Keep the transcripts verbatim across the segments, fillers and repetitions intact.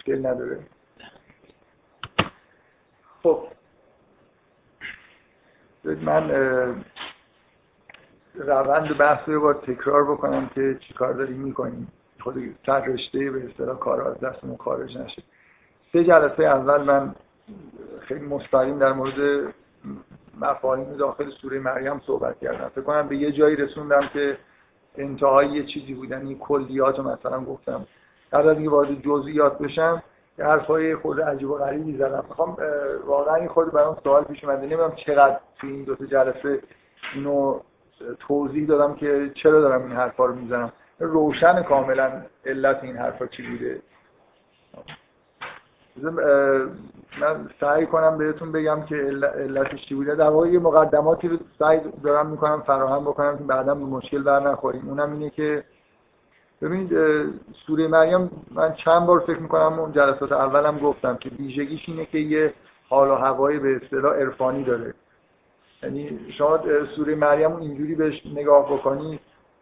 مشکل نداره. خب من روند بحث رو باید تکرار بکنم که چی کار داریم میکنیم، خود سر رشته به اصطلاح کار از دستمون خارج نشه. سه جلسه اول من خیلی مستقیم در مورد مفاهیم داخل سوره مریم صحبت کردم. فکر کنم به یه جایی رسوندم که انتهای یه چیزی بودن، این کلیات رو مثلا گفتم. قبل از اینکه وارد جزئیات بشم یه حرفای خود عجیب و غریبی زدم. میخوام واقعا این خود برام سوال پیش اومده، نمیدونم چقدر تو این دو تا جلسه اینو توضیح دادم که چرا دارم این حرفا رو میزنم. روشن کاملا علت این حرفا چی بوده. من سعی کنم بهتون بگم که علتش چی بوده. در واقع یه مقدماتی رو سعی دارم میکنم فراهم بکنم که بعداً به مشکل بر نخوریم. اونم اینه که ببینید سوره مریم من چند بار فکر میکنم اون جلسات اولم گفتم که ویژگیش اینه که یه حال و هوای به اصطلاح عرفانی داره. یعنی شما سوره مریم اینجوری بهش نگاه بکنید،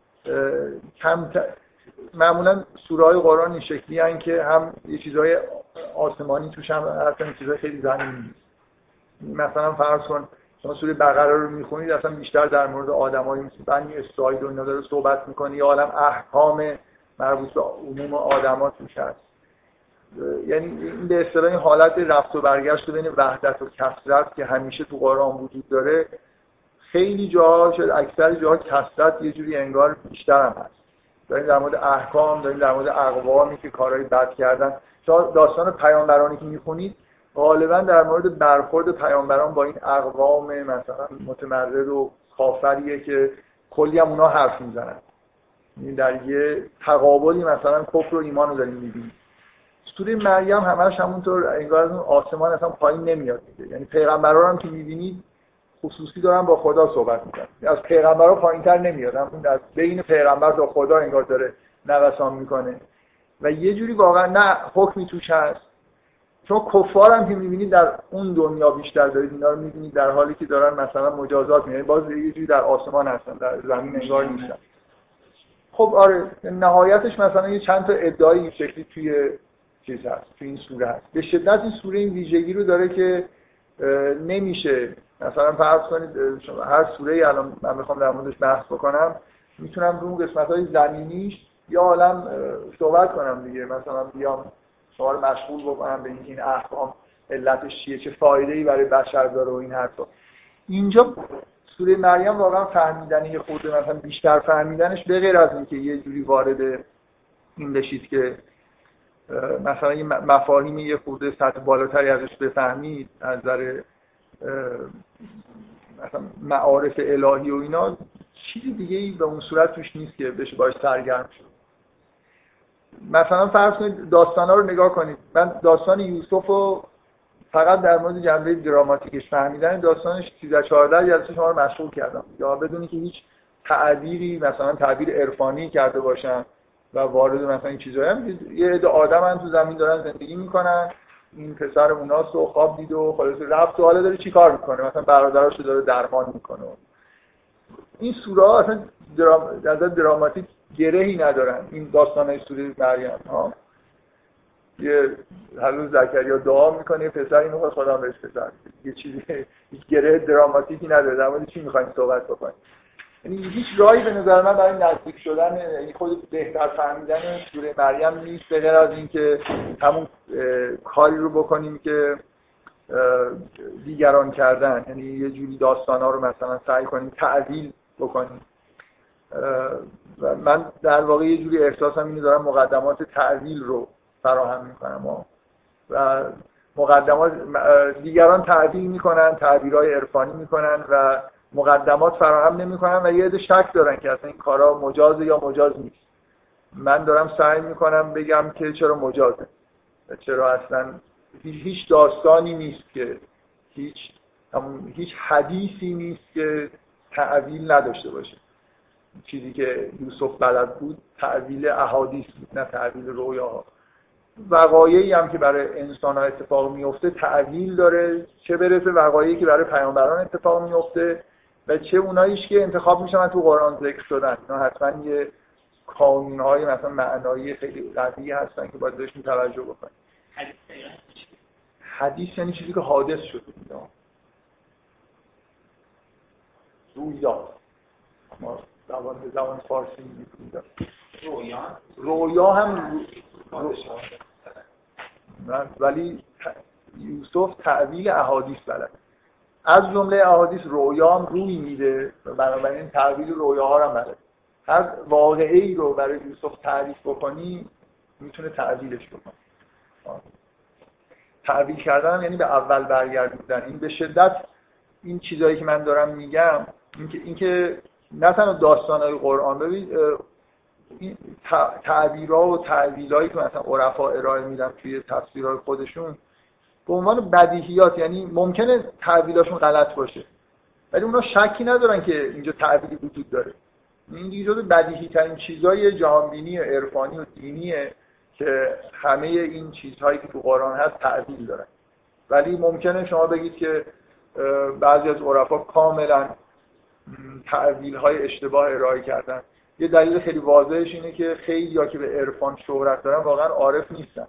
کم ت... معمولا سوره‌های قرآن این شکلی هستن که هم یه چیزهای آسمانی توش هم هستن، چیزهای خیلی زمینی. مثلا فرض کن شما سوره بقره رو میخونید اصلا بیشتر در مورد آدمایی مثل بنی اسرائیل و اینا داره صحبت میکنه، یا عالم احکام مربوط به عموم آدما توش هست. یعنی این به اصطلاح این حالت رفت و برگشت بین وحدت و کثرت که همیشه تو قرآن وجود داره، خیلی جاها شاید اکثر جاها کثرت یه جوری انگار بیشتر هم هست. داریم در مورد احکام، داریم در مورد اقوامی که کارهای بد کردن. داستان پیامبرانی که میخونید غالبا در مورد برخورد پیامبران با این اقوام مثلا متمرد و کافریه که کلی هم اونا حرف میزنن. یعنی در یه تقابلی مثلا کفر و ایمان رو داریم میبینیم. سوره مریم همش همونطور انگار از اون آسمان اصلا پایین نمیاد دیگه. یعنی پیغمبران هم که میبینید خصوصی دارن با خدا صحبت میکنن، از پیغمبرها پایینتر نمیاد، اون از بین پیغمبر تا خدا انگار داره نوسان میکنه و یه جوری واقعا نه حکمی توش هست. چون کفار هم که میبینید در اون دنیا بیشتر دارید اینا رو میبینید در حالی که دارن مثلا مجازات میکنن، باز یه جوری در آسمان هستن، در زمین انگار نیستن. خب آره نهایتش مثلا یه چند تا ادعای این شکلی توی چیز هست، توی این سوره هست. به شدت این سوره این ویژگی رو داره که نمیشه مثلا فرض کنید شما هر سوره‌ای الان من میخوام در موردش بحث بکنم میتونم رو قسمت‌های زمینیش یا عالم صحبت کنم دیگه، مثلا بیام شما رو مشغول بکنم به اینکه این احکام علتش چیه، چه فایده‌ای برای بشر داره و این حرفا. اینجا سوره مریم واقعا فهمیدنی یه خورده مثلا بیشتر فهمیدنش به غیر از اینکه یه جوری وارد این بشید که مثلا یه مفاهیم یه خورده سطح بالاتری ازش بفهمید از نظر مثلا معارف الهی و اینا، چیزی دیگه ای به اون صورت توش نیست که بشه باش سرگرم شد. مثلا فرض کنید داستانا رو نگاه کنید. من داستان یوسف رو فقط در مورد جنبه دراماتیکش فهمیدن داستانش سیزده چهارده جلسه شما رو مشغول کردم، یا بدونی که هیچ تعبیری مثلا تعبیر عرفانی کرده باشن و وارد مثلا این چیزایی هم یه عده آدمن تو زمین دارن زندگی میکنن، این پسر اوناست و خواب دید و خلاص رفت و حالا داره چی کار میکنه، مثلا برادراشو داره درمان میکنه. این سوره ها اصلا درام... در دراماتیک گرهی ندارن. این داستانای سوره مریم ها یه هنوز زکریا دعا میکنه یه پسر اینو خدا بهش پسر، یه چیزی هیچ گره دراماتیکی نداره. در مورد چی میخوایم صحبت بکنیم؟ یعنی هیچ راهی به نظر من برای نزدیک شدن یعنی خود بهتر فهمیدن سوره مریم نیست به غیر از اینکه همون کاری رو بکنیم که دیگران کردن، یعنی یه جوری داستانا رو مثلا سعی کنیم تعدیل بکنیم. و من در واقع یه جوری احساسم اینو دارم مقدمات تعدیل رو فراهم میکنم و مقدمات دیگران تعدیل میکنن، تعبیرهای عرفانی میکنن و مقدمات فراهم نمیکنن و یه عده شک دارن که اصلا این کارا مجازه یا مجاز نیست. من دارم سعی میکنم بگم که چرا مجازه و چرا اصلا هیچ داستانی نیست که هیچ هیچ حدیثی نیست که تعویل نداشته باشه. چیزی که یوسف بلد بود تعویل احادیث بود نه تعویل رویاها. وقایعی هم که برای انسان‌ها اتفاق میفته تعویل داره، چه برسه وقایعی که برای پیامبران اتفاق میفته و چه اوناییش که انتخاب میشن تو قرآن ذکر شدن. اینا حتما یه کانون‌های مثلا معنایی خیلی قوی هستن که باید بهشون توجه بکنیم. حدیث یعنی چیزی که حادث شده. رویا ما زبان به زبان فارسی میگیم رویا. رویا هم رو... ولی یوسف تعبیل احادیث بلد. از جمله احادیث رویا هم روی میده، بنابراین تعبیل رویاها رو هم بلد. هر واقعه‌ای رو برای یوسف تعریف بکنی میتونه تعبیلش بکنه. تعبیل کردن یعنی به اول برگردوندن. این به شدت این چیزایی که من دارم میگم، اینکه اینکه نه تنها داستان‌های قرآن، ببین این تعبیرها و تعبیرهایی که مثلا عرفا ارائه میدن توی تفسیرهای خودشون به عنوان بدیهیات، یعنی ممکنه تعبیراشون غلط باشه ولی اونا شکی ندارن که اینجا تعبیری وجود داره. این دیگه جزو بدیهی ترین چیزای جهانبینی و عرفانی و دینیه که همه این چیزهایی که تو قرآن هست تعبیر دارن. ولی ممکنه شما بگید که بعضی از عرفا کاملا تعبیرهای اشتباه ارائه کردن. یه دلیل خیلی واضحش اینه که خیلی‌ها که به عرفان شهرت دارن واقعا عارف نیستن.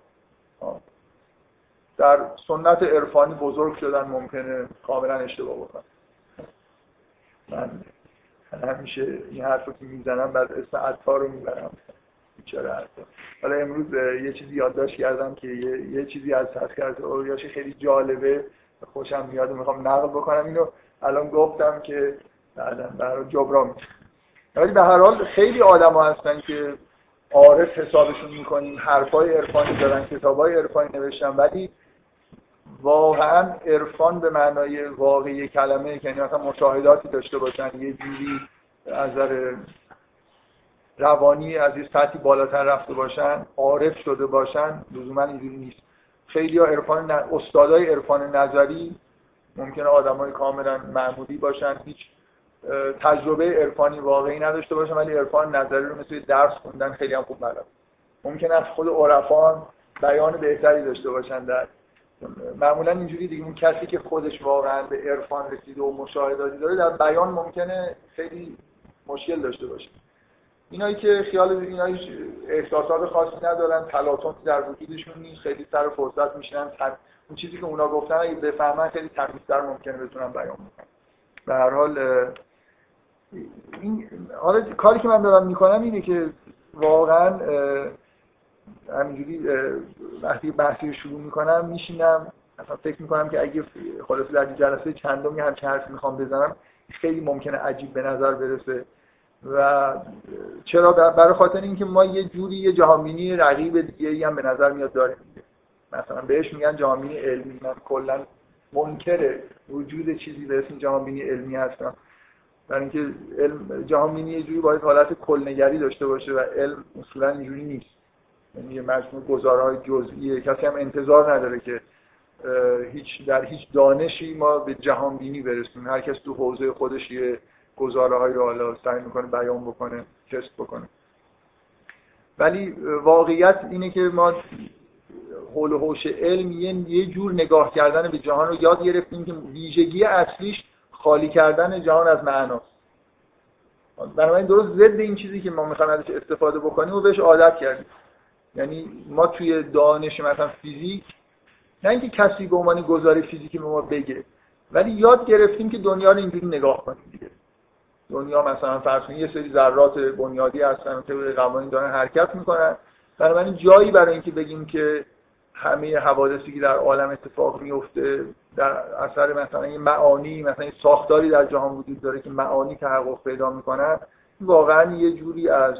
در سنت عرفانی بزرگ شدن، ممکنه کاملا اشتباه بکنن. من همیشه این حرفو که میزنم بعد اسم عطار رو میبرم. بیچاره عطار. حالا امروز یه چیزی یادداشت کردم که یه, یه چیزی از تذکرات اولیاش خیلی جالبه، خوشم میاد و میخوام نقل بکنم. اینو الان گفتم که بعداً برای جبران میشه. ولی به هر حال خیلی آدم‌ها هستن که عارف حسابشون میکنیم، حرفای عرفانی دارن، کتابای عرفانی نوشتن، ولی واقعا عرفان به معنای واقعی کلمه که یعنی مثلا مشاهداتی داشته باشن، یه جوری از نظر روانی از یه سطحی بالاتر رفته باشن، عارف شده باشن، لزوما اینجوری نیست. خیلی‌ها عرفان ن... استادای عرفان نظری ممکنه آدمای کاملا معمولی باشن، هیچ تجربه عرفانی واقعی نداشته باشن، ولی عرفان نظری رو مثل درس خوندن خیلی هم خوب بلدن. ممکنه از خود عرفان بیان بهتری داشته باشن. در معمولا اینجوری دیگه، اون کسی که خودش واقعا به عرفان رسیده و مشاهداتی داره در بیان ممکنه خیلی مشکل داشته باشه. اینایی که خیال اینایی احساسات خاصی ندارن، تلاطمی در وجودشون نیست، خیلی سر فرصت میشنن، اون چیزی که اونا گفتن اگه بفهمن خیلی تمیزتر ممکنه بتونن بیان کنن. به هر حال این حالا کاری که من دارم میکنم اینه که واقعا همینجوری وقتی بحثی رو شروع میکنم میشینم مثلا فکر میکنم که اگه خلاصه در جلسه چندمی هم که حرف میخوام بزنم خیلی ممکنه عجیب به نظر برسه. و چرا؟ برای خاطر اینکه ما یه جوری یه جهانبینی رقیب دیگه‌ای هم به نظر میاد داریم. مثلا بهش میگن جهانبینی علمی. من کلا منکر وجود چیزی به اسم جهانبینی علمی هستم، برای اینکه علم جهانبینی یه جوری باید حالت کلنگری داشته باشه و علم اصولا اینجوری نیست. یعنی یه مجموعه گزارهای جزئیه. کسی هم انتظار نداره که هیچ در هیچ دانشی ما به جهانبینی برسیم. هر کس تو حوزه خودش یه گزاره‌هایی رو حالا سعی میکنه بیان بکنه، تست بکنه. ولی واقعیت اینه که ما حول و حوش علم یه جور نگاه کردن به جهان رو یاد گرفتیم که ویژگی اصلیش خالی کردن جهان از معناست. بنابراین درست ضد این چیزی که ما میخوایم ازش استفاده بکنیم و بهش عادت کردیم. یعنی ما توی دانش مثلا فیزیک، نه اینکه کسی به عنوان گزاره فیزیکی به ما بگه، ولی یاد گرفتیم که دنیا رو اینجوری نگاه کنیم دیگه. دنیا مثلا فرض کنید یه سری ذرات بنیادی هستن که به قوانین دارن حرکت میکنن. بنابراین جایی برای اینکه بگیم که همه حوادثی که در عالم اتفاق میفته در اثر مثلا این معانی، مثلا این ساختاری در جهان وجود داره که معانی تحقق پیدا میکنن، واقعا یه جوری از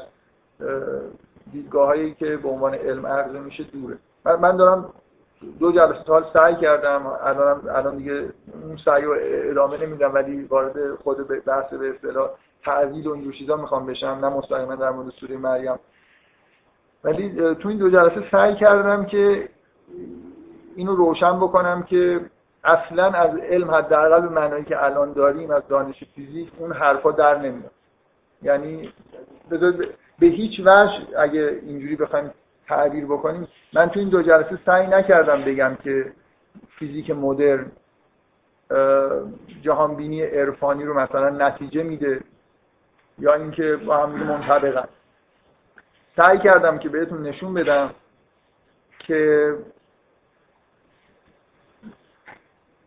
دیدگاهایی که به عنوان علم عرضه میشه دوره. من دارم دو جلسه تا حال سعی کردم، الان الان دیگه اون سعی رو ادامه نمیدم، ولی وارد خود بحث به اصطلاح تعویل و این چیزا میخوام بشم، نه مستقیما در مورد سوره مریم. ولی تو این دو جلسه سعی کردم که اینو روشن بکنم که اصلا از علم حداقل به معنایی که الان داریم از دانش فیزیک اون حرفا در نمیاد. یعنی به هیچ وجه اگه اینجوری بخوایم تعبیر بکنیم، من تو این دو جلسه سعی نکردم بگم که فیزیک مدرن جهانبینی عرفانی رو مثلا نتیجه میده یا اینکه با هم منطبقن. سعی کردم که بهتون نشون بدم که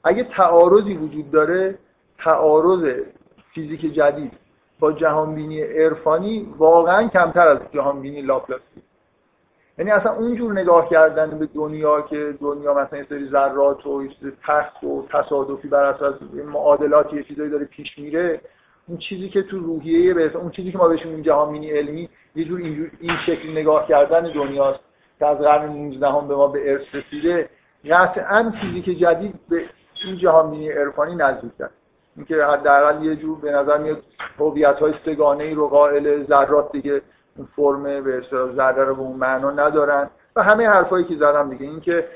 اگه تعارضی وجود داره، تعارض فیزیک جدید با جهانبینی عرفانی واقعا کمتر از جهانبینی لاپلاسی. یعنی اصلا اونجور نگاه کردن به دنیا که دنیا مثلا یه سری ذرات و تخت و تصادفی بر اساس معادلاتی یه چیزایی داره پیش میره، اون چیزی که تو روحیه به اون چیزی که ما بهش میگیم جهانبینی علمی یه جور اینجور این شکل نگاه کردن دنیاست که از قرن نوزدهم به ما به ارث رسیده. قطعاً فیزیک جدید به این جهانبینی عرفانی نزدیک‌تره. اینکه حداقل یه جور به نظر میاد هویت‌های سه‌گانه‌ای رو قائل ذرات دیگه اون فرم به اصطلاح ذره رو به اون معنا ندارن و همه حرفایی که زدم دیگه. اینکه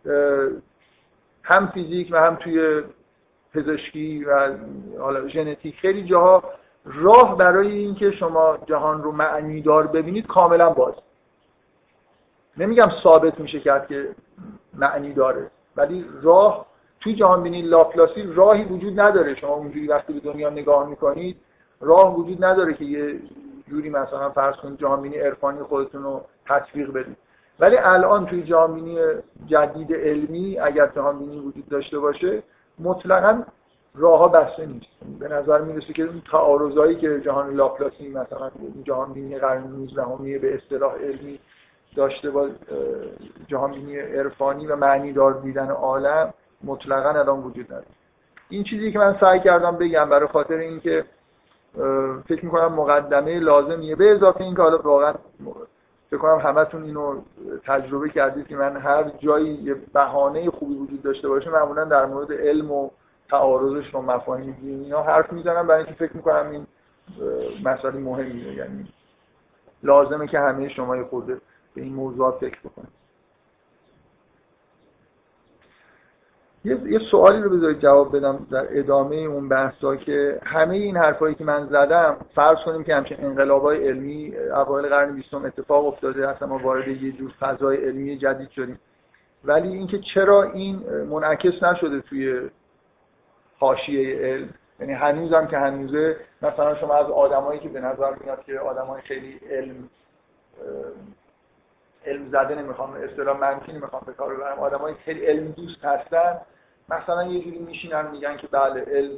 هم فیزیک و هم توی پزشکی و حالا ژنتیک خیلی جاها راه برای اینکه شما جهان رو معنی دار ببینید کاملا باز. نمیگم ثابت میشه کرد که معنی داره، ولی راه توی جهانبینی لاپلاسی راهی وجود نداره. شما اونجوری وقتی به دنیا نگاه میکنید راه وجود نداره که یه جوری مثلا فرض کنید جهانبینی عرفانی خودتون رو تطبیق بدید. ولی الان توی جهانبینی جدید علمی اگر جهانبینی وجود داشته باشه مطلقاً راه‌ها بسته نیست. به نظر میرسه که اون تعارضایی که جهان لاپلاسی مثلا جهانبینی قرن نوزدهم به اصطلاح علمی داشته با جهانبینی عرفانی و معنی دار دیدن عالم مطلقاً الان وجود نداره. این چیزی که من سعی کردم بگم برای خاطر اینکه فکر می‌کنم مقدمه لازمیه، به اضافه اینکه حالا واقعاً فکر کنم همتون اینو تجربه کردید که من هر جایی یه بهانه خوبی وجود داشته باشه معمولاً در مورد علم و تعارضش و مفاهیم دینی اینا حرف میزنم، برای اینکه فکر می‌کنم این مسئله مهمیه. یعنی لازمه که همه شما خود به این موضوعات فکر بکنید. یه یه سوالی رو بذارید جواب بدم در ادامه اون بحثا که همه این حرفایی که من زدم فرض کنیم که همچین انقلاب‌های علمی اوایل قرن بیستم اتفاق افتاده، اصلا ما وارد یه جور فضای علمی جدید شدیم، ولی اینکه چرا این منعکس نشده توی حاشیه علم، یعنی هنوزم که هنوزه مثلا شما از آدمایی که به نظر میاد که آدمای خیلی علم علم زده نمیخوام اصطلاح منفی نمیخوام به کار ببرم، آدمای خیلی علم دوست هستن مثلا یه جوری میشینن میگن که بله علم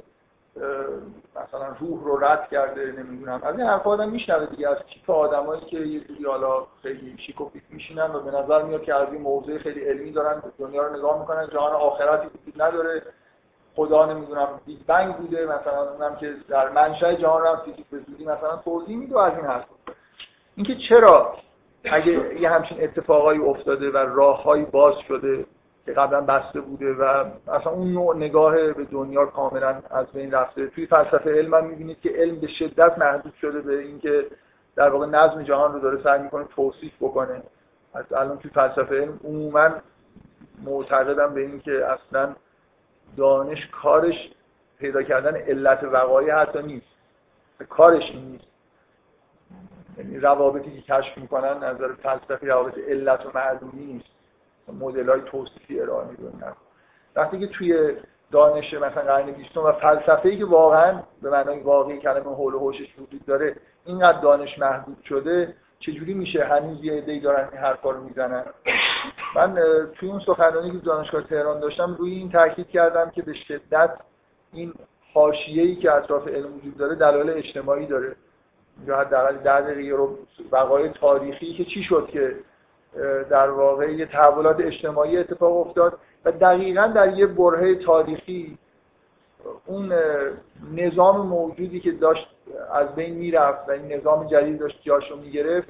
مثلا روح رو رد کرده، نمیدونم از این حرفا آدم میشنوه دیگه از تیپ آدمایی که یه جوری حالا خیلی شیک و پیک میشینن و به نظر میاد که از این موضوع خیلی علمی دارن دنیا رو نگاه میکنن، جهان آخرتی وجود نداره، خدا نمیدونم بیگ بنگ بوده مثلا، اونم که در منشأ جهان رو هم فیزیک به زودی مثلا توضیح میده. از این حرفا اینکه چرا اگه یه همچین اتفاقایی افتاده و راههایی باز شده که قبلا بسته بوده و اصلا اون نوع نگاه به دنیا کاملا از بین رفته، توی فلسفه علم هم می‌بینید که علم به شدت محدود شده به اینکه در واقع نظم جهان رو داره سعی می‌کنه توصیف بکنه. الان توی فلسفه علم عموما معتقدم به اینکه اصلا دانش کارش پیدا کردن علت وقایع حتی نیست، کارش این نیست. یعنی روابطی که کشف میکنن از نظر فلسفی روابط علت و معلولی نیست، مدل‌های توصیفی ارائه میدن. وقتی که توی دانش مثلا قرن بیستم و فلسفه‌ای که واقعا به معنای واقعی کلمه حول و حوشش وجود داره اینقدر دانش محدود شده، چجوری میشه هنوز یه عده‌ای دارن این حرفا رو میزنن؟ من توی اون سخنرانی که دانشگاه تهران داشتم روی این تاکید کردم که به شدت این حاشیه‌ای که اطراف علم وجود داره دلایل اجتماعی داره. یا حداقل در دقیقه رو وقایع تاریخی که چی شد که در واقع یه تحولات اجتماعی اتفاق افتاد و دقیقاً در یه برهه تاریخی اون نظام موجودی که داشت از بین میرفت و این نظام جدید داشت جاشو میگرفت،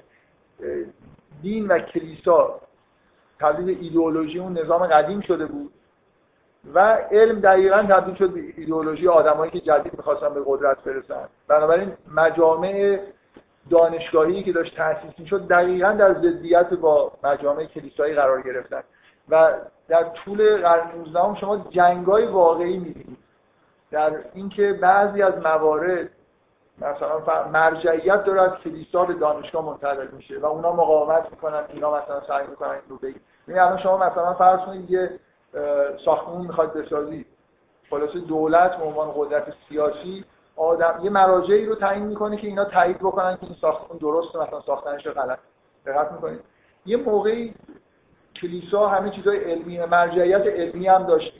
دین و کلیسا تبدیل به ایدئولوژی اون نظام قدیم شده بود و علم دقیقاً تبدیل شد به ایدئولوژی آدمایی که جدید می‌خواستن به قدرت برسن. بنابراین مجامع دانشگاهی که داشت تأسیس می‌شد دقیقاً در ضدیت با مجامع کلیسایی قرار گرفتن و در طول قرن نوزدهم شما جنگ‌های واقعی می‌بینید در اینکه بعضی از موارد مثلا مرجعیت داره از کلیسا به دانشگاه منتقل میشه و اونا مقاومت میکنن، اینا مثلا سعی میکنن این رو بگید. یعنی الان شما مثلا فرض کنید یه ساختمون میخواد بسازی، خلاصه دولت به عنوان قدرت سیاسی آدم یه مراجعی رو تعیین میکنه که اینا تایید بکنن که این ساختمون درسته مثلا ساختنش غلط. دقت میکنید یه موقعی کلیسا همه چیزای علمی مرجعیت علمی هم داشت.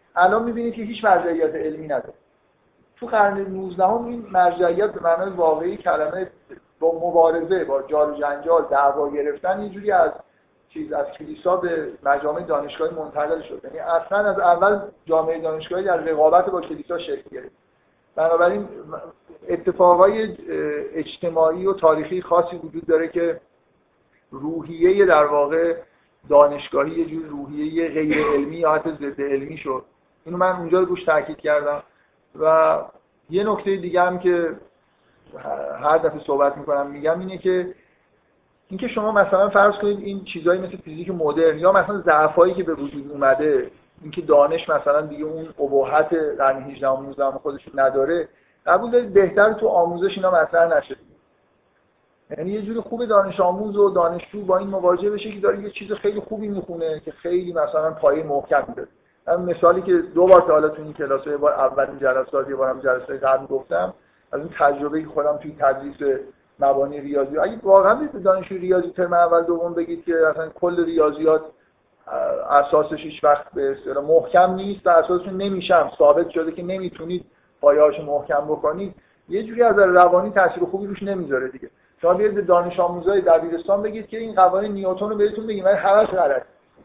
الان می‌بینید که هیچ مرجعیت علمی نداره. تو قرن نوزدهم این مرجعیت به معنای واقعی کلمه با مبارزه با جار و جنجال دعوا گرفتن یه جوری از چیز از کلیسا به مجامع دانشگاهی منتقل شد. یعنی اصلا از اول جامعه دانشگاهی در رقابت با کلیسا شکل گرفت. بنابراین اتفاقای اجتماعی و تاریخی خاصی وجود داره که روحیه در واقع دانشگاهی یه جور روحیه غیر علمی یا حتی ضد علمی شد. اینو من اونجا روش تاکید کردم. و یه نکته دیگه هم که هر دفعه صحبت میکنم میگم اینه که اینکه شما مثلا فرض کنید این چیزایی مثل فیزیک مدرن یا مثلا ضعفایی که به وجود اومده، اینکه دانش مثلا دیگه اون ابهت قرن هجدهم نوزدهم خودش نداره، قبول دارید بهتر تو آموزش اینا مطرح نشه. یعنی یه جوری خوب دانش آموز و دانشجو با این مواجه بشه که داره یه چیز خیلی خوبی میخونه که خیلی مثلا پایه محکم داره. من مثالی که دو بار تا حالا تو این کلاس‌ها، یه بار اولین جلسات، یه بارم جلسه قبل گفتم، از اون تجربه‌ای که خودم توی تدریس مبانی ریاضی، اگه واقعا به دانشجو ریاضی ترم اول دوم بگید که اصلا کل ریاضیات اساسش هیچ وقت به اصطلاح محکم نیست و اساسش نمیشم ثابت شده که نمیتونید پایه‌هاشو محکم بکنید، یه جوری از روانی تاثیر خوبی روش نمیذاره دیگه. شما بیاید به دانش آموزای دبیرستان بگید که این قوانین نیوتن رو بهتون بگیم، ولی همش غلط.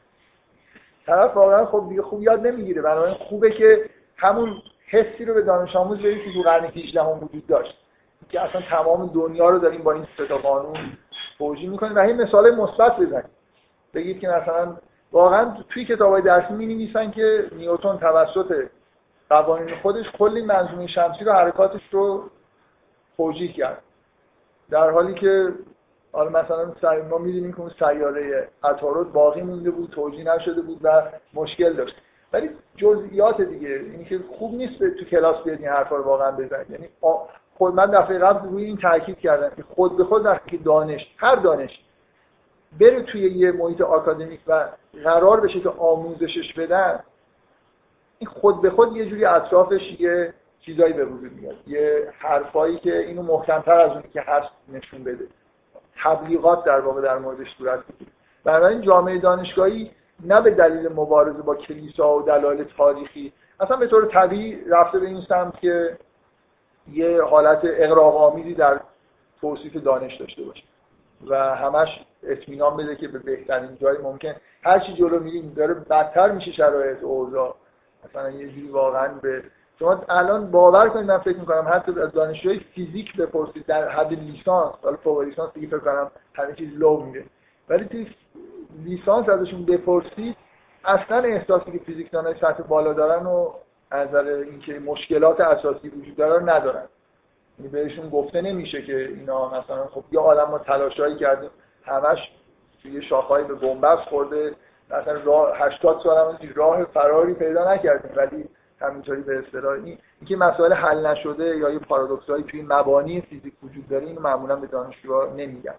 طرف واقعا خب دیگه خوب یاد نمیگیره. بنابراین خوبه که همون حسی رو به دانش آموز بدید که تو قرن هجدهم وجود داشت، که اصلا تمام دنیا رو داریم با این سه تا قانون توجیه می‌کنیم و این مثالای مثبت بزنید. بگید که مثلا واقعا توی کتابای درسی می‌نویسن که نیوتن توسط قوانین خودش کلی منظومه شمسی رو حرکاتش رو توجیه کرد، در حالی که حالا مثلا ما می‌دونیم که اون سیاره عطارد باقی مونده بود، توجیه نشده بود و مشکل داشت. ولی جزئیات دیگه اینی که خوب نیست تو کلاس بیاد این حرفا رو واقعا بزنید. یعنی خود من دفعه قبل روی این تاکید کردم که خود به خود وقتی که دانش هر دانش بره توی یه محیط آکادمیک و قرار بشه که آموزشش بدن، این خود به خود یه جوری اطرافش یه چیزایی به وجود میاد، یه حرفایی که اینو محکم‌تر از اونی که هست نشون بده، تبلیغات در واقع در موردش صورت بگیره. بنابراین جامعه دانشگاهی نه به دلیل مبارزه با کلیسا و دلایل تاریخی اصلا به طور طبیعی رفته به این سمت که یه حالت اغراق‌آمیزی در توصیف دانش داشته باشه و همش اطمینان بده که به بهترین جای ممکن. هر چی جلو میریم داره بدتر میشه شرایط و اوضاع. مثلا یه جوری واقعا به شما الان باور کنید، من فکر می‌کنم حتی از دانشجوی فیزیک بپرسید در حد لیسانس، حالا فوق لیسانس دیگه فکر کنم همه چیز لو میره، ولی توی لیسانس ازشون بپرسید اصلا احساسی که فیزیکدانای سطح بالا دارن و از نظر اینکه مشکلات اساسی وجود داره رو ندارن. یعنی بهشون گفته نمیشه که اینا مثلا خب یا آدم ما تلاشایی کردیم همش توی شاخه‌ای به بنبست خورده، مثلا راه هشتاد سال هم راه فراری پیدا نکردیم، ولی همینطوری به اصطلاح این اینکه مسائل حل نشده یا یه پارادوکسایی توی مبانی فیزیک وجود داره، اینو معمولا به دانشجوها نمیگن.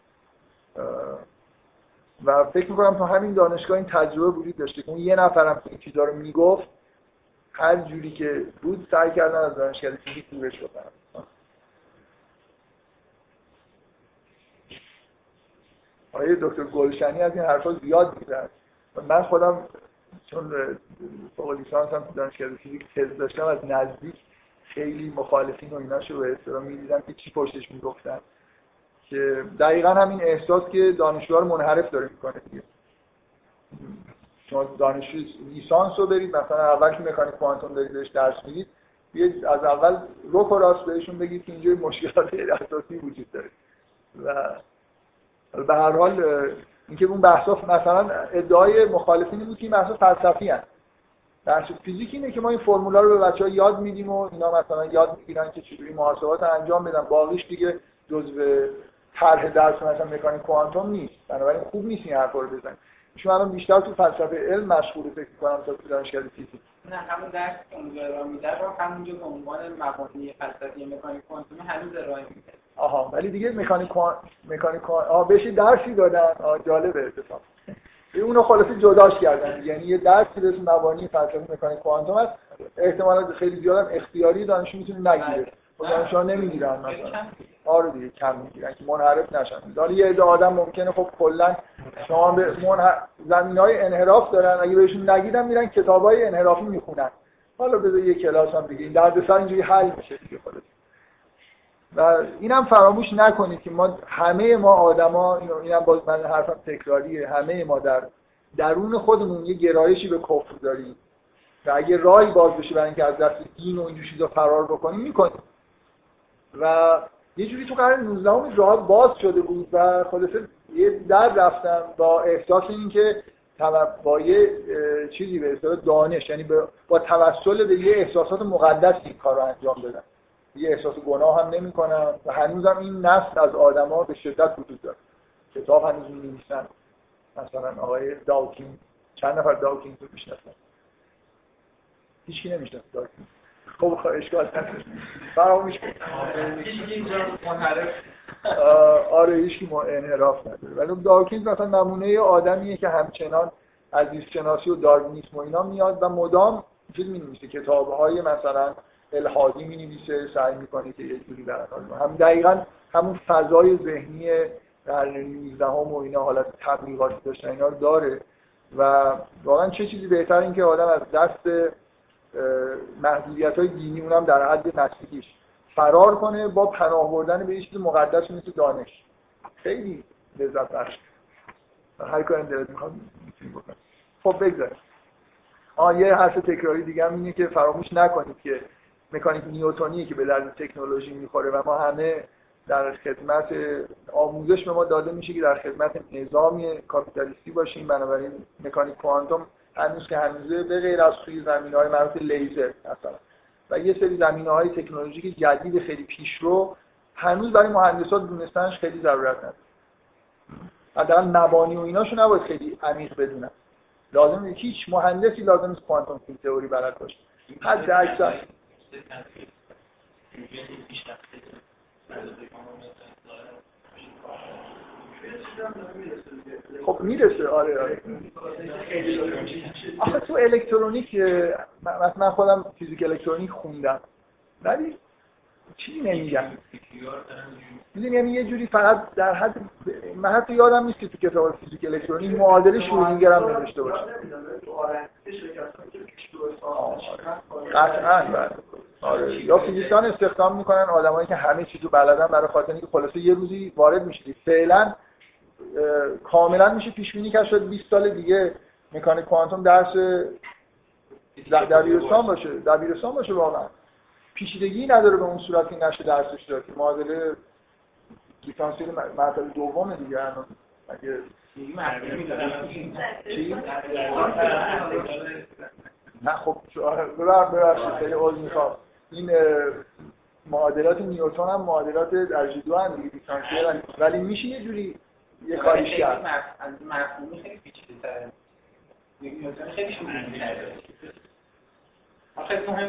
و فکر می‌کنم تو همین دانشگاه این تجربه وجود داشته که اون یه نفرم که این چیزا رو میگفت هر جوری که بود سعی کردن از دانشگاه فیزیک دورش بکنن. آقای دکتر گلشنی از این حرفا زیاد می‌زد. من خودم چون فوق لیسانس هم تو دانشگاه فیزیک تز داشتم، از نزدیک خیلی مخالفین و ایناشو به اصطلاح می‌دیدم که چی پشتش میگفتن، که دقیقاً همین احساس که دانشجوها رو منحرف داره میکنه دیگه. شما دانشجو لیسانس رو برید مثلا اول که مکانیک کوانتوم دارید بهش درس میدید، بیاید از اول رک و راست بهشون بگید که اینجا مشکلات اساسی وجود داره. و به هر حال اینکه اون بحثا مثلا ادعای مخالفین بود که این بحثا فلسفی هست. درس فیزیک اینه که ما این فرمولا رو به بچه‌ها یاد میدیم و اینا مثلا یاد میگیرن که چجوری محاسبات انجام بدن، باقیش دیگه جزء طرح درس مثلا مکانیک کوانتوم نیست. بنابراین خوب نیست این حرفا رو بزنید. چون الان بیشتر تو فلسفه علم مشغول فکر کنم تا تو دانشگاه فیزیک. نه همون درس که اونجا ارائه میده رو همونجا به عنوان مبانی فلسفی مکانیک کوانتوم هنوز ارائه میده. آها، ولی دیگه مکانیک کوان مکانیک کوان آها بهش درسی دادن. آها جالبه اتفاقا. اونو خلاصه جداش کردن. یعنی یه درسی به اسم مبانی فلسفی مکانیک کوانتوم هست. احتمالاً خیلی زیاد هم اختیاری دانشجو میتونه نگیره. دانشجوها نمیگیرن مثلا. رو دیگه کم میگیرن که منحرف نشن. حالا یه عده آدم ممکنه خب کلا شما به منح... زمینهای انحراف دارن، اگه بهشون نگیدن میرن کتابای انحرافی میخونن. حالا بذار یه کلاس هم دیگه این دردسر اینجوری حل میشه دیگه خلاص. و اینم فراموش نکنید که ما همه ما آدما، اینم باز من حرفم تکراریه، همه ما در درون خودمون یه گرایشی به کفر داریم و اگه راهی باز بشه برای اینکه از دست دین و این جور چیزا فرار بکنیم میکنیم. و یه جوری تو قرن نوزدهم راه باز شده بود و خلاصه یه در رفتم با احساس اینکه با یه چیزی به اصطلاح دانش، یعنی با توسل به یه احساسات مقدس این کار رو انجام بدن، یه احساس گناه هم نمی کنن و هنوزم این نسل از آدما به شدت وجود داره. کتاب هنوز می نویسن، مثلا آقای داوکین، چند نفر داوکین رو میشناسن؟ هیچکی نمیشناسه داوکین. خب خب اشکال نداره، فراموش کن. آره هیچکی ما انحراف نداره، ولی داوکین مثلا نمونه آدمیه که همچنان از زیست شناسی و داروینیسم و اینا میاد و مدام چیز می‌نویسه، کتاب‌های مثلا الحادی می‌نویسه، سعی می‌کنه که یه جوری در حال هم دقیقاً همون فضای ذهنی قرن نوزدهم و اینا حالت تبلیغاتی داشتن اینا رو داره. و واقعاً چه چیزی بهتر این که آدم از دست محدودیت‌های دینی، اونم در حد مسیحیش، فرار کنه با پناه بردن به یه چیز مقدس مثل دانش. خیلی لذت بخش. هر کاری دلت می‌خواد می‌تونی بکنی. خب بگذاریم. آه یه حرف تکراری دیگه هم اینه که فراموش نکنید که مکانیک نیوتنیه که به درد تکنولوژی می‌خوره و ما همه در خدمت آموزش به ما داده میشه که در خدمت نظامی کاپیتالیستی باشیم. بنابراین مکانیک کوانتوم هنوز که هنوزه به غیر از توی زمینه‌های مربوط لیزر مثلا و یه سری زمینه‌های تکنولوژیک جدید خیلی پیشرو هنوز برای مهندسا دونستنش خیلی ضرورت نداره. حداقل مبانی و ایناشو نباید خیلی عمیق بدونن. لازم نیست هیچ مهندسی لازم نیست کوانتوم فیزیک تئوری بلد باشه. حد اکثر خب میرسه. آره آره آخه تو الکترونیک مثلا خودم فیزیک الکترونیک خوندم ولی چیزی نمیگم. میدونی یعنی یه جوری فقط در حد من حتی یادم نیست که تو کتاب فیزیک الکترونیک معادله شرودینگر هم نوشته باشه. قطعاً آره یا فیزیکدان استخدام میکنن آدمایی که همه چیزو بلدن برای خاطر اینکه خلاصه یه روزی وارد میشید. فعلا کاملا میشه پیش بینی کرد شاید بیست سال دیگه مکانیک کوانتوم درس دبیرستان باشه دبیرستان باشه واقعا پیچیدگی نداره به اون صورت که نشه درسش داد. معادله دیفرانسیل مرتبه دومه دیگه. الان اگه چی نه خب ببخشید خیلی عذر میخوام. این معادلات نیوتن هم معادلات درجه دو هم دیگه دیفرانسیل، ولی میشه یه جوری یه کاریش کرد. از مفهومی خیلی پیچیده‌تره. نیوتن خیلی شروع‌تره. آخه مهم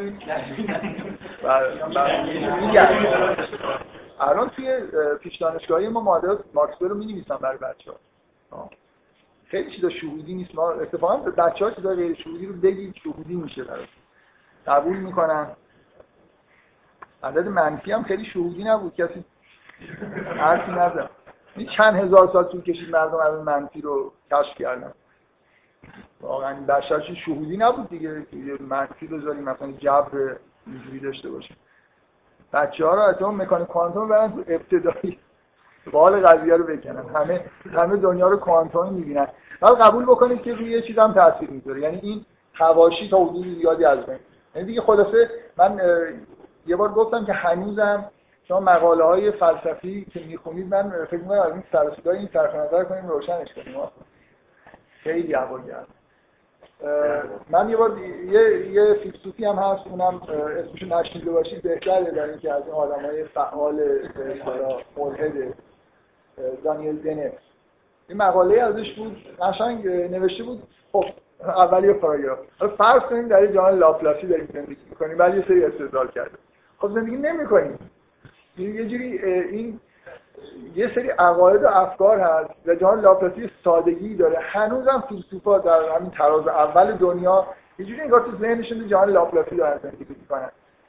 نیست. الان توی پیش دانشگاهی ما معادلات ماکسول رو می‌نویسن برای بچه‌ها. خیلی چیزا شهودی نیست. ما اتفاقا بچه‌ها چیزا غیر شهودی رو بگید شهودی میشه براشون. قبول میکنن. عدد منفی هم خیلی شهودی نبود، کسی حرفی نزد. این چند هزار سال طول کشید مردم عدد منفی رو کشف کردن. واقعا بشرش شهودی نبود دیگه. منفی بذاریم مثلا جبر اینجوری داشته باشیم. بچه‌ها رو اتم مکانیک کوانتوم برن تو ابتدایی بال قضیه رو بکنن. همه همه دنیا رو کوانتومی می‌بینن. ولی قبول بکنید که روی یه چیز هم تاثیر می‌ذاره. یعنی این حواشی تا حدود زیادی از بین. یعنی دیگه خلاصه من یه بار گفتم که هنوزم شما مقاله‌های فلسفی که می‌خونید من فکر می‌کنم از این سر و صدای این طرف نظر کنیم روشنش کنیم. خیلی عواقب. من یه بار یه یه فیلسوفی هم هست اونم اسمش نشنیده باشید بهتره در اینکه از این آدمای فعال اصطلاح ملحد دانیل دنت این مقاله ازش بود قشنگ نوشته بود. خب اولی پاراگراف فرض کنیم در جهان لاپلاسی داریم زندگی می‌کنیم ولی یه سری استدلال کرده. خب زندگی نمی‌کنیم. یه جوری این یه سری عقاید و افکار هست و جهان لاپلاسی سادگی داره. هنوزم فیلسوفا در همین تراز اول دنیا یه جوری انگار تو ذهنشون جهان لاپلاسی دارن زندگی می‌کنن.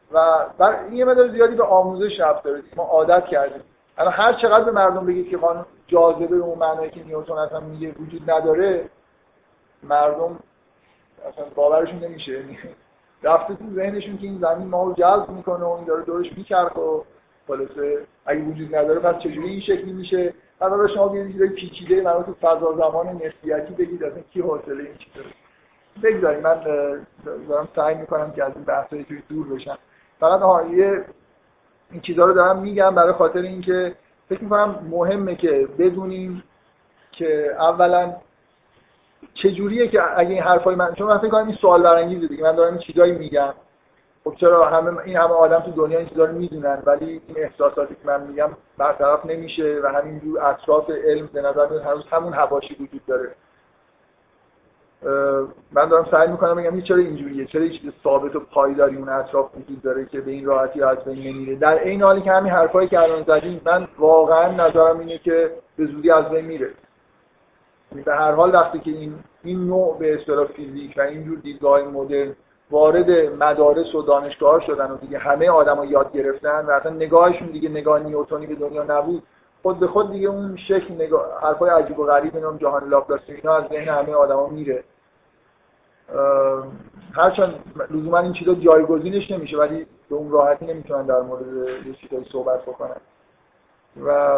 و بر یه مقدار زیادی به آموزش رفت داره. ما عادت کردیم الان هر چقدر به مردم بگید که قانون جاذبه به اون معنایی که نیوتن اصلا میگه وجود نداره، مردم اصلا باورشون نمیشه. رفته تو ذهنشون که این زمین ما رو جذب میکنه و این داره دورش میچرخه و خلاصه اگه وجود نداره پس چجوری این شکلی میشه؟ حالا شما بیاید چیزای پیچیده مرا تو فضا زمان نسبیتی بگید اصلا کی حوصله این چیزا بگذارید. من دارم سعی میکنم که از این بحثای توی دور بشم. فقط ها یه این چیزا رو دارم میگم برای خاطر اینکه فکر میکنم مهمه که بدونیم که اولا چجوریه که اگه این حرفای من، چون من فکر کنم این سوال برانگیزه دیگه، من دارم این چیزایی میگم خب چرا همه این همه آدم تو دنیا این چیزا رو میدونن ولی این احساساتی که من میگم برطرف نمیشه و همینجور اطراف علم به نظر میاد هنوز همون حواشی وجود داره. من دارم سعی میکنم بگم چرا اینجوریه، چرا هیچ چیز ثابت و پایداری اون اطراف وجود داره که به این راحتی از بین نمیره، در این حالی که همین حرفایی که الان زدیم من واقعا نظرم اینه که به زودی از بین میره. به هر حال وقتی که این این نوع به اصطلاح فیزیک و اینجور دیدگاه مدرن وارد مدارس و دانشگاه شدن و دیگه همه آدما یاد گرفتن و اصلا نگاهشون دیگه نگاه نیوتنی به دنیا نبود، خود به خود دیگه اون شکل نگاه حرفای عجیب و غریب اینم جهان لاپلاس اینا از ذهن همه آدما میره. هرچند لزوما این چیزا جایگزینش نمیشه ولی به اون راحتی نمیتونن در مورد یه چیزایی صحبت بکنن. و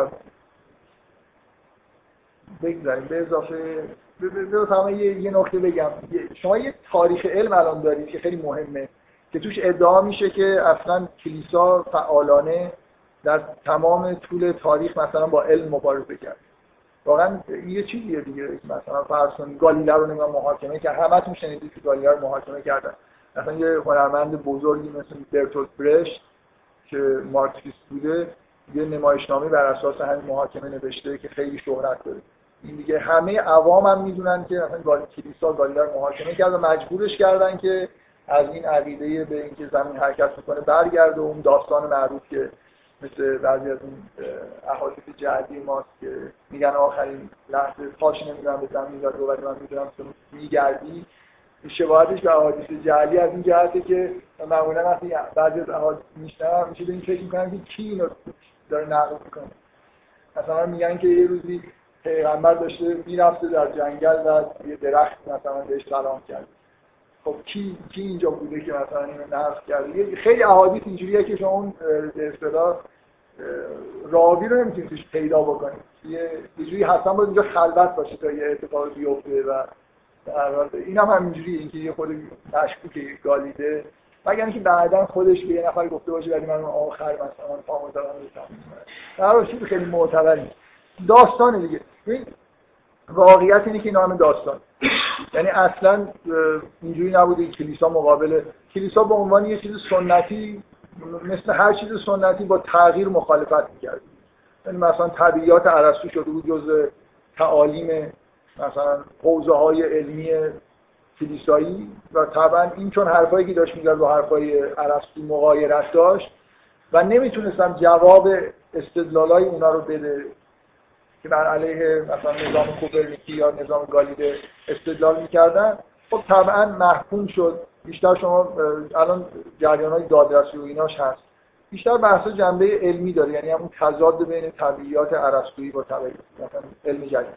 بگذاریم به اضافه به تمام یه, یه نکته بگم، شما یه تاریخ علم الان دارید که خیلی مهمه که توش ادعا میشه که اصلا کلیسا فعالانه در تمام طول تاریخ مثلا با علم مبارزه کرد. واقعا یه چیزیه دیگه، مثلا فرض کنید گالیله رو نمیدونم محاکمه کرد، همتون شنیدید که گالیله رو محاکمه کردن. مثلا یه هنرمند بزرگی مثل برتولت برشت که مارکسیست بوده یه نمایشنامه بر اساس همین محاکمه نوشته که خیلی شهرت داره. این دیگه همه عوام هم میدونن که مثلا کلیسا گالیله رو محاکمه کرد و مجبورش کردن که از این عقیده به اینکه زمین حرکت میکنه برگرده و اون داستان معروف که مثل بعضی از این احادیث جعلی ماست که میگن آخرین لحظه پاش نمیدونم به زمین داد و من میدونم که میگردی، شباهتش به احادیث جعلی از این جهته که معمولا وقتی بعضی از احادیث میشنم میشه به این فکر میکنم که کی اینو داره نقل میکنه. مثلا میگن که یه روزی پیغمبر داشته میرفته در جنگل و یه درخت مثلا بهش سلام کرد. خب کی کی اینجا بوده که مثلا اینو نقل کرده؟ خیلی احادیث اینجوریه که شما اون به اصطلاح راوی رو نمیتونید توش پیدا بکنید. یه جوری حتما باید اینجا خلوت باشه تا یه اتفاق بیفته و در حال این هم همینجوریه، اینکه یه خود مشکوکه گالیله مگر اینکه بعداً خودش به یه نفر گفته باشه ولی من آخر مثلا پامو دارم میذارم. در حال چیز خیلی معتبری داستان دیگه. این واقعیت اینه که اینا همه داستان، یعنی اصلا اینجوری نبوده که کلیسا مقابل کلیسا به عنوان یه چیز سنتی مثل هر چیز سنتی با تغییر مخالفت می‌کرد. یعنی مثلا طبیعیات ارسطو شده بود جزء تعالیم مثلا حوزه‌های علمی کلیسایی و طبعا این چون حرفایی که داشت می‌زد با حرفای ارسطو مغایرت داشت و نمیتونستم جواب استدلالای اونا رو بده که بر علیه مثلا نظام کوپرنیکی یا نظام گالیله استدلال می‌کردن، خب طبعا محکوم شد. بیشتر شما الان جریان‌های دادرسی و ایناش هست، بیشتر بحث جنبه علمی داره، یعنی همون تضاد بین طبیعیات ارسطویی با طبیعیات مثلا علم جدید.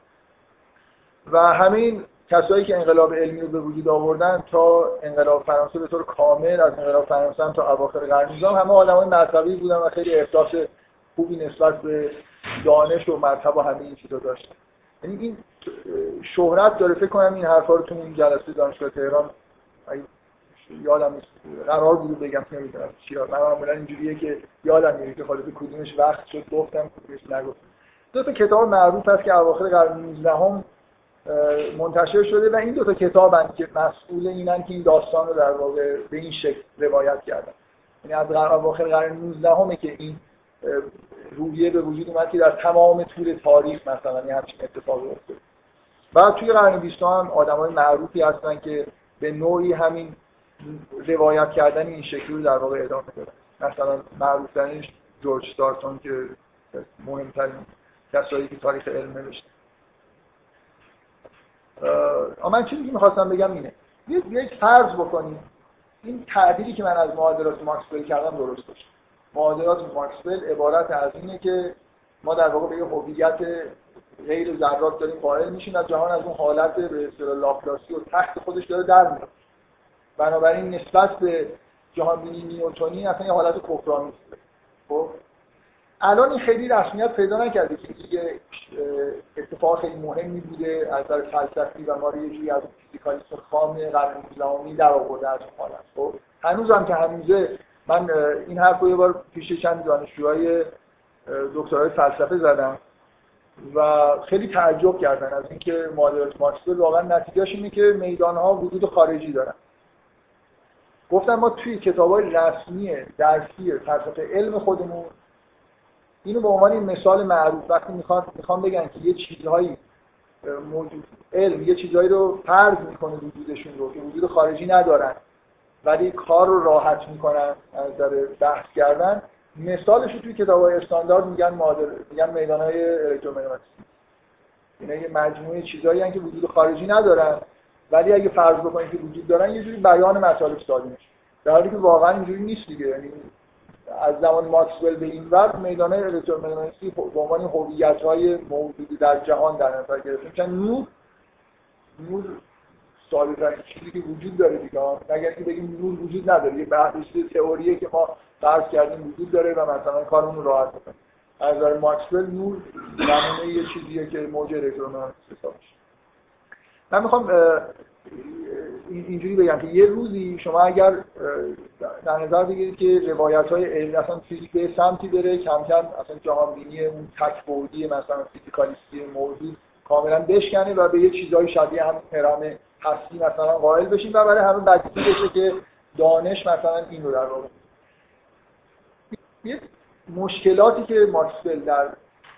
و همین کسایی که انقلاب علمی رو به وجود آوردن تا انقلاب فرانسه به طور کامل، از انقلاب فرانسه تا اواخر قرن نوزدهم همه آدمای مذهبی بودن و خیلی احساس خوبی نسبت به دانش و مذهب و همه این چیزا داشتن. یعنی این شهرت داره. فکر کنم این حرفا رو تو این جلسه دانشگاه تهران یادم نیست قرار بود بگم، نمیدونم چیا، من معمولا اینجوریه که یادم میاد که خالص کدومش وقت شد گفتم کدومش نگفتم. دو تا کتاب معروف هست که اواخر قرن نوزدهم منتشر شده و این دو تا کتابن که مسئول اینن که این داستان رو در واقع به این شکل روایت کردن. یعنی از اواخر قرن نوزدهم که این روحیه به وجود اومد که در تمام طول تاریخ مثلا یه همچین اتفاقی افتاد. بعد توی قرن بیستم هم آدمای معروفی هستن که به نوعی همین روایت کردن این شکلی رو در واقع ادامه دادن. مثلا معروف ترینش جورج استارتون که مهمترین کسایی که تاریخ علم نوشته. من چیزی که می‌خواستم بگم اینه، یک فرض بکنیم این تعبیری که من از معادلات ماکسول کردم درست باشه. معادلات ماکسول عبارت از اینه که ما در واقع به یه هویت غیر ذرات داریم قائل میشیم و جهان از اون حالت به اصطلاح لاپلاسی و تحت خودش داره در میاد. بنابراین نسبت به جهان بینی نیوتنی اصلا یه حالت کفرآمیزه. خب الان این خیلی رسمیت پیدا نکرده که دیگه اتفاق خیلی مهمی بوده از نظر فلسفی و ما رو یه جوری از فیزیکالیسم خام قرن نوزدهم در آورده از اون حالت. خب هنوز هم که هنوزه من این حرف رو یه بار پیش چند دانشجوهای دکترای فلسفه زدم و خیلی تعجب کردن از اینکه معادلات ماکسول واقعا نتیجهش اینه که میدان‌ها وجود خارجی دارن. گفتم ما توی کتاب‌های رسمی درسی فلسفه علم خودمون اینو به عنوان مثال معروف وقتی میخوان میخوان بگن که یه چیزهایی موجود علم یه چیزهایی رو فرض میکنه وجودشون رو که وجود خارجی ندارن ولی کار رو راحت میکنن از نظر بحث کردن، مثالش رو توی کتاب‌های استاندارد میگن معادله، میگن میدان‌های الکترومغناطیسی. اینا یه مجموعه چیزایی هستن که وجود خارجی ندارن ولی اگه فرض بکنیم که وجود دارن یه جوری بیان مطالب ساده میشه، در حالی که واقعا اینجوری نیست دیگه. یعنی از زمان ماکسول به این وقت میدان‌های الکترومغناطیسی به عنوان هویت‌های موجودی در جهان در نظر گرفته میشن. نور نور ساده‌ترین چیزی که وجود داره دیگه، اگر که بگیم نور وجود نداره، یه بحثی تئوریه که ما فرض کردیم وجود داره و مثلا کارمون رو راحت بکنیم. از نظر ماکسول نور نمونه یه چیزیه که موج الکترومغناطیسی حساب میشه. من میخوام اینجوری بگم که یه روزی شما اگر در نظر بگیرید که روایت‌های علمی اصلا فیزیک به سمتی بره کم کم اصلا جهان بینی اون تک بعدی مثلا فیزیکالیستی موجود کاملا بشکنه و به یه چیزای شبیه هم هرم هستی مثلا قائل بشیم و برای همون بدیهی بشه که دانش مثلا این رو در واقع یه مشکلاتی که ماکسول در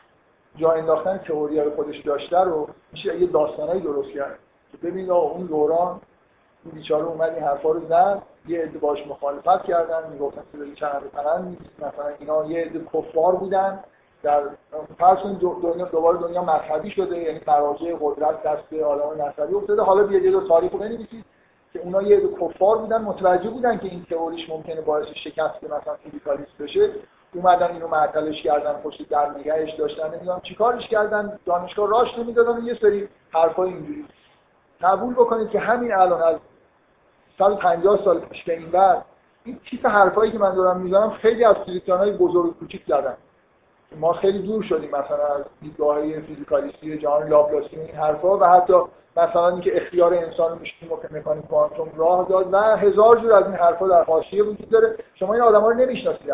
جا انداختن تئوری‌های خودش داشته رو میشه یه داستانایی درست کرد که ببینید اون دوران این بیچاره اومد این حرفا رو زد، یه عده باهاش مخالفت کردن، میگفتن که این چند پرند نیست، مثلا اینا یه عده کفار بودن، در فرض دنیا دوباره دنیا مذهبی شده، یعنی مراجع قدرت دست آدمای مذهبی افتاده. حالا بیاید یه تاریخ رو بنویسید که اونا یه عده کفار بودن، متوجه بودن که این تئوریش ممکنه باعث شکست مثلا فیزیکالیست بشه، اومدن اینو معطلش کردن، پشت در نگهش داشتن، نمیدونم چیکارش کردن، دانشگاه راش نمیدادن، یه سری حرفای اینجوری. قبول بکنید که همین الان از صد و پنجاه سال پیش به این بعد این تیپ حرفایی که من دارم میزنم خیلی از فیزیکدانای بزرگ و کوچیک زدن. ما خیلی دور شدیم مثلا از دیدگاه‌های فیزیکالیستی جهان لاپلاسی این حرفا و حتی مثلا اینکه اختیار انسان رو میشه مکانیک کوانتوم راه داد و هزار جور از این حرفا در حاشیه وجود داره. شما این آدما رو نمیشناسید.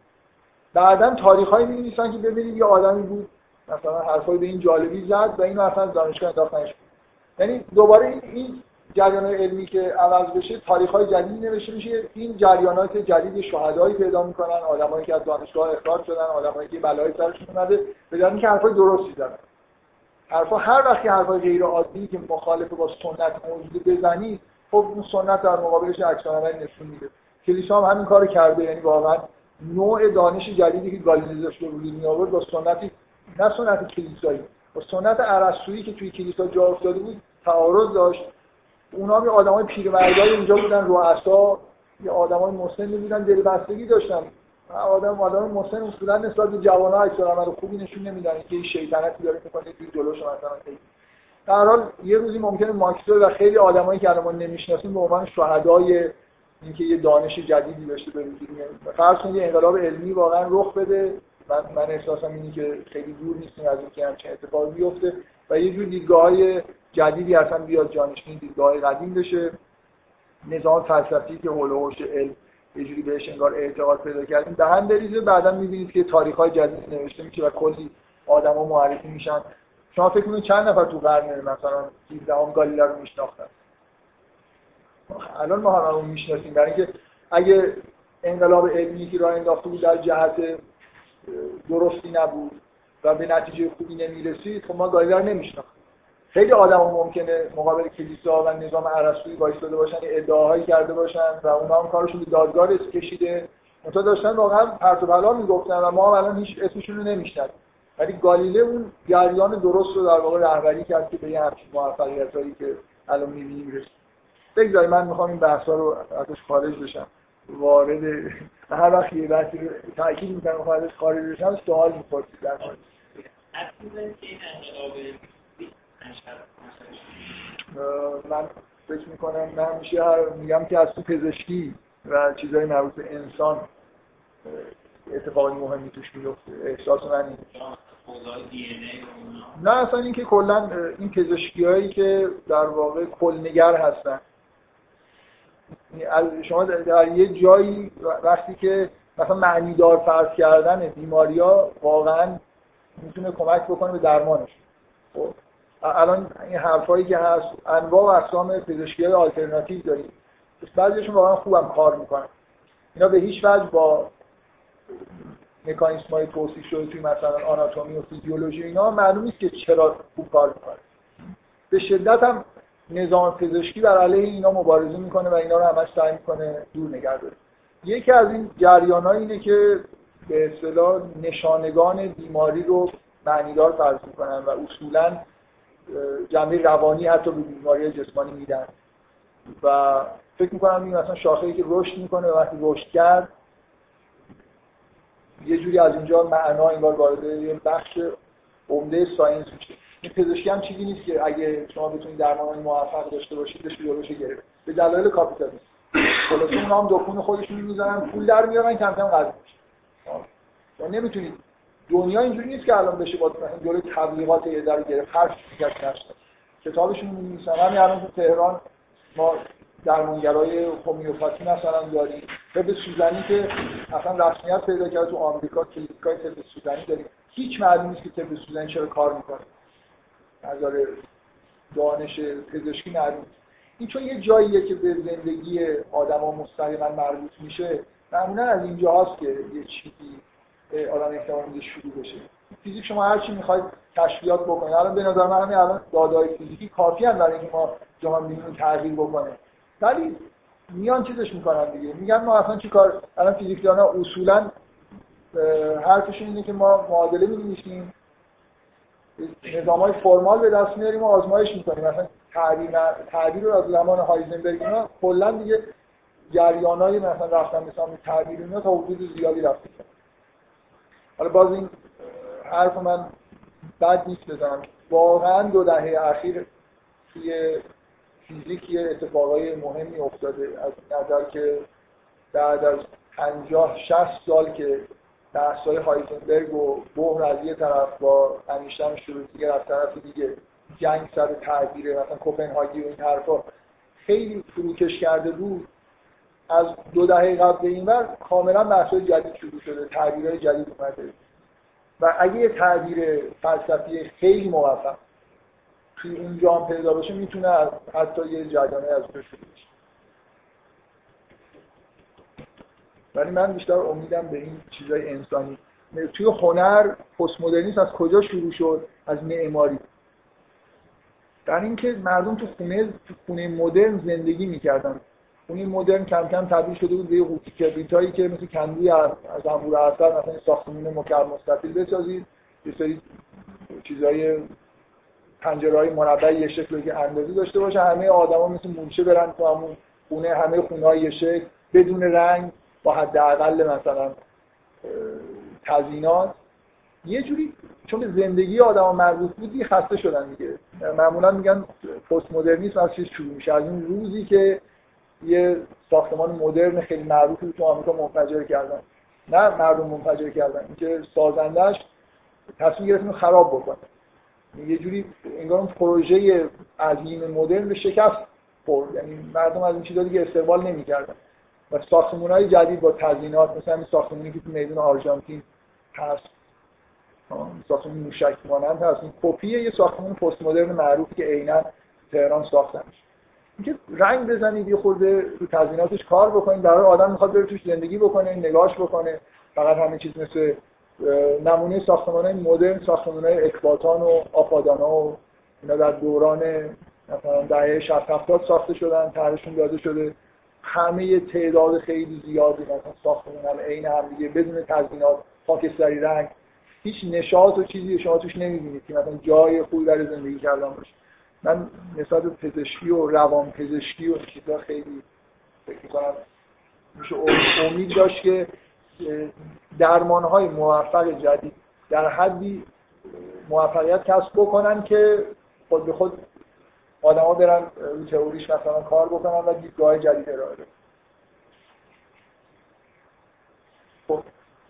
بعداً تاریخ‌هایی می‌نویسن که ببینید یه آدمی بود مثلا حرفای به این جالبی زد و اینو اصلا دانشگاه انداختنش. یعنی دوباره این, این جریان‌های علمی که عوض بشه، تاریخ‌های جدیدی نوشته میشه، این جریانات جدید شهدایی پیدا می‌کنن، آدمایی که از دانشگاه اخراج شدن، آدمایی که بلایی سرشون اومده، بدون اینکه حرفای درستی زدن. حرفا هر وقتی حرفای غیر عادی که مخالف با سنت موجود بزنید، خب اون سنت در مقابلش عکس العمل نشون میده. کلیسا هم همین کارو کرده، یعنی واقعا نوع دانش جدیدی که گالیله داشت رو وجود می آورد با سنتی، نه سنت کلیسایی، با سنت ارسطویی که توی کلیسا جا افتاده بود تعارض داشت. اونا هم آدمای پیرمردای اونجا بودن، رؤسا، یه آدمای مسنی بودن، دلبستگی داشتن. آدم آدم مسن اصولا نسبت به جوان‌ها عکس العمل خوبی نشون نمیدن که شیطنتی داره میکنه توی جلوش مثلا. در حال یه روزی ممکنه ماکسول و خیلی آدمایی که الان نمیشناسیم به عنوان شهدای اینکه یه دانش جدیدی داشته به وجود میاد. فرض کنید انقلاب علمی واقعا رخ بده، من من احساسم اینه که خیلی دور نیستیم از اینکه همچین اتفاقی بیفته و یه جور دیدگاه‌های جدیدی اصلا بیاد جانشین دیدگاه قدیم بشه. نظام فلسفی که حول و حوش علم یه جوری بهش انگار اعتقاد پیدا کردیم دهن بریزه، بعداً می‌بینید که تاریخ‌های جدید نوشته میشه و کلی آدم‌ها معرفی میشن. شما فکر کنید چند نفر تو قرن مثلا هفدهم گالیله رو میشناختن؟ الان ما هممون میشناسیم، برای اینکه اگه انقلاب علمی که راه انداخته بود در جهت درستی نبود و به نتیجه خوبی نمیرسید، خب ما گالیله رو نمیشناختیم. خیلی آدم‌ها ممکنه مقابل کلیسا و نظام ارسطویی وایساده باشن، ادعاهایی کرده باشن و اونها هم کارشون به دادگاه کشیده، اونها داشتن واقعا پرت و پلا میگفتن و ما الان هیچ اسمشون رو نمیشناسیم. ولی گالیله اون جریان درست رو در واقع رهبری کرد که به یه همچین موفقیتایی که الان می‌بینیم رسید. بگذارید من میخوام این بحثا رو ازش خارج بشم. وارد هر وقت یه بحثی رو تاکید میکنم میخوام ازش خارج بشم سوال میپرسید در مورد من فکر میکنم من همیشه میگم که از تو پزشکی و چیزهای مربوط به انسان اتفاقی مهمی توش میفته. احساس من اینه. نه اصلا این که کلا این پزشکیایی که در واقع کلنگر هستن، شما در یه جایی وقتی که مثلا معنیدار فرض کردن بیماری‌ها واقعا میتونه کمک بکنه به درمانش. خب الان این حرفایی که هست انواع و اقسام پزشکی‌های آلترناتیو داریم، بعضیشون واقعا خوبم کار میکنن. اینا به هیچ وجه با مکانیسم‌های توصیف شده توی مثلا آناتومی و فیزیولوژی اینا معلوم نیست که چرا خوب کار میکنه. به شدت هم نظام پزشکی بر علیه اینا مبارزه میکنه و اینا رو همش سعی میکنه دور نگه داره. یکی از این جریان‌ها اینه که به اصطلاح نشانگان بیماری رو معنیدار فرض میکنن و اصولاً جنبه روانی حتی به بیماری جسمانی میدن و فکر میکنم این مثلا شاخه‌ای که رشد میکنه و وقتی رشد کرد یه جوری از اینجا معنا انگار وارد یه بخش عمده ساینس میشه. این پزشکی هم چیزی نیست که اگه شما بتونید درمانی موفق داشته باشید بهش جلوش گرفت. به دلایل کاپیتالیسم خلاص اونها هم دکون خودشون میذارن پول در میارن کم کم قضیه میشه. و نمیتونید دنیا اینجوری نیست که الان بشه با مثلا جلوی تبلیغات یه در گرفت هر چیزی که نشه. کتابشون می‌نویسن. همین الان تو تهران ما درمانگرای هومیوپاتی مثلا داریم. طب سوزنی که اصلا رسمیت پیدا کرده تو آمریکا، کلینیکای طب سوزنی داریم. هیچ معلوم نیست که طب سوزنی چرا کار میکنه. نظر دانش پزشکی معلوم. این چون یه جاییه که به زندگی آدما مستقیما مربوط میشه، معمولا از اینجا هست که یه چیزی آدم احتمال میده شروع بشه. فیزیک شما هر چی میخواید کشفیات بکنید. الان به نظر من همین الان داده‌های فیزیکی کافی هستن برای اینکه ما جهان بینی رو تغییر بکنه. ولی میان چیزش میکنن دیگه. میگن ما اصلا چیکار الان فیزیکدانا اصولا حرفشون اینه که ما معادله می‌نویسیم، نظام‌های فرمال به دست میاریم و آزمایش می‌کنیم. مثلا تعبیر تعبیر رو از زمان هایزنبرگ اینا کلا دیگه جریان‌های مثلا رفتن مثلا تعبیر اینا تا حدود زیادی رفته. حالا باز این حرف من بد نیست بزنم. واقعا دو دهه اخیر توی فیزیک یه اتفاقای مهمی افتاده از نظر که بعد از پنجاه شصت سال که بحث‌های هایزنبرگ و بوهر از یه طرف با انیشتین شروطیگر از طرف دیگه جنگ سر تعبیر مثلا کوپنهاگی و این حرفا خیلی فروکش کرده بود، از دو دهه قبل به این ور کاملا بحث‌های جدید شروع شده، تعبیرهای جدید اومده و اگه یه تعبیر فلسفی خیلی موفق توی این جام پیدا باشه میتونه حتی یه جریانه از اون شروع بشه. ولی من بیشتر امیدم به این چیزای انسانی. توی هنر پست مدرنیسم از کجا شروع شد؟ از معماری. در اینکه مردم تو خونه تو خونه مدرن زندگی میکردن. خونه مدرن کم کم تبدیل شده بود به قوطی کبریتایی که مثل کندوی از انبوه عسل مثلا ساختمون مکعب مستطیل بسازید، یه سری چیزای پنجره‌های مربع یه شکلی که اندازی داشته باشه، همه آدما مثل مورچه برن تو همون خونه، همه خونه‌های یه شکل بدون رنگ با حداقل مثلا تزیینات. یه جوری چون به زندگی آدما مربوط بودی خسته شدن دیگه. معمولا میگن پست مدرنیسم از چیز شروع میشه، از این روزی که یه ساختمان مدرن خیلی معروفی تو آمریکا منفجر کردن. نه مردم منفجر کردن، اینکه سازندش تصمیم گرفت اینو خراب بکنه. یه جوری انگار اون پروژه عظیم مدرن به شکست خورد. یعنی مردم از این چیزا دیگه استقبال نمی‌کردن. و ساختمان‌های جدید با تزیینات مثلا این ساختمانی که تو میدون آرژانتین هست، ساختمان موشک مانند هست، این کپی یه ساختمان پست مدرن معروفی که عیناً تهران ساختنش. اینکه رنگ بزنید یه خورده رو تزییناتش کار بکنید، برای آدم میخواد بره توش زندگی بکنه، نگاهش بکنه. فقط همین چیز مثل نمونه ساختمان‌های مدرن، ساختمان‌های اکباتان و آپادانا و اینا در دوران مثلا دهه شصت هفتاد ساخته شدن، طرحشون داده شده. همه تعداد خیلی زیادی مثلا ساختمان‌ها عین هم دیگه بدون تزیینات، خاکستری رنگ، هیچ نشاط و چیزی شما توش نمی‌بینید که مثلا جای خوبی برای زندگی کردن باشه. من نسبت به پزشکی و روان پزشکی و این چیزا خیلی فکر می‌کنم میشه امید داشت که درمان‌های موفق جدید در حدی موفقیت کسب بکنن که خود به خود آدم‌ها برن روی تئوریش مثلا کار بکنن و دیدگاه جدید ارائه بدن. خب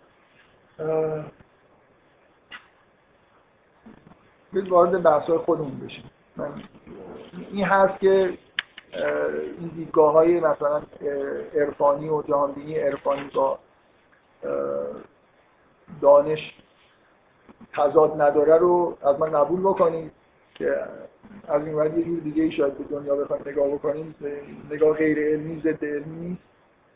بیاید وارد بحث‌های خودمون بشیم. من این هست که این دیدگاه‌های مثلا عرفانی و جهانبینی عرفانی با دانش تضاد نداره رو از من قبول بکنید که از این ور یه جور دیگه ای شاید به دنیا بخوایم نگاه بکنیم، نگاه غیر علمی ضد علمی نیست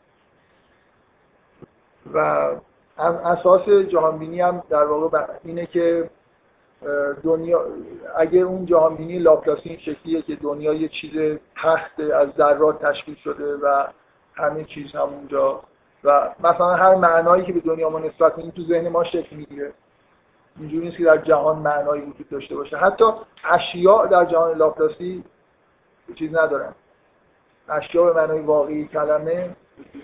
و اساس جهانبینی هم در واقع اینه که دنیا اگر اون جهانبینی لاپلاسی این شکلیه که دنیا یه چیز تخت از ذرات تشکیل شده و همه چیز همونجا و مثلا هر معنایی که به دنیا ما نسبت میدیم تو ذهن ما شکل میگیره، اینجوری نیست که در جهان معنایی وجود داشته باشه. حتی اشیاء در جهان لاپلاسی چیز ندارن، اشیاء به معنای واقعی کلمه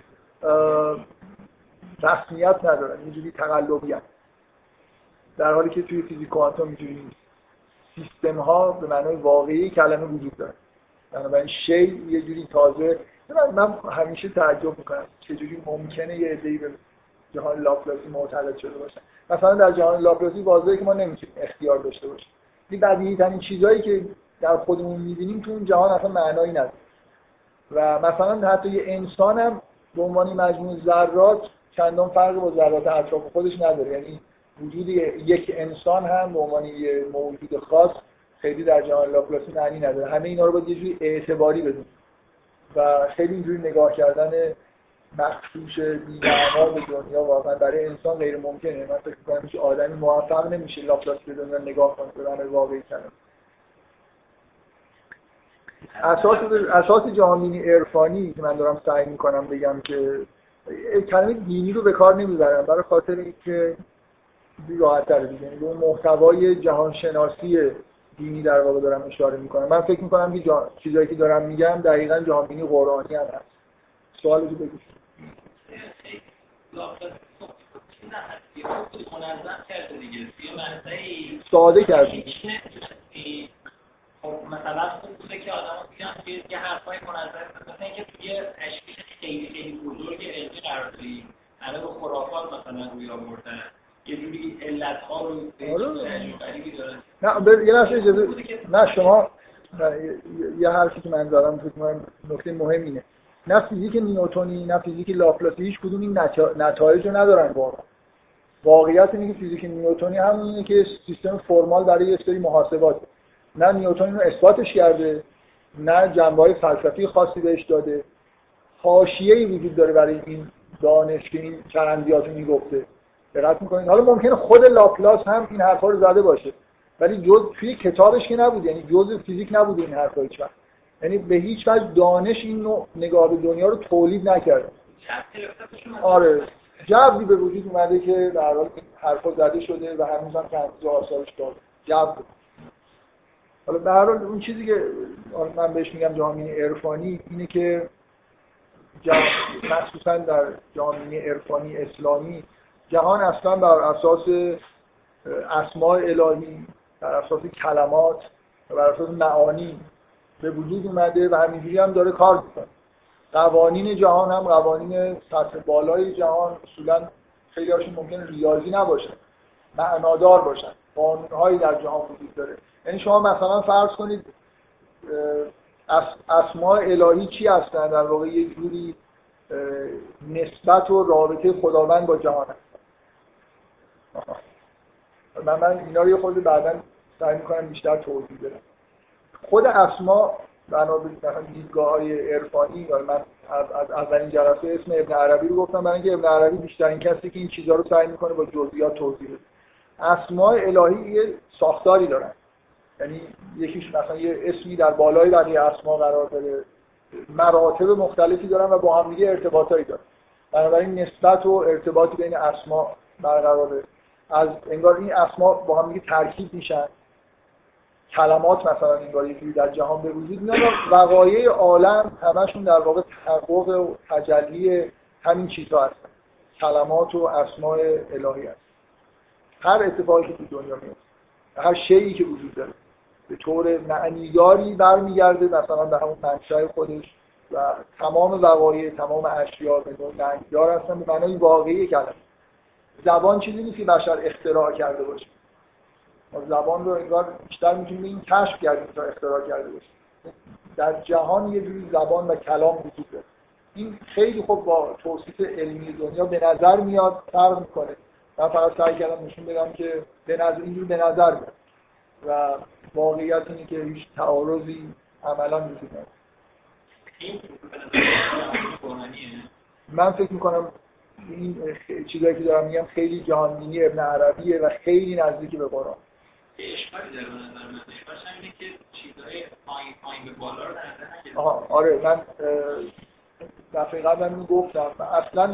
رسمیت ندارن، اینجوری تقلبی هست، در حالی که توی فیزیک کوانتوم اینجوری نیست. سیستم ها به معنای واقعی کلمه وجود داره، بنابراین شی یه جوری تازه. من همیشه تعجب میکنم چجوری ممکنه یه عده‌ای به جهان لاپلاسی معتقد شده باشن. مثلا در جهان لاپلاسی واضحه که ما نمیتونیم اختیار داشته باشیم. این بدیهی ترین چیزایی که در خودمون می‌بینیم تو اون جهان اصلا معنایی نداره. و مثلا حتی یه انسان هم به عنوان مجموعه ذرات چندان فرق با ذرات اطراف خودش نداره. یعنی وجود یک انسان هم به عنوان یه موجود خاص خیلی در جهان لاپلاسی معنی نداره. همه اینا رو باید یه جوری اعتباری بدیم و خیلی اینجوری نگاه کردن مخشوش بی‌معنا به دنیا واقعا برای انسان غیر ممکنه. من فکر می‌کنم که آدمی موفق نمیشه لاپلاس به دنیا نگاه کنه به معنای واقعی کنه. اساس اساس جهانبینی عرفانی که من دارم سعی می‌کنم بگم که کلمه دینی رو به کار نمیبرم برای خاطر اینکه راحت‌تره دیگه، یعنی اون محتوای جهانشناسی دینی در واقع دارم اشاره می‌کنم. من فکر می‌کنم که جا... چیزایی که دارم میگم دقیقاً جهانبینی قرآنی هم هست. سوالو بگید. ساده کردیم. خب مثلا خوب بوده که آدم‌ها بیان یه حرفای منظم مثلا اینکه توی تشکیل خیلی خیلی بزرگ علمی قرار دادی، الان به خرافات مثلا روی آوردن یه جوری علت‌ها رو تجربه‌ای داره. نه بر... یه لحظه اجازه نه شما نه، یه حرفی که من زدم فکر کنم نکته مهم اینه. نه فیزیک نیوتنی نه فیزیک لاپلاسی هیچ کدوم این نتا... نتایج رو ندارن واقعا. واقعیت اینه که فیزیک نیوتنی همونه که سیستم فرمال برای یه سری محاسبات. نه نیوتن رو اثباتش کرده، نه جنبه‌های فلسفی خاصی بهش داده. حاشیه‌ای وجود داره برای این دانش که این چرندیات رو میگفته. دقت می‌کنید؟ حالا ممکنه خود لاپلاس هم این حرفا رو زده باشه، ولی جز توی کتابش که نبود، یعنی جزء فیزیک نبود این حرفا هیچ وقت. یعنی به هیچ وجه دانش این نوع نگاه به دنیا رو تولید نکرده. آره، جوی به وجود اومده که در حال حرفا زده شده و هنوز هم که آثارش داره. جو. حالا به هر حال اون چیزی که من بهش میگم جهانبینی عرفانی اینه که مخصوصا در جهانبینی عرفانی اسلامی جهان اصلا بر اساس اسماء الهی، بر اساس کلمات و بر اساس معانی به وجود اومده و همینجوری هم داره کار میکنه. قوانین جهان هم قوانین سطح بالای جهان اصولا خیلی هاشون ممکنه ریاضی نباشن، معنادار باشن، قانون‌هایی در جهان وجود داره. یعنی شما مثلا فرض کنید اسماء الهی چی هستن؟ در واقع یک جوری نسبت و رابطه خداوند با جهان هست. من, من اینا رو یه خورده بعداً سعی می‌کنم بیشتر توضیح بدم. خود اسماء بنا به مثلا دیدگاه‌های عرفانی، یا من از اولین جلسه اسم ابن عربی رو گفتم برای اینکه ابن عربی بیشترین کسی که این چیزا رو سعی می‌کنه با جزئیات توضیح بده. اسماء الهی یه ساختاری دارن، یعنی یکیش مثلا یه اسمی در بالای بقیه اسما قرار داره، مراتب مختلفی دارن و با هم دیگه ارتباطایی دارن. بنابراین نسبت و ارتباطی بین اسما برقراره. از انگار این اسما با هم دیگه ترکیب میشن کلمات مثلا انگار یکی در جهان به وجود میاد و وقایع عالم همشون در واقع تحقق و تجلی همین چیزها هستن، کلمات و اسماء الهی هست. هر اتفاقی که تو دنیا میفته، هر شیئی که وجود داره به طور معنیداری برمیگرده مثلا به همون منشأ خودش و تمام وقایع، تمام اشیا به طور معنیدار هستن به معنای واقعی کلمه. زبان چیزی نیست که بشر اختراع کرده باشه. ما زبان رو انگار بیشتر میتونیم این کشف کردیم تا اختراع کرده باشه. در جهان یه جوری زبان و کلام وجود داره. این خیلی خوب با توصیف علمی دنیا به نظر میاد، فرق میکنه. من فقط سعی کردم نشون بدم که به نظر اینجور به نظر میاد و واقعیت اینه که هیچ تعارضی عملا وجود نداره. من فکر میکنم این چیزایی که دارم میگم خیلی جهانبینی ابن عربیه و خیلی نزدیک به قرآن. اشکالی داره به نظر من. اشکالش اینه که چیزهای پایین پایین به بالا رو در نظر نگرفته. آها آره من دفعه قبل من گفتم اصلا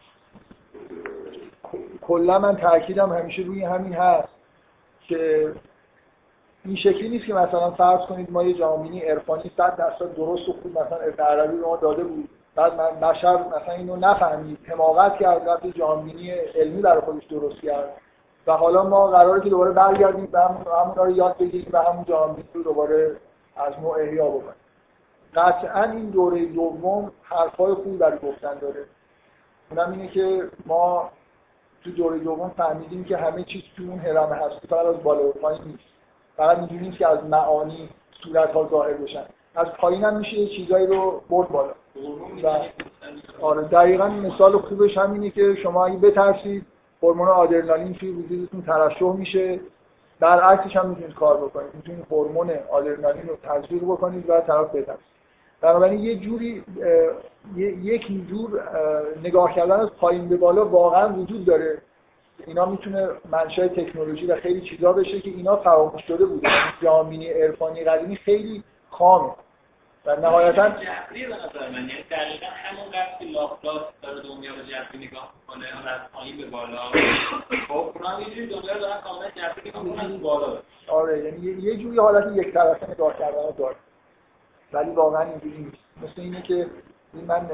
کلا من تاکیدم همیشه روی همین هست که این شکلی نیست که مثلا فرض کنید ما یه جهانبینی عرفانی صد درصد درست و خوب مثلا ابن عربی به ما داده بود، بعد من بشر مثلا اینو نفهمید، حماقت کرد، رفت جهانبینی علمی برای خودش درست کرد و حالا ما قراره که دوباره برگردیم به همون همون رو یاد بگیریم و همون جهانبینی رو دوباره از نوع احیا بکنیم. قطعاً این دوره دوم حرفای خوبی برای گفتن داره. اونم اینه که ما تو دوره دوم فهمیدیم که همه چیز تو اون هرم هستی فقط از بالا و پایین نیست. فقط اینجوری نیست که از معانی صورت‌ها ظاهر بشن. از پایین هم میشه یه چیزایی رو برد بالا. و آره دقیقاً مثال خوبش همینه که شما اگه بترسید هورمون آدرنالین توی وجودتون ترشح میشه، برعکسش هم میتونید کار بکنید. میتونید هورمون آدرنالین رو تزریق بکنید و طرف بترسید. بنابراین یه جوری یک جور نگاه کردن از پایین به بالا واقعا وجود داره. اینا میتونه منشأ تکنولوژی و خیلی چیزا بشه که اینا فراموش شده بوده. جهانبینی عرفانی قدیمی خیلی خامه و نهایتاً جبری به نظر من، یعنی دقیقاً همون قضیه که لاپلاس داره دنیا رو جبری نگاه می‌کنه، اون از پایین به بالا. خب اونا یه جوری دنیا رو دارن کاملا جبری نگاه می‌کنن بالا. آره یعنی یه جوری حالت یک طرفه نگاه کردن داره. ولی واقعاً اینجوری نیست. مثل اینه که من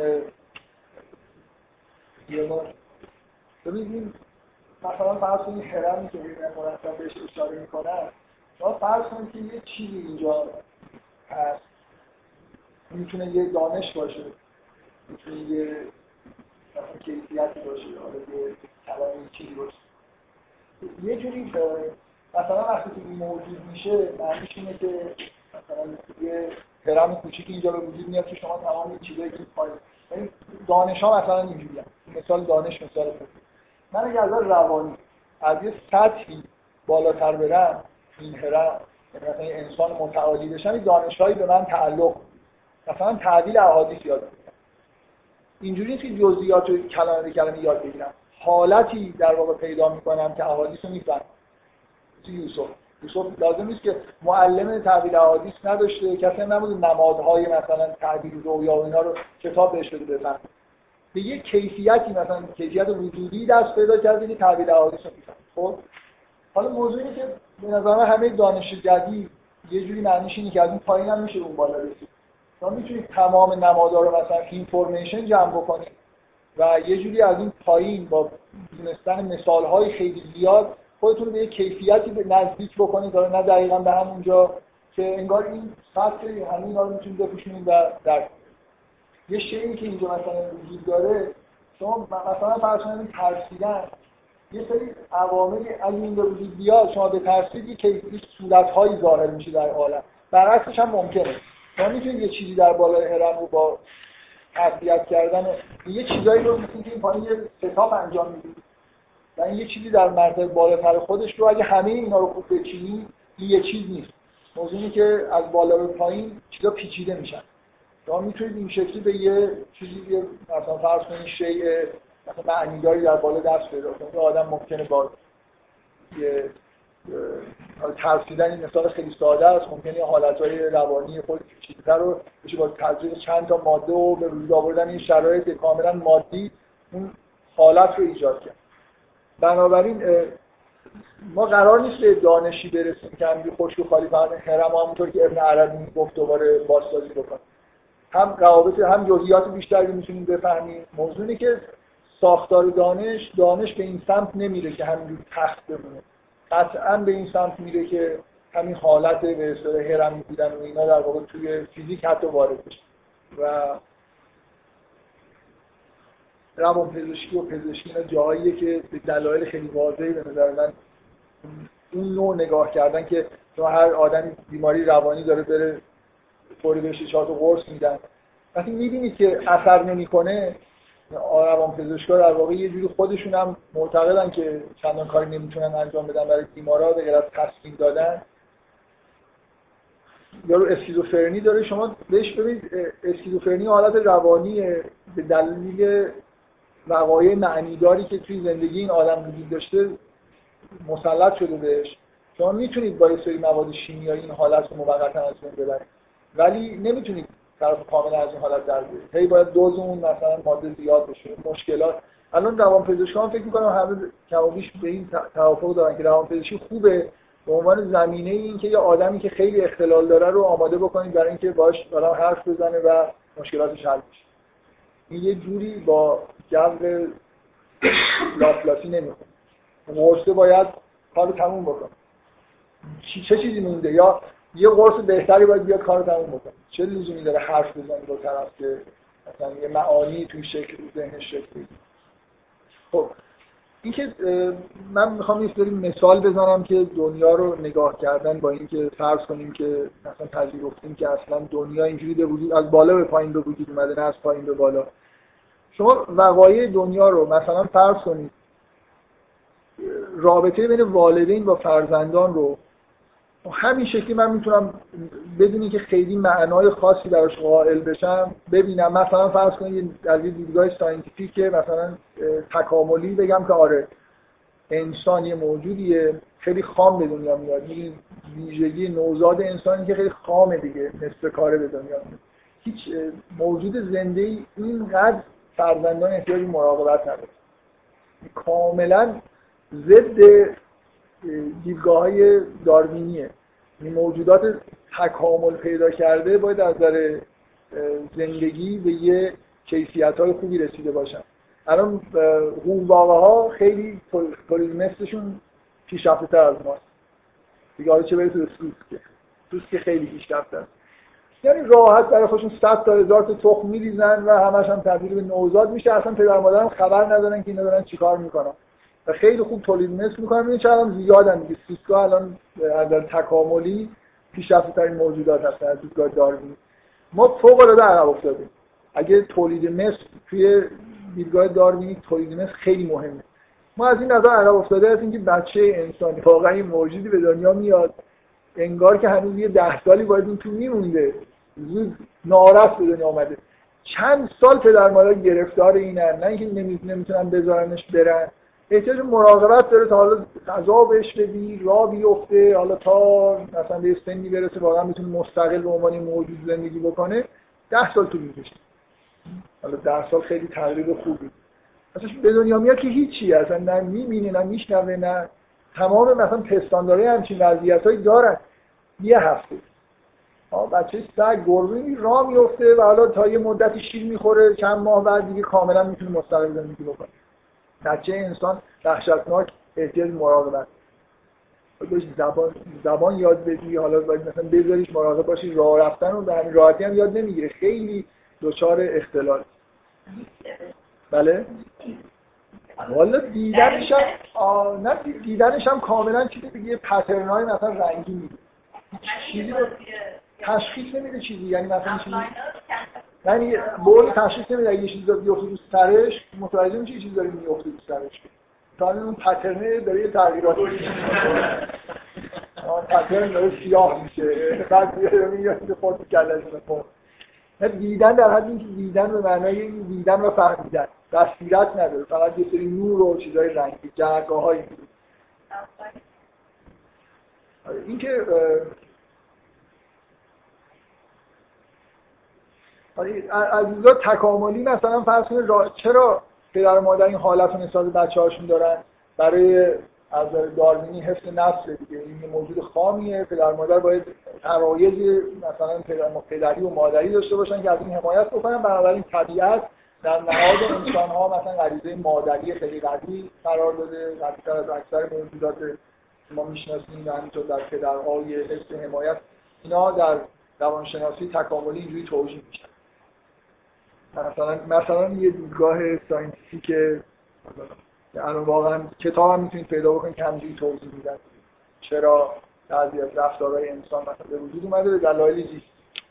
یه بار ببینید مثلا فرض کنید هرمی که من مرتب بهش اشاره میکنم، شما فرض کنید که یه چیزی اینجا هست، میتونه یه دانش باشه، میتونه یه مثلا کیفیتی باشه، حالا یه کلامی چیزی باشه. یه جوری مثلا وقتی که این موجود میشه معنیش اینه که مثلا یه هرم کوچیک اینجا به وجود میاد که شما تمام چیزایی که پایین، یعنی دانش ها مثلا اینجوریه. مثال دانش مثال خوبه. من اگه از روانی از یه سطحی بالاتر برم این هرم، مثلا انسان متعالی بشم، این دانش‌هایی به من تعلق، مثلا تعدیل احادیث یاد بگیرم. اینجوری نیست که جزئیات و کلمه به کلمه یاد بگیرم، حالتی در واقع پیدا می‌کنم که احادیث رو می‌فهمم. یوسف یوسف لازم نیست که معلم تعبیر احادیث نداشته، کسی نبود نمادهای مثلا تعبیر رویا و اینا رو کتاب بهش بده بفهمه. به یک کیفیتی مثلا کیفیت وجودی دست پیدا کرده که تعبیر احادیث رو می‌فهمه. خب حالا موضوع اینه که به نظر من همه دانش جدید یه جوری معنیش اینه که از این پایین هم میشه اون بالا رسید. شما میتونید تمام نمادها رو مثلا اینفورمیشن جمع بکنید و یه جوری از این پایین با دونستن مثال‌های خیلی زیاد خودتون رو به یک کیفیتی نزدیک بکنید، حالا نه دقیقاً به همونجا که انگار این سطح همین اینا رو میتونید بپوشونید و در یه شیئی که اینجا مثلا وجود داره. شما مثلا فرض کنید ترسیدن یه سری عواملی از این به وجود بیاد، شما به ترسید که صورت‌هایی ظاهر میشه در عالم، برعکسش هم ممکنه. شما میتونید یه چیزی در بالای هرم رو با تقویت کردن یه چیزایی رو مثل که این پایین یه ستاپ انجام میدید و این یه چیزی در مرتبه بالاتر خودش رو اگه همه اینا رو خوب بچینی این یه چیز نیست. موضوع اینه که از بالا به پایین چیزا پیچیده میشن. شما میتونید این شکلی به یه چیزی مثلا فرض کنید شیء مثلا معنیداری در بالا دست پیدا کنید. آدم ممکنه با یه ترسیدن، این مثال خیلی ساده است، ممکنه یه حالتهای روانی خود پیچیده‌تر رو بشه با تزریق چند تا ماده و به وجود آوردن این شرایط کاملا مادی اون حالت رو ایجاد کرد. بنابراین ما قرار نیست به دانشی برسیم که همینجور خشک و خالی فهمه هرم همونطور که ابن عربی گفت دوباره بازسازی بکنیم. هم روابط هم جزئیات بیشتری میتونیم بفهمیم. موضوع اینه که ساختار دانش دانش به این سمت نمیره که همینجور تخت بمونه. قطعاً به این سمت میره که همین حالت به اصطلاح هرمی بودن و اینا در واقع توی فیزیک حتی وارد بشه. و روانپزشکی و پزشکی اینا جاییه که به دلایل خیلی واضحی به نظر من اون نوع نگاه کردن که شما هر آدمی بیماری روانی داره بره طوری بهش چهار تا قرص میدن، وقتی میبینید که اثر نمیکنه، روانپزشکا در واقع یه جوری خودشون هم معتقدن که چندان کاری نمیتونن انجام بدن برای بیمارا به غیر از تسکین دادن. یارو اسکیزوفرنی داره، شما بهش ببینید اسکیزوفرنی حالت روانیه به دلیل وقایع معنیداری که توی زندگی این آدم وجود داشته مسلط شده بهش. شما میتونید با یه سری مواد شیمیایی این حالت رو موقتا از بین ببرید، ولی نمیتونید طرف کاملا از این حالت در بیارید. هی باید دوز اون مثلا ماده زیاد بشه. مشکلات الان روانپزشکان فکر می‌کنم همه کم و بیش به این توافق دارن که روانپزشکی خوبه به عنوان زمینه این که یه آدمی که خیلی اختلال داره رو آماده بکنید برای اینکه باهاش آدم حرف بزنه و مشکلاتش حل بشه. این یه جوری با جو لاپلاسی نمی‌خونه. قرصه باید کارو تموم بکنه. چی چه چیزی مونده؟ یا یه قرص بهتری باید بیاد کارو تموم بکنه. چه لزومی داره حرف بزنی با طرف که مثلا یه معانی توی شکل ذهنش شکل بگیره؟ خب این که من میخوام یه سری مثال بزنم که دنیا رو نگاه کردن با اینکه فرض کنیم که مثلا پذیرفتیم که اصلا دنیا اینجوری به وجود از بالا به پایین به وجود اومده نه از پایین به بالا. شما وقایع دنیا رو مثلا فرض کنید رابطه بین والدین با فرزندان رو همین شکلی من میتونم بدونی که خیلی معنای خاصی براش قائل بشم ببینم. مثلا فرض کنید از یه دیدگاه ساینتیفیک مثلا تکاملی بگم که آره انسان یه موجودیه خیلی خام به دنیا میاد. این ویژگی نوزاد انسانی که خیلی خامه دیگه، نصف کاره به دنیا میاد. هیچ موجود زنده‌ای اینقدر فرزندان احتیاج مراقبت نداره. کاملا ضد دیدگاه‌های داروینیه. این موجودات تکامل پیدا کرده باید از نظر زندگی به یه کیفیت‌های خوبی رسیده باشن. الان قورباغه‌ها خیلی تولیدمثلشون پیشرفته‌تر از ماست. دیگه حالا چه برسه به سوسک. سوسک خیلی پیشرفته است. یعنی راحت برای خودشون صد تا هزار تا تخم می‌ریزن و همش هم تبدیل به نوزاد میشه. اصلا پدر مادرم خبر ندارن که اینا دارن چیکار میکنن. و خیلی خوب تولید مثل میکنن. می‌بینید چقدر زیادن دیگه. سوسک‌ها الان از تکاملی پیشرفته‌ترین موجودات هستن از دیدگاه داروینی. ما فوق‌العاده عقب افتادیم. اگه تولید مثل توی دیدگاه داروینی تولید مثل خیلی مهمه. ما از این نظر عقب افتاده هستیم که بچه انسانی واقعا یه موجودی به دنیا میاد انگار که هنوز یه ده سالی باید این تو میمونده، زود نارس به دنیا اومده. چند سال پدر مادر گرفتار اینن، نه اینکه نمیتونن بذارنش برن، احتیاج مراقبت داره تا حالا غذا بهش بدی، راه بیفته، حالا تا مثلا به سنی برسه واقعا میتونه مستقل به عنوان موجود زندگی بکنه. ده سال طول میکشه. حالا ده سال خیلی تغییر خوبی. اصلا به دنیا میاد که هیچی، اصلا نه میبینه نه میشنوه نه تمام مثلا پستاندارای همچین وضعیتایی دارن. یه هفته آه بچه سگ گربه راه میفته و حالا تا یه مدتی شیر میخوره، چند ماه بعد دیگه کاملا میتونه مستقل زندگی بکنه. بچه انسان وحشتناک احتیاج مراقبت. بهش زبان زبان یاد بدی، حالا باید مثلا بذاریش مراقب باشی، راه رفتن رو به همین راحتی هم یاد نمیگیره، خیلی دچار اختلال. بله والا دیدنش هم نه دیدنش هم کاملا چیزی دیگه، پترنای مثلا رنگی میده، چیزی رو تشخیص نمیده چیزی، یعنی مثلا چیزی یعنی بول تشخیص نمیده اگه یه چیزی بیفته تو سرش متوجه میشه چه چیزی داره میفته تو سرش، تا اون پترنه داره یه تغییراتی میشه، اون پترن داره سیاه میشه، بعد میاد خودت کلش میکنه. دیدن در حد اینکه دیدن به معنای این دیدن و فهمیدن، بصیرت نداره، فقط یه سری نور و چیزای رنگی، جرقه‌هایی. این که از اینجا تکاملی مثلا فرض کنید چرا پدر و مادر این حالت رو نسبت به بچه‌هاشون دارن؟ برای از نظر داروینی حفظ نسل دیگه، این موجود خامیه. پدر مادر باید عرایض مثلا پدری و مادری داشته باشن که از این حمایت بکنن. بنابراین طبیعت در نهاد انسان‌ها مثلا غریزه مادری خیلی قوی قرار داده، قوی‌تر از اکثر موجودات ما میشناسیم و همینطور در پدرهای حس حمایت. اینا در روانشناسی تکاملی اینجوری توجیه میشن. مثلا مثلا یه دیدگاه ساینتیفیک که الان واقعا کتاب هم میتونید پیدا بکنید که همینجوری توضیح میدن چرا بعضی از رفتارهای انسان مثلا به وجود اومده به دلایلی زیستی.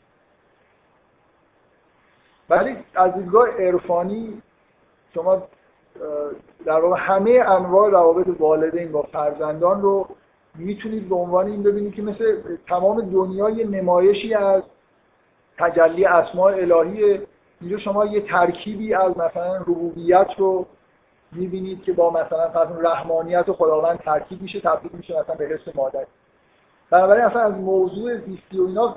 ولی از دیدگاه عرفانی شما در واقع همه انواع روابط والدین با فرزندان رو میتونید به عنوان این ببینید که مثل تمام دنیای نمایشی از تجلی اسماء الهیه. اینجا شما یه ترکیبی از مثلا ربوبیت رو میبینید که با مثلا فرض رحمانیت و خداوند ترکیب میشه، تبدیل میشه مثلا به حس مادری. بنابراین اصلا از موضوع زیستی و اینا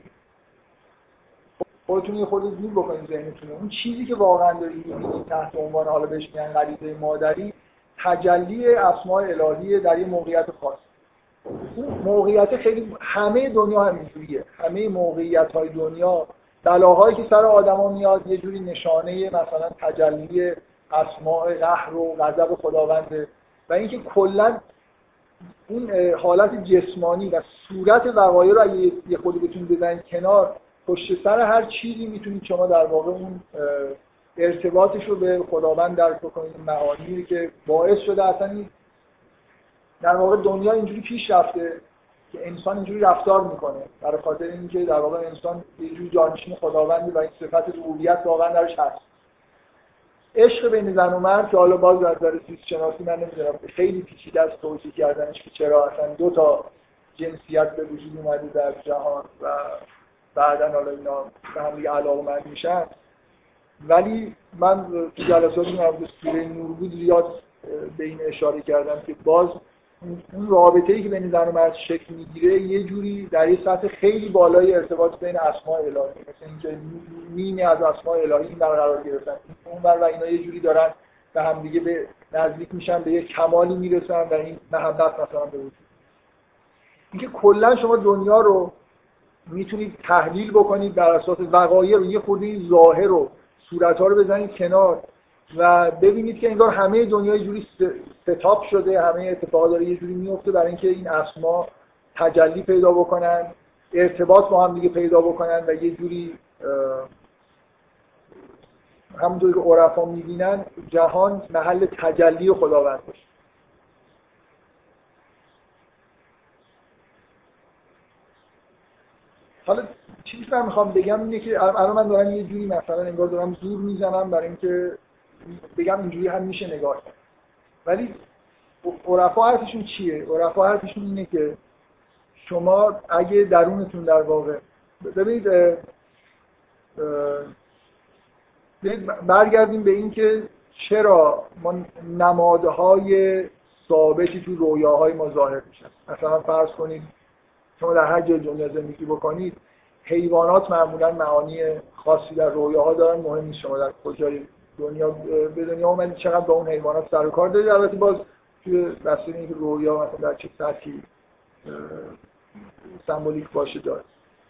خودتون یه خورده دور بکنید ذهنتون. اون چیزی که واقعا دارید میبینید تحت عنوان حالا بهش میگن غریزه مادری، تجلی اسماء الهیه در یه موقعیت خاص. اون موقعیت خیلی همه دنیا همینجوریه. همه موقعیت‌های دنیا بلاهایی که سر آدما میاد یه جوری نشانه مثلا تجلی اسماء قهر و غضب خداونده و اینکه کلا اون حالت جسمانی و صورت وقایع رو اگه یه خودی بتونید بزنید کنار، پشت سر هر چیزی میتونید شما در واقع اون ارتباطش رو به خداوند درک بکنید. معانی که باعث شده اصلا در واقع دنیا اینجوری پیش رفته که انسان اینجوری رفتار میکنه، برای خاطر اینکه در واقع انسان یه جوری جانشین خداوندی و این صفت ربوبیت واقعا درش هست. عشق بین زن و مرد که حالا باز از نظر زیست شناسی من نمیدونم خیلی پیچیده است توضیح کردنش که چرا اصلا دو تا جنسیت به وجود اومده در جهان و بعداً حالا اینا به هم دیگه علاقه‌مند میشن. ولی من تو جلسات مربوط به سوره نور بود زیاد به این اشاره کردم که باز اون رابطه‌ای که بین زن و مرد شکل میگیره یه جوری در یه سطح خیلی بالای ارتباط بین اسماء الهی، مثل اینکه نیمی از اسماء الهی این قرار گرفتن اون و اینا یه جوری دارن به هم دیگه به نزدیک میشن، به یه کمالی میرسن و این محبت مثلا به وجود. اینکه کلا شما دنیا رو میتونید تحلیل بکنید بر اساس وقایع رو، یه خورده ظاهر و صورت‌ها رو بزنید کنار و ببینید که انگار همه دنیا یه جوری ستاپ شده، همه اتفاقات داره یه جوری میفته برای اینکه این اسما تجلی پیدا بکنن، ارتباط با هم دیگه پیدا بکنن و یه جوری همونطوری که عرفا میبینن جهان محل تجلی خداوند باشه. حالا چیزی که من میخوام بگم اینه که الان من دارم یه جوری مثلا انگار دارم زور میزنم برای اینکه بگم اینجوری هم میشه نگاه کرد، ولی عرفا حرفشون چیه؟ عرفا حرفشون اینه که شما اگه درونتون در واقع ببینید برگردیم به این که چرا ما نمادهای ثابتی تو رویاهای ما ظاهر میشن. مثلا فرض کنید شما در هر جای دنیا زندگی بکنید، حیوانات معمولا معانی خاصی در رویاها دارن، مهم نیست شما در کجای دنیا به دنیا اومدید چقدر با اون حیوانات سر و کار دارید. البته باز توی بستگی اینکه رویا مثلا در چه سطحی سمبولیک باشه داره.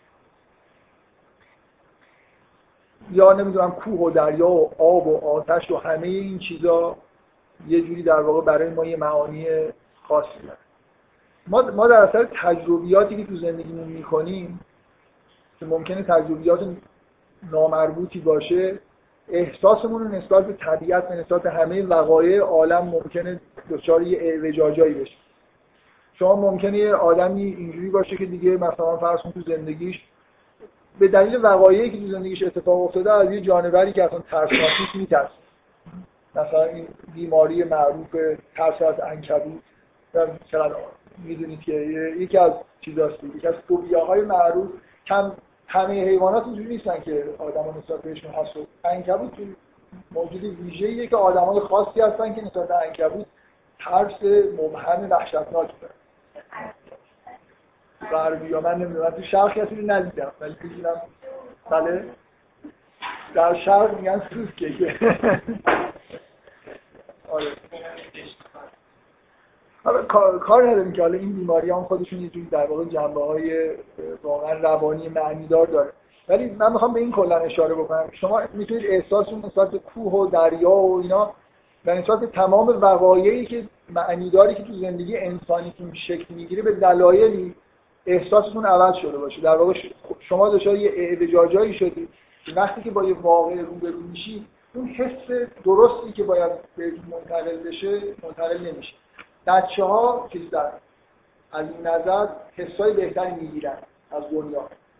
یا نمیدونم کوه و دریا و آب و آتش و همه این چیزا یه جوری در واقع برای ما یه معانی خاصی داره. ما ما در اثر تجربیاتی که تو زندگیمون میکنیم که ممکنه تجربیات نامربوطی باشه، احساسمون رو نسبت به طبیعت و نسبت به همه وقایع عالم ممکنه دچار یه اعوجاجایی بشه. شما ممکنه یه آدمی اینجوری باشه که دیگه مثلا فرض کن تو زندگیش به دلیل وقایعی که تو زندگیش اتفاق افتاده از یه جانوری که اصلا ترسناک نیست میترسه. مثلا این بیماری معروف ترس از عنکبوت، چقدر میدونید که یکی از چیزاست، یکی از فوبیاهای معروف. کم همه حیوانات اینجوری نیستن که آدم‌ها نسبت بهشون حسود. عنکبوت موجود ویژه‌ایه که آدم‌های خاصی هستن که نسبت به عنکبوت ترس مبهم وحشتناک دارن. غربی‌ها من نمیدونم، تو شرق کسی رو ندیدم ولی می‌دونم بله در شرق میگن سوسکه که آره حالا کار نداریم که حالا این بیماری هم خودشون یه جوری در واقع جنبه‌های واقعا روانی معنیدار داره، ولی من میخوام به این کلا اشاره بکنم. شما میتونید احساستون نسبت به کوه و دریا و اینا و نسبت به تمام وقایعی که معنیداری که تو زندگی انسانیتون شکل میگیره به دلایلی احساستون عوض شده باشه. در واقع شما دچار یه اعوجاجایی شدید که وقتی که با یه واقعه روبرو میشید اون حس درستی که باید بهتون منتقل بشه منتقل نمیشه. بچه‌ها چیز دارن از این نظر حسای بهتری میگیرن از دنیا،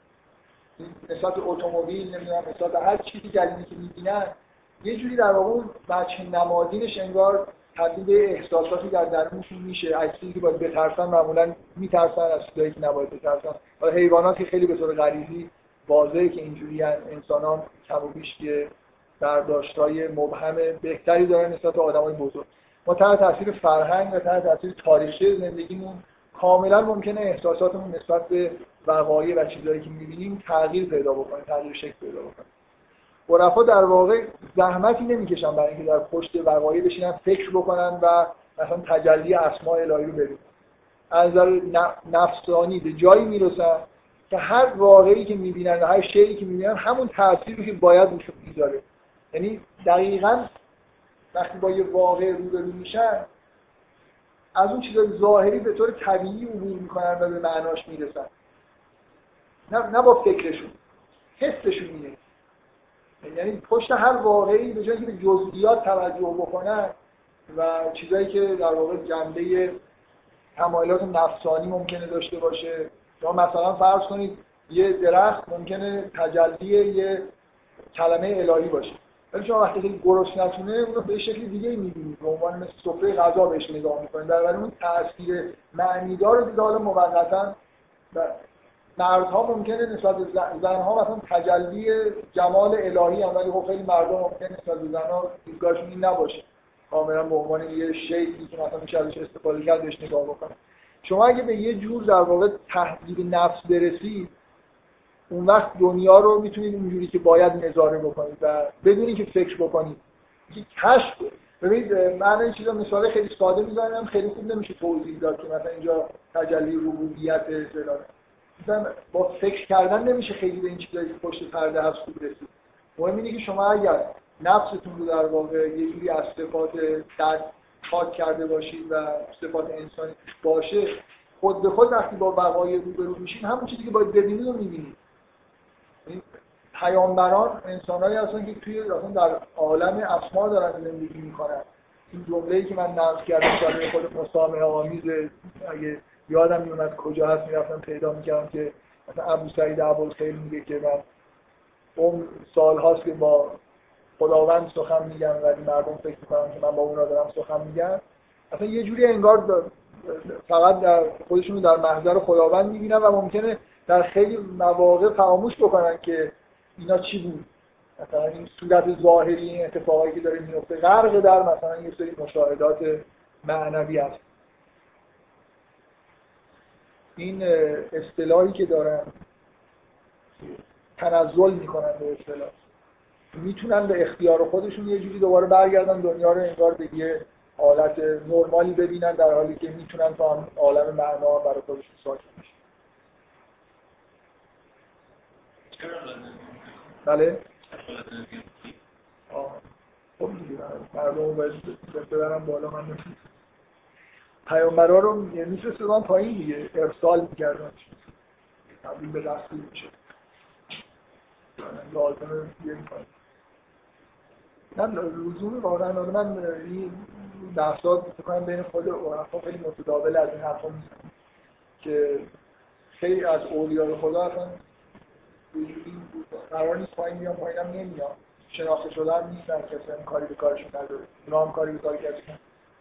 نسبت اتومبیل نمیدونم نسبت هر چیزی جدیدی که میبینن یه جوری در واقع اون بچه نمادینش انگار تبدیل به احساساتی در درونشون میشه. از چیزی که باید بترسن معمولا میترسن، از چیزایی که نباید بترسن. حالا حیوانات که خیلی به طور غریزی واضحه که اینجوری هن. انسان هم کم و بیش یه برداشت‌های مبهم بهتری دارن نسبت به آدمای بزرگ. ما تحت تاثیر فرهنگ و تحت تاثیر تاریخی زندگیمون کاملا ممکنه احساساتمون نسبت به وقایع و چیزایی که می‌بینیم تغییر پیدا بکنه، تغییر شکل پیدا بکنه. عرفا در واقع زحمتی نمی‌کشن برای اینکه در پشت وقایع بشینن فکر بکنن و مثلا تجلی اسماء الهی رو ببینن. از نظر نفسانی به جایی میرسن که هر واقعی که می‌بینن و هر شیئی که می‌بینن همون تأثیری که باید روشون میذاره. یعنی دقیقاً وقتی با یه واقع روبرو میشن از اون چیزای ظاهری به طور طبیعی عبور میکنن و به معناش میرسن، نه نه با فکرشون، حسشون اینه. یعنی پشت هر واقعی به جایی که به جزئیات توجه بکنن و چیزایی که در واقع جنبه تمایلات نفسانی ممکنه داشته باشه، یا مثلا فرض کنید یه درخت ممکنه تجلی یه کلمه الهی باشه، ولی شما وقتی که گرسنه‌تونه اون رو به شکل دیگه می‌بینید، به عنوان مثل سفره غذا بهش نگاه می‌کنید. در واقع اون تأثیر معنیدار رو دیگه حالا موقتاً مردها ممکنه نسبت به زنها مثلا تجلی جمال الهی هم، ولی خب خیلی مردم ممکنه نسبت به زنها دیدگاهشون این نباشه، کاملا به عنوان یه شیئی که مثلا میشه ازش استفاده کرد بهش نگاه بکنه. شما اگه به یه جور در واقع تهذیب نفس برسید، اون وقت دنیا رو میتونید اونجوری که باید نظاره بکنید و بدون اینکه فکر بکنید که کشف. ببینید من این چیزا مثال خیلی ساده میزنم، خیلی خوب نمیشه توضیح داد که مثلا اینجا تجلی ربوبیت فلان، مثلا با فکر کردن نمیشه خیلی به این چیزایی که پشت پرده هست خوب رسید. مهم اینه که شما اگر نفستون رو در واقع یه جوری از صفات درک پاک کرده باشید و صفات انسانی باشه، خود به خود وقتی با وقایع روبرو میشید همون چیزی که باید ببینید رو میبینید. این پیامبران انسانایی هستن که توی اصلا در عالم اسما دارن زندگی میکنن. این جمله‌ای که من نقل کردم برای خود مسامحه آمیز، اگه یادم میومد کجا هست میرفتم پیدا میکردم که مثلا ابو سعید ابوالخیر میگه که من اون سال هاست که با خداوند سخن میگم ولی مردم فکر میکنن که من با اونا دارم سخن میگم. اصلا یه جوری انگار فقط در خودشون در محضر خداوند میبینن و ممکنه در خیلی مواقع فراموش بکنن که اینا چی بود. مثلا این صورت ظاهری این اتفاقایی که داره میفته غرق در مثلا یه سری مشاهدات معنوی است. این اصطلاحی که دارن تنزل میکنن به اصطلاح، میتونن به اختیار خودشون یه جوری دوباره برگردن دنیا رو انگار به یه حالت نرمالی ببینن، در حالی که میتونن تا هم عالم معنا برای خودشون ساکن بشن. بله؟ آه. خب دیگه مردم رو باید ببرن بالا. من نمیدونم پیامبرا رو میفرستادن پایین دیگه، ارسال میکردن، تبدیل به رسول میشه. لازمه بیاریم پایین. من لزومی واقعا من این بحثات بکنم بین خود عرفا خیلی متداول از این حرفا میزنم که خیلی از اولیاء خدا اصلا قرار نیست پایین میان، پایین هم نمیان، شناخته شده هم نیستن، کسی هم کاری به کارشون نداره، اونا هم کاری به کاری کردن.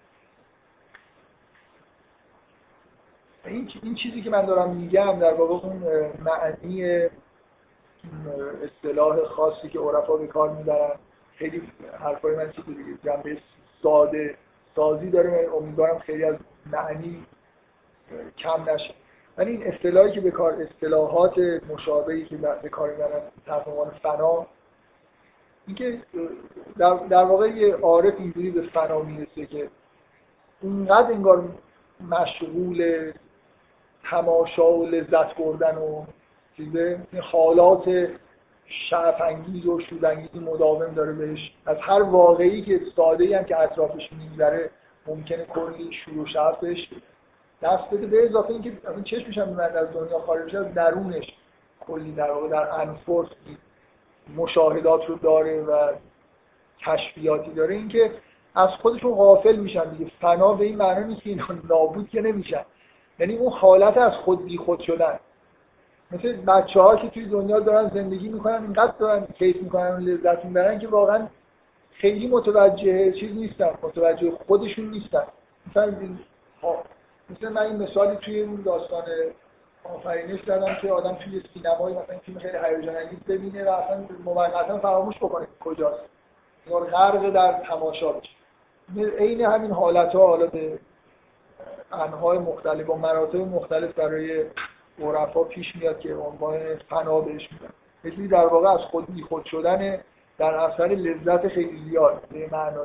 این این چیزی که من دارم میگم در واقع اون معنی اصطلاح خاصی که عرفا به کار میبرن، خیلی حرفای من چیزی دیگه جنبه ساده سازی داره، امیدوارم خیلی از معنی کم نشه. ولی این اصطلاحی که به کار اصطلاحات مشابهی که به کار میبرن تحت عنوان فنا، اینکه در, در واقع یه عارف اینجوری به فنا میرسه که اونقدر انگار مشغول تماشا و لذت بردن و چیزه، این حالات شعف انگیز و شور انگیز مداوم داره بهش، از هر واقعی که ساده‌ای هم که اطرافش میگذره ممکنه کلی شور و شعف بهش دست بده، به اضافه اینکه اصلا چشمش هم می‌بنده از دنیا خارج بشه، از درونش کلی در واقع در انفس مشاهدات رو داره و کشفیاتی داره. اینکه از خودشون غافل میشن دیگه. فنا به این معنی نیست که اینا نابود که نمیشن، یعنی اون حالت از خود بی خود شدن، مثل بچه‌ها که توی دنیا دارن زندگی میکنن، اینقدر دارن کیف میکنن و لذت میبرن که واقعا خیلی متوجه چیز نیستن، متوجه خودشون نیستن. مثلا مثلا من این مثالی توی اون داستان آفرینش زدم که آدم توی سینمایی مثلا فیلم خیلی هیجان انگیز ببینه و اصلا موقتا فراموش بکنه کجاست، انگار غرق در تماشا بشه. عین همین حالت‌ها حالا به انواع مختلف و مراتب مختلف برای عرفا پیش میاد که عنوان فنا بهش میدن. یعنی در واقع از خود بی خود شدن در اثر لذت خیلی زیاد به معنای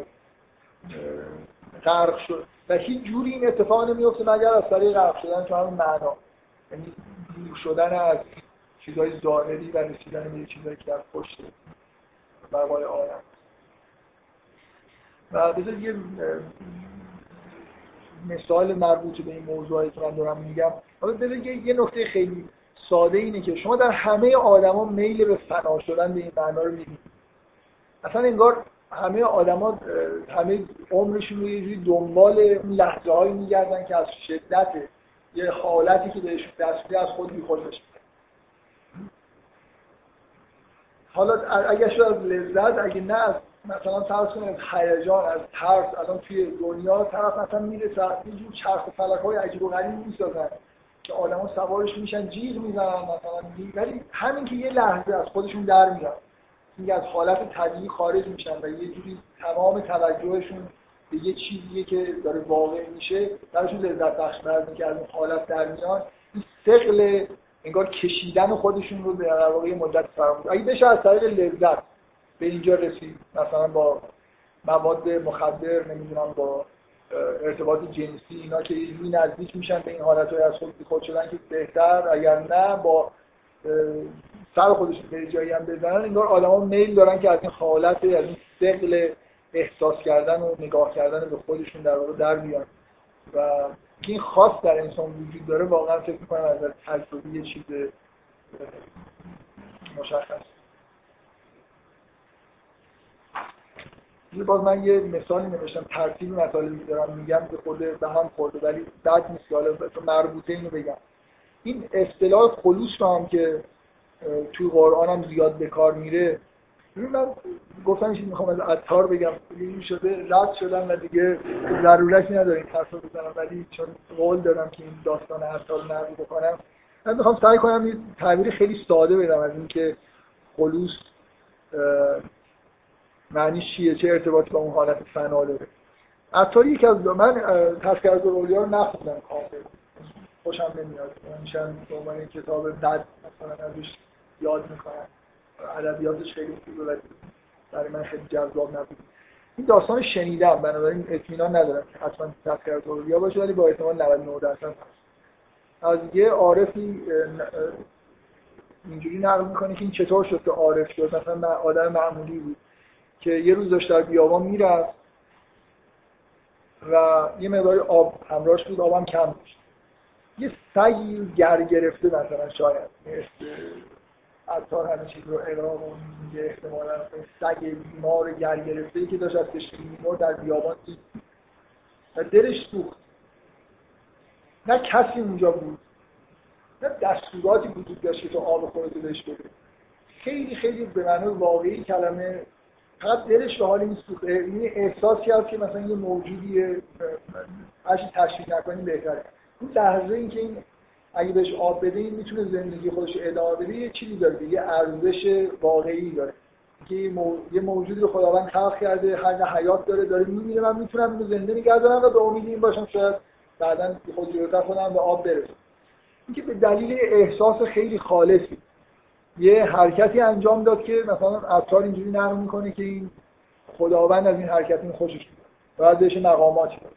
غرق شد و هیچ جوری این اتفاق نمیفته مگر از طریق غرق شدن تو همون معنا، یعنی دور شدن از چیزهای ظاهری و رسیدن به چیزایی که در پشت بقای عالم. و بذار یه مثال مربوط به این موضوعی که من دارم میگم. بذار یه نکته خیلی ساده اینه که شما در همه آدما میل به فنا شدن به این معنا رو میبینید. اصلا انگار همه آدما همه عمرشون رو یه جوری دنبال اون لحظه‌هایی میگردن که از شدت یه حالتی که بهشون دست میده از خود بیخود بشن. حالا اگه شد از لذت، اگه نه از مثلا فرض کنید از هیجان، از ترس، الان توی دنیا طرف مثلا میره یه جور چرخ و فلک‌های عجیب و غریبی میسازن که آدما سوارش میشن جیغ میزنن مثلا، ولی همین که یه لحظه از خودشون در میاد، اینکه از حالت طبیعی خارج میشن و یه جوری تمام توجهشون به یه چیزیه که داره واقع میشه، براشون لذت بخش میشه که از اون حالت در میان، این ثقل انگار کشیدن خودشون رو به واقع مدت فراموش. اگه بشه از طریق لذت به اینجا رسید، مثلا با مواد مخدر، نمیدونم با ارتباط جنسی، اینا که یه نزدیک میشن به این حالتهای از خود خود شدن که بهتر، اگر نه با سر خودشون به جایی هم بزنن، انگار آدما میل دارن که از این حالت، از این ثقل احساس کردن و نگاه کردن به خودشون در واقع در بیان و که این خاص در انسان وجود داره. واقعا فکر می‌کنم از تجربه یه چیز مشخص. یه باز من یه مثالی نوشتم، ترتیب مطالبی دارم میگم که خود به هم خورده ولی بد نیست که حالا مربوطه اینو بگم. این اصطلاح خلوص رو هم که توی قرآن هم زیاد به کار میره، من گفتم چیزی میخوام از عطار بگم، این شده رد شدم و دیگه ضرورتی نداره این حرف رو بزنم، ولی چون قول دادم که این داستان عطار رو نقل بکنم، من میخوام سعی کنم یه تعبیر خیلی ساده بدم از این که خلوص معنیش چیه، چه ارتباطی با اون حالت فنا داره. عطار یکی از من تذکرة الاولیا رو نخوندم کامل، خوشم نمیاد، میشن به عنوان کتاب بد مثلا ازش یاد میکنم، ادبیاتش خیلی خوبه ولی برای من خیلی جذاب نبود. این داستان شنیدم، بنابراین اطمینان ندارم که حتما تذکرة الاولیا باشه، ولی با احتمال نود و نه درصد هست. از یه عارفی اینجوری نقل میکنه که این چطور شد که عارف شد. مثلا آدم معمولی بود که یه روز داشت در بیابان میرفت و یه مقدار آب همراهش بود، آبم کم داشت. یه سگی گر گرفته مثلا، شاید عطار همه چیز رو اقرار میگه، احتمالاً سگ بیمار گر گرفته‌ای که داشت از تشنگی می‌مرد در بیابان دید و دلش سوخت. نه کسی اونجا بود، نه دستوراتی وجود داشت که تو آب خودت بهش بده. خیلی خیلی به معنای واقعی کلمه فقط دلش به حال این سوخت. این احساسی هست که مثلا یه موجودیه، هرچی تشریح نکنیم بهتره. اون لحظه این که این اگه بهش آب بده این میتونه زندگی خودش ادامه بده، یه چیزی داره، یه ارزش واقعی داره که یه موجودی رو خداوند خلق کرده، هر حیات داره، داره میمیره، من میتونم اینو زنده نگه دارم و به امید این باشم شاید بعداً خود جلوتر خودم به آب برسم. اینکه به دلیل احساس خیلی خالصی یه حرکتی انجام داد که مثلا عطار اینجوری نقل میکنه که این خداوند از این حرکت این خوشش میاد و ازش مقاماتی داره.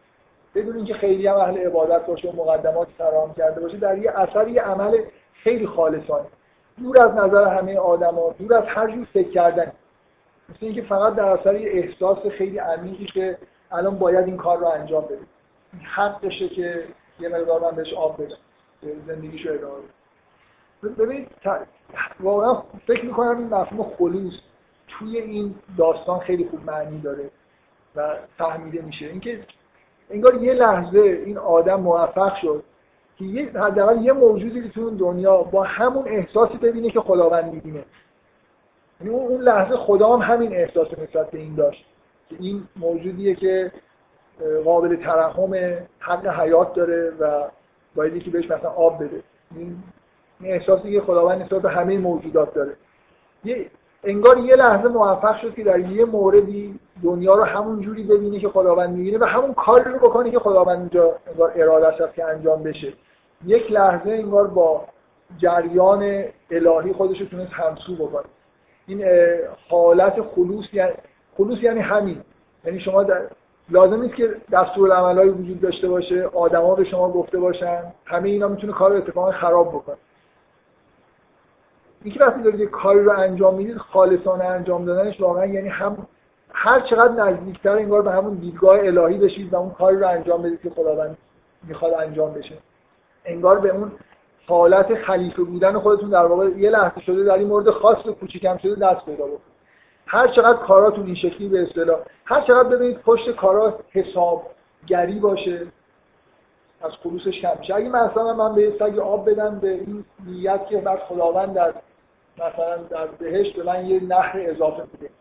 بدون اینکه خیلی هم اهل عبادت باشه و مقدمات فراهم کرده باشه، در یه اثر یه عمل خیلی خالصانه، دور از نظر همه آدما، دور از هر جور فکر کردن، مثل اینکه فقط در اثر یه احساس خیلی عمیقی که الان باید این کار رو انجام بدیم، حقشه که یه مقدار من بهش آب بدم، زندگیشو ادامه بدم. ببینید واقعا فکر می‌کنم این مفهوم خلوص توی این داستان خیلی خوب معنی داره و فهمیده میشه. اینکه انگار یه لحظه این آدم موفق شد که یه حداقل یه موجودی تو اون دنیا با همون احساسی ببینه که خداوند می‌بینه. یعنی اون لحظه خدا هم همین احساس نسبت به این داشت که این موجودیه که قابل ترحم، حق حیات داره و باید یکی بهش مثلا آب بده. این احساسی که خداوند نسبت به همه موجودات داره. یه انگار یه لحظه موفق شد که در یه موردی دنیا رو همون جوری ببینه که خداوند می‌بینه و همون کاری رو بکنه که خداوند اونجا انگار اراده‌اش هست که انجام بشه. یک لحظه انگار با جریان الهی خودش رو تونست همسو بکنه. این حالت خلوص یعنی خلوص یعنی همین. یعنی شما در لازم نیست که دستورالعمل‌هایی وجود داشته باشه، آدما به شما گفته باشن، همه اینا میتونه کار رو اتفاقا خراب بکنه. اینکه وقتی دارید یه کاری رو انجام میدید خالصانه انجام دادنش واقعا یعنی هم هر چقدر نزدیکتر انگار به همون دیدگاه الهی بشید و اون کاری رو انجام بدید که خداوند میخواد انجام بشه. انگار به اون حالت خلیفه بودن خودتون در واقع یه لحظه شده در این مورد خاص و کوچیکم شده دست پیدا بکنید. هر چقدر کاراتون این شکلی به اصطلاح، هر چقدر ببینید پشت کارا حسابگری باشه، از خلوصش کم میشه. اگه مثلا من به سگ آب بدم به این نیت که بعد خداوند در مثلا در بهشت به من یه نهر اضافه میده،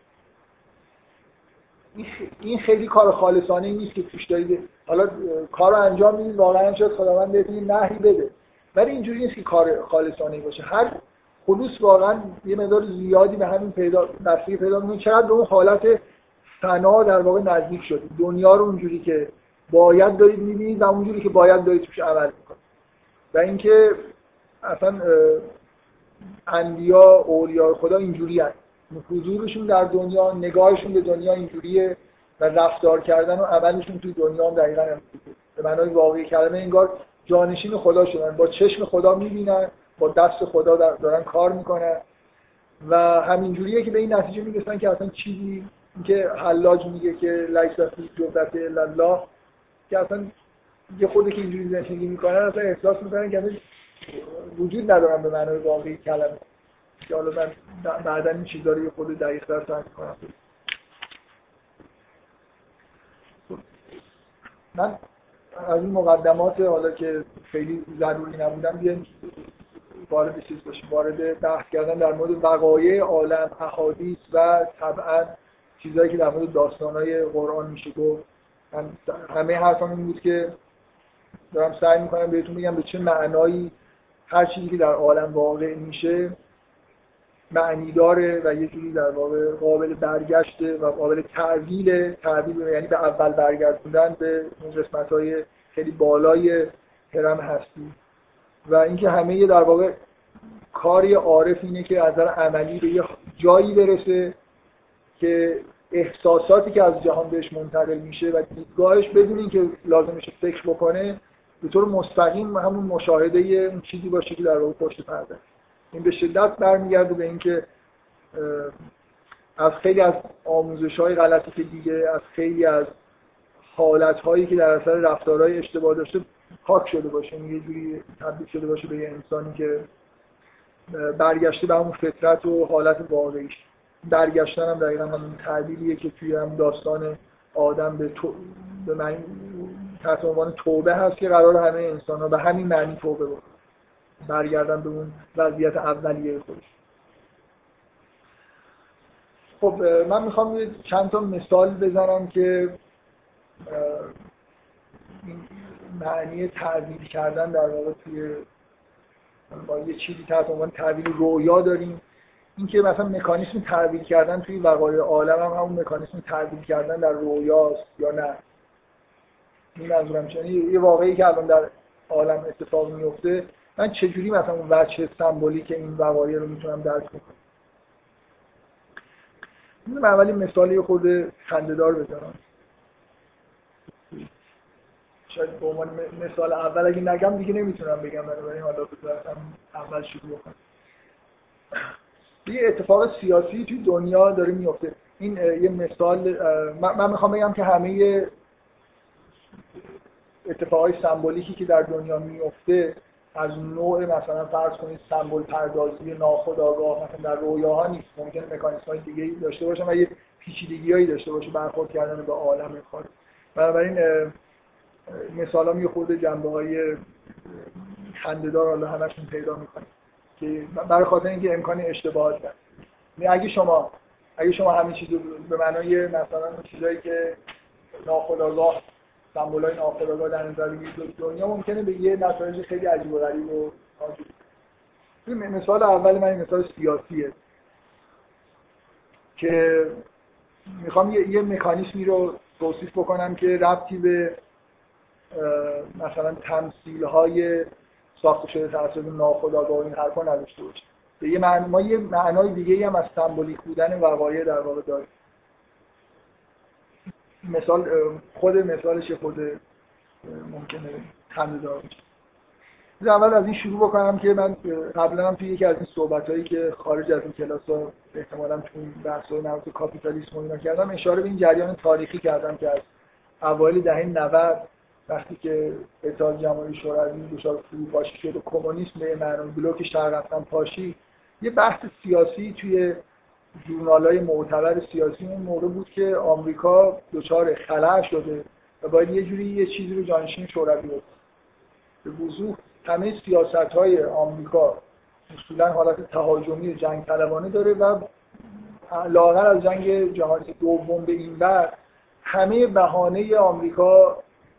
این خیلی کار خالصانه ای نیست که توش دارید حالا کارو انجام میدید واقعا شاید خداوند بهتون نهری بده، ولی اینجوری نیست که کار خالصانه ای باشه. هر خلوص واقعا یه مقدار زیادی به همین پیدا بستگی پیدا می‌کنه چقدر به اون حالت فنا در واقع نزدیک شدید، دنیا رو اونجوری که باید دارید می‌بینید و اونجوری که باید دارید توش عمل می‌کنید. و اینکه اصلا انبیا اولیاء خدا اینجوری هست، حضورشون در دنیا، نگاهشون به دنیا اینجوریه و رفتار کردن و عملشون توی دنیا هم دقیقاً همینجوریه. به معنای واقعی کلمه انگار جانشین خدا شدن، با چشم خدا می‌بینن، با دست خدا دارن کار میکنن و همینجوریه که به این نتیجه میرسن که اصلا چیزی که حلاج میگه که لیس فی جوبت الا الله، که اصلا یه خودی که اینجوری زندگی میکنن اصلا احساس میکنن که وجود ندارن به معنای واقعی کلمه. که حالا من بعدا این چیزا رو یه خود دقیق‌تر سعی میکنم. من از این مقدمات حالا که خیلی ضروری نبودن بیایم وارد چیز باشیم، وارد بحث کردن در مورد وقایع عالم، احادیث و طبعا چیزایی که در مورد داستان‌های قرآن میشه گفت. من همه حرفم این بود که دارم سعی میکنم بهتون بگم به چه معنایی هر چیزی که در عالم واقع میشه معنی داره و یه جوری در واقع قابل برگشته و قابل تعویل، تعویل یعنی به اول برگردوندن به اون قسمت‌های خیلی بالای هرم هستی. و اینکه همه در واقع کاری عارف اینه که از نظر عملی به یه جایی برسه که احساساتی که از جهان بهش منتقل میشه و دیدگاهش بدون اینکه لازمش فکر بکنه به طور مستقیم همون مشاهده اون چیزی باشه که در واقع پشت پرده. این به شدت برمیگرده به اینکه از خیلی از آموزش‌های غلطی که دیگه از خیلی از حالت‌هایی که در اثر رفتارهای اشتباه داشته پاک شده باشه، یه جوری تبدیل شده باشه به یه انسانی که برگشته به اون فطرت و حالت واقعیش. برگشتن هم دقیقاً همون تعبیریه که توی هم داستان آدم به تو به معنی تحت عنوان توبه هست که قرار همه انسان‌ها به همین معنی توبه بکنن، برگردن به اون وضعیت اولیه خودش. خب من میخوام چند تا مثال بزنم که معنی تعبیر کردن در واقع توی با یه چیزی تحت عنوان تعبیر رویا داریم. اینکه مثلا مکانیسم تعبیر کردن توی وقایع عالم هم همون مکانیسم تعبیر کردن در رویاست یا نه. این منظورم چیه؟ یه واقعی که الان در عالم اتفاق میفته، من چجوری مثلا اون وجه سمبولیک این وقایع رو میتونم درک کنم. من اولی مثالی خود خنده‌دار بزنم. شاید به عنوان مثال اول اگه نگم دیگه نمیتونم بگم، بنابراین حالا بذارم اول شروع کنم. یه اتفاق سیاسی توی دنیا داره میفته. این یه مثال من میخوام بگم که همه اتفاقای سمبولیکی که در دنیا میفته از نوع مثلا فرض کنید سمبل پردازی ناخودآگاه مثلا در رویاها نیست، ممکنه مکانیزم‌های دیگه‌ای داشته باشه و یه پیچیدگی‌هایی داشته باشه برخورد کردن با عالم خارج. بنابراین مثالا یه خورده جنبه‌های خنده‌دار حالا همشون پیدا می‌کنه که برای خاطر اینکه امکان اشتباهات هست. یعنی اگه شما اگه شما همین چیزو به معنای مثلا چیزایی که ناخودآگاه سمبولای ناخودآگاه در نظر بگیرید دنیا ممکنه به یه نتایج خیلی عجیب و غریب و عاجز. این مثال اول من این مثال سیاسیه که میخوام یه, یه مکانیزمی رو توصیف بکنم که ربطی به مثلا تمثیل‌های ساخته شده توسط ناخودآگاه و این حرفا نداشته باشه. یه معنی ما یه معنای دیگه‌ای هم از سمبولیک بودن وقایع در واقع داریم. مثال خود مثالش خود ممکنه خنده‌دار باشه. اول از این شروع بکنم که من قبلا هم توی یکی از این صحبتایی که خارج از این کلاس‌ها احتمالاً توی بحث‌های مربوط به کاپیتالیسم و اینا کردم اشاره به این جریان تاریخی کردم که از اوایل دهه نود وقتی که اتحاد جماهیر شوروی دچار فروپاشی شد و کمونیسم به معنای بلوک شرق رفتن پاشی، یه بحث سیاسی توی ژورنال‌های معتبر سیاسی اون موقع بود که آمریکا دچار خلأ شده و باید یه جوری یه چیزی رو جانشین شوروی بکنه. به وضوح همه سیاست‌های آمریکا اصولاً حالت تهاجمی جنگ طلبانه داره و لااقل از جنگ جهانی دوم به این بعد همه بهانه آمریکا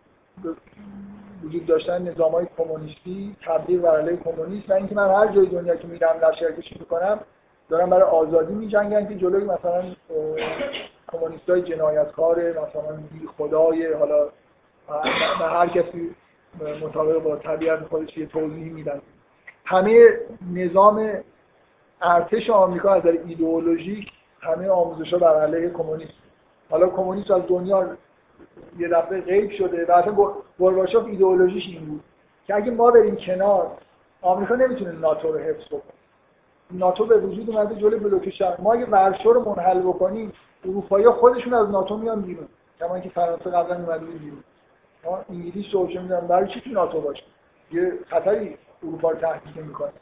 وجود داشتن نظام‌های کمونیستی، تبلیغ بر علیه کمونیسم و اینکه من هر جای دنیا که میرم لشکرکشی می‌کنم دارن برای آزادی می‌جنگن که جلوی مثلا کمونیستای جنایتکار مثلا بی خدای حالا و هر کسی مطابق با طبیعت خودش یه توضیح میدن. همه نظام ارتش آمریکا از نظر ایدئولوژیک همه آموزش‌ها بر علیه کمونیسم. حالا کمونیسم از دنیا یه دفعه غیب شده و اصلا گورباچوف ایدئولوژیش این بود که اگه ما بریم کنار آمریکا نمیتونه ناتو رو حفظ کنه. ناتو به وجود اومده جلوی بلوک شرق. ما اگه ورشو رو منحل بکنیم اروپایی‌ها خودشون از ناتو میان بیرون، کما اینکه فرانسه قبلا اومده بود بیرون. ما انگلیس سوچه میدن برای چی تو ناتو باشه؟ یه خطری اروپا رو تهدید میکنه.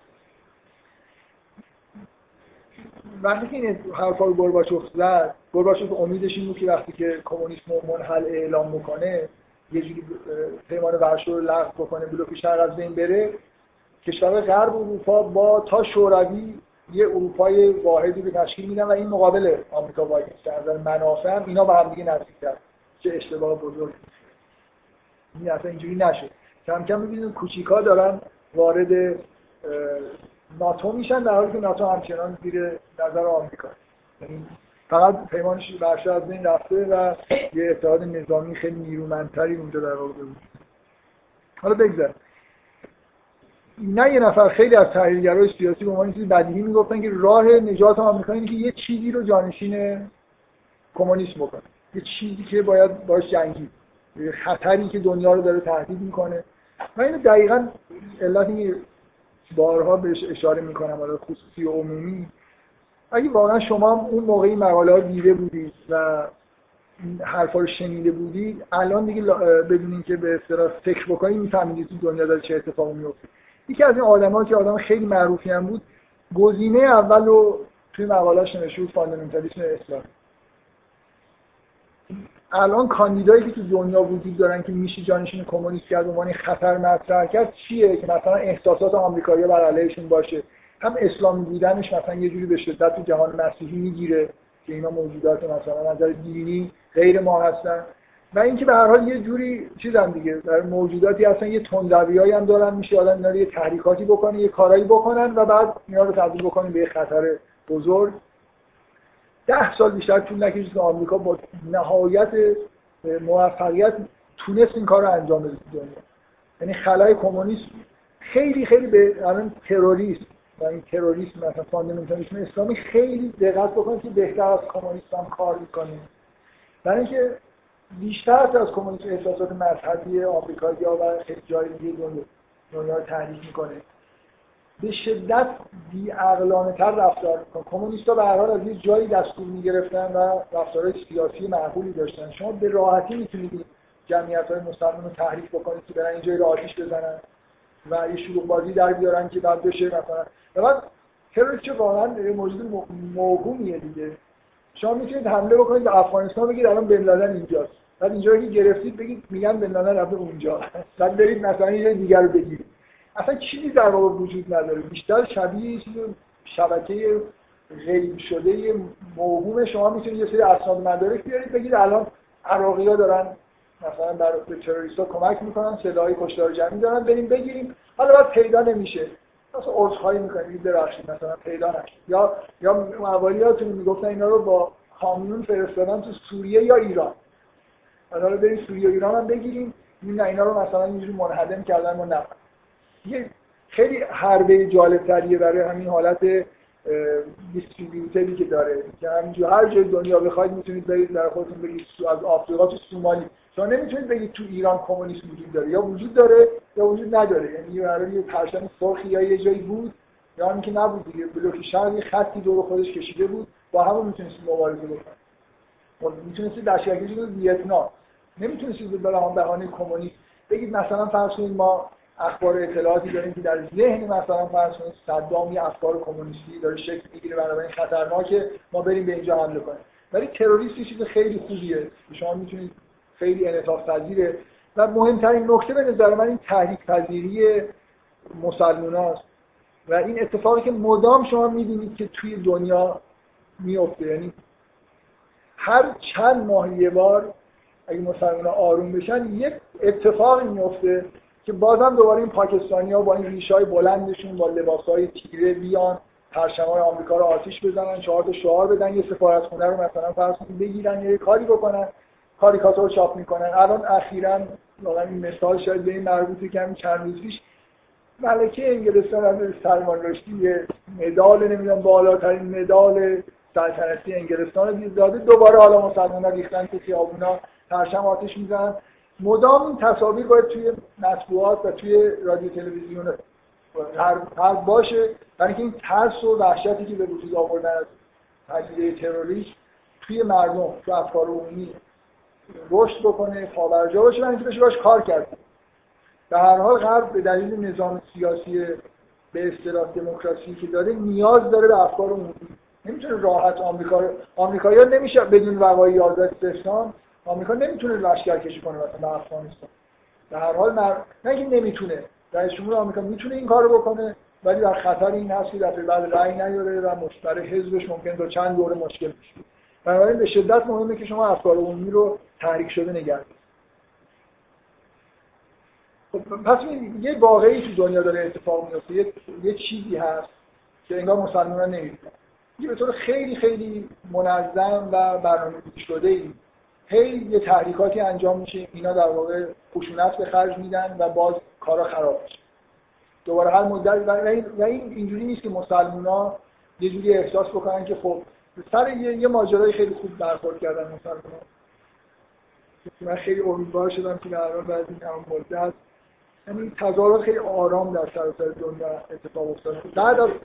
وقتی که این حرفا رو گورباچوف زد، گورباچوف امیدش این بود که وقتی که کمونیسم رو منحل اعلام بکنه یه جوری پیمان ورشو رو لغو بکنه بلوک شرق از بین بره، کشورهای غرب اروپا با تا شوروی یه اروپای واحدی رو تشکیل میدن و این مقابل آمریکا وای میسته. از نظر منافع هم اینا به هم دیگه نزدیک‌تر. چه اشتباه بزرگی. این اصلا اینجوری نشه. کم کم می‌بینید کوچیک‌ها دارن وارد ناتو میشن در حالی که ناتو همچنان زیر نظر آمریکا. یعنی فقط پیمانش ورشو از بین رفته و یه اتحاد نظامی خیلی نیرومندتری اونجا در واقع بود. حالا بگذار نه یه نفر خیلی از تحلیلگرای سیاسی به عنوان چیز بدیهی میگفتن که راه نجات آمریکا اینه که یه چیزی رو جانشین کمونیسم بکنه، یه چیزی که باید باش جنگید، یه خطری که دنیا رو داره تهدید میکنه. و این دقیقاً علت اینه بارها بهش اشاره میکنم، حالا خصوصی و عمومی. اگه واقعا شما اون موقعی مقاله ها دیده بودید و حرفا رو شنیده بودید، الان دیگه بدونین که به اصطلاح فکر بکنید میفهمید تو دنیا داره چه اتفاقی میفته. یکی از این آدم‌ها که آدم خیلی معروفی هم بود، گزینه اول رو توی مقاله‌اش نوشته بود فاندامنتالیسم اسلام. الان کاندیدایی که تو دنیا وجود دارن که میشه جانشین کمونیست کرد و عنوان خطر مطرح کرد چیه که مثلا احساسات آمریکایی‌ها بر علیهشون باشه، هم اسلامی بودنش مثلا یه جوری به شدت تو جهان مسیحی میگیره که اینا موجودات مثلا از نظر دینی غیر ما هستن، و اینکه به هر حال یه جوری چیزن دیگه، در موجوداتی هستن یه تندرویایی هم دارن، میشه آدم اینا رو یه تحریکاتی بکنه، یه کارایی بکنن و بعد اینا رو تبدیل بکنن به یه خطر بزرگ. ده سال بیشتر طول نکشید که آمریکا با نهایت موفقیت تونست این کار رو انجام بده تو دنیا. یعنی خلای کمونیسم خیلی خیلی به الان تروریسم و این تروریسم مثلا فاندامنتالیسم اسلامی خیلی دقت بکنید که بهتر از کمونیسم هم کار میکنه. برای اینکه بیشتر از کمونیسم احساسات مذهبی آمریکایی‌ها و خیلی جای دیگه دنیا دنیا رو تحریک میکنه. به شدت بی‌عقلانه‌تر رفتار میکنه. کمونیست‌ها به هر حال از یه جایی دستور میگرفتن و رفتارهای سیاسی معقولی داشتن. شما به راحتی میتونید جمعیت‌های مسلمان رو تحریک بکنید که برن اینجایی رو آتش بزنن و یه شلوغ بازی در بیارن که بعد بشه مثلا. و بعد تروریست که واقعا موجود موهومیه دیگه. شما میتونید حمله بکنید به افغانستان، بگید الان بن لادن اینجاست. بعد اینجا که گرفتید بگید میگن بن لادن رفته اونجا. بعد برید مثلا یه دیگر رو بگیرید. اصلا چیزی در واقع وجود نداره. بیشتر شبیه یه چیز شبکه غیب شده موهوم. شما میتونید یه سری اسناد مدارک بیارید بگید الان عراقی‌ها دارن مثلا برای تروریست‌ها کمک میکنن، صدای کشتار جمعی دارن، بریم بگیریم. حالا بعد پیدا نمیشه. مثلا عذرخواهی میکنید درخشید مثلا پیدا نشه. یا یا موالیاتون میگفتن اینا رو با کامیون فرستادن تو سوریه یا ایران. حالا بریم سوریه و ایران هم بگیریم. این اینا رو مثلا اینجوری منهدم کردن ما نه. یه خیلی حربه جالب‌تریه برای همین حالت دیستریبیوتری که داره که همینجور هر جای دنیا بخواید میتونید برید در خودتون بگید از آفریقا تو سومالی. شما نمیتونید بگید تو ایران کمونیسم وجود داره، یا وجود داره یا وجود نداره. یعنی برای یه پرچم سرخی یا یه جایی بود یا اینکه نبود دیگه. بلوک شرق یه خطی دور خودش کشیده بود، با همون میتونستید مبارزه بکنید. میتونستید دستگیری کنید ویتنام. نمیتونستید به بهانه کمونیسم بگید مثلا فرض کنید ما اخبار اطلاعاتی داریم که در ذهن مثلا فرض کنید صدام یه افکار کمونیستی داره شکل میگیره، بنابراین خطرناکه ما بریم به اینجا حمله کنیم. ولی تروریست یه چیز خیلی خوبیه، شما میتونید خیلی انعطاف پذیره. و مهمترین نکته به نظر من این تحریک پذیری مسلماناست و این اتفاقی که مدام شما میبینید که توی دنیا میفته. یعنی هر چند ماه یه بار اگه مسلمان‌ها آروم بشن یک اتفاقی میفته که بازم دوباره این پاکستانی‌ها با این ریش‌های بلندشون با لباس‌های تیره بیان پرچم‌های آمریکا رو آتیش بزنن، چهار تا شعار بدن، یه سفارتخونه رو مثلا فرض کنید بگیرن، یه کاری بکنن، کاریکاتور چاپ میکنن. الان اخیراً واقعا این مثال شاید به این مربوطه که همین چند روز پیش ملکه انگلستان از سلمان رشدی یه مدال نمیدونم بالاترین مدال سلطنتی انگلستان رو داده، دوباره حالا مسلمان‌ها ریختن تو خیابونا پرچم آتش میزنن. مدام این تصاویر باید توی مطبوعات و توی رادیو تلویزیون هر باشه، برای اینکه این ترس و وحشتی که به وجود آوردن از پدیده تروریسم توی مردم، توی افکار عمومی رشد بکنه، پابرجا باشه و اینکه بشه باش کار کرد. در هر حال غرب به دلیل نظام سیاسی به اصطلاح دموکراسی که داره نیاز داره به افکار عمومی. نمیتونه راحت آمریکا آمریکایی‌ها نمیشه بدون وقایع آزاد استحسان آمریکا نمیتونه لشکرکشی کنه مثلا به افغانستان. در هر حال مر... نه اینکه نمیتونه، رئیس جمهور آمریکا میتونه این کارو بکنه، ولی در خطر این هست که دفعه بعد رأی نیاره و مشترک حزبش ممکن تا چند دوره مشکل بشه. بنابراین به شدت مهمه که شما افکار عمومی رو تحریک شده نگه دارید. خب پس یه واقعی تو دنیا داره اتفاق میفته، یه یه چیزی هست که انگار مسلمان‌ها نمی‌دونن. یه به طور خیلی خیلی منظم و برنامه‌ریزی شده‌ای هی یه تحریکاتی انجام میشه، اینا در واقع خشونت به خرج میدن و باز کارا خراب میشه. دوباره هر مدت و این, و این اینجوری نیست که مسلمان‌ها یه جوری احساس بکنن که خب سر یه, یه ماجرای خیلی خوب برخورد کردن مسلمان‌ها. من خیلی امیدوار شدم که در حال بعد این تمام مدت یعنی تظاهرات خیلی آرام در سراسر دنیا اتفاق افتاده. بعد از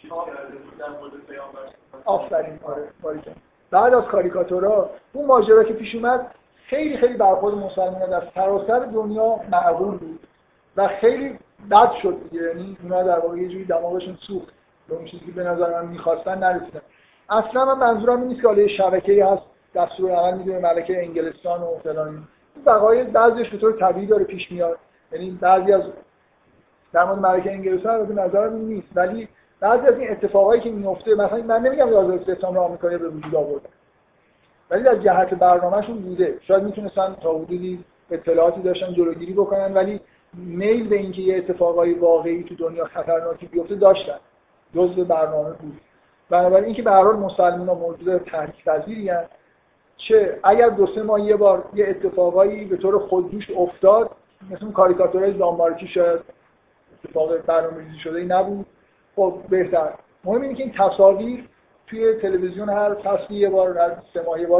آفرین آره باریکن. بعد از کاریکاتورها اون ماجرا که پیش اومد خیلی خیلی برخورد مسلمان‌ها در سراسر دنیا معقول بود و خیلی بد شد دیگه. یعنی اونا در واقع یه جوری دماغشون سوخت به اون چیزی که به نظر من می‌خواستن نرسیدن. اصلا من منظورم این نیست که حالا شبکه‌ای هست دستور عمل میدونه ملکه انگلستان و فلان این وقایع بعضیش به طور طبیعی داره پیش میاد. یعنی بعضی از در مورد ملکه انگلستان به نظرم این نیست، ولی بعضی از این اتفاقایی که میفته مثلا من نمیگم یازده سپتامبر آمریکایی به وجود آوردن، ولی در جهت برنامه‌شون بوده. شاید میتونستن تا حدودی اطلاعاتی داشتن جلوگیری بکنن، ولی میل به اینکه یه اتفاقای واقعی تو دنیا خطرناکی بیفته داشتن، جزء برنامه بود. بنابراین اینکه به هر حال مسلمان‌ها موجود تحریک پذیری هستند، چه اگر دو سه ماه یه بار یه اتفاقایی به طور خودجوش افتاد، مثل اون کاریکاتورهای دانمارکی شاید اتفاق برنامه‌ریزی شده‌ای نبود، خب بهتر. مهم اینه که این تصاویر توی تلویزیون هر فصلی یه بار، هر سه ماه یه بار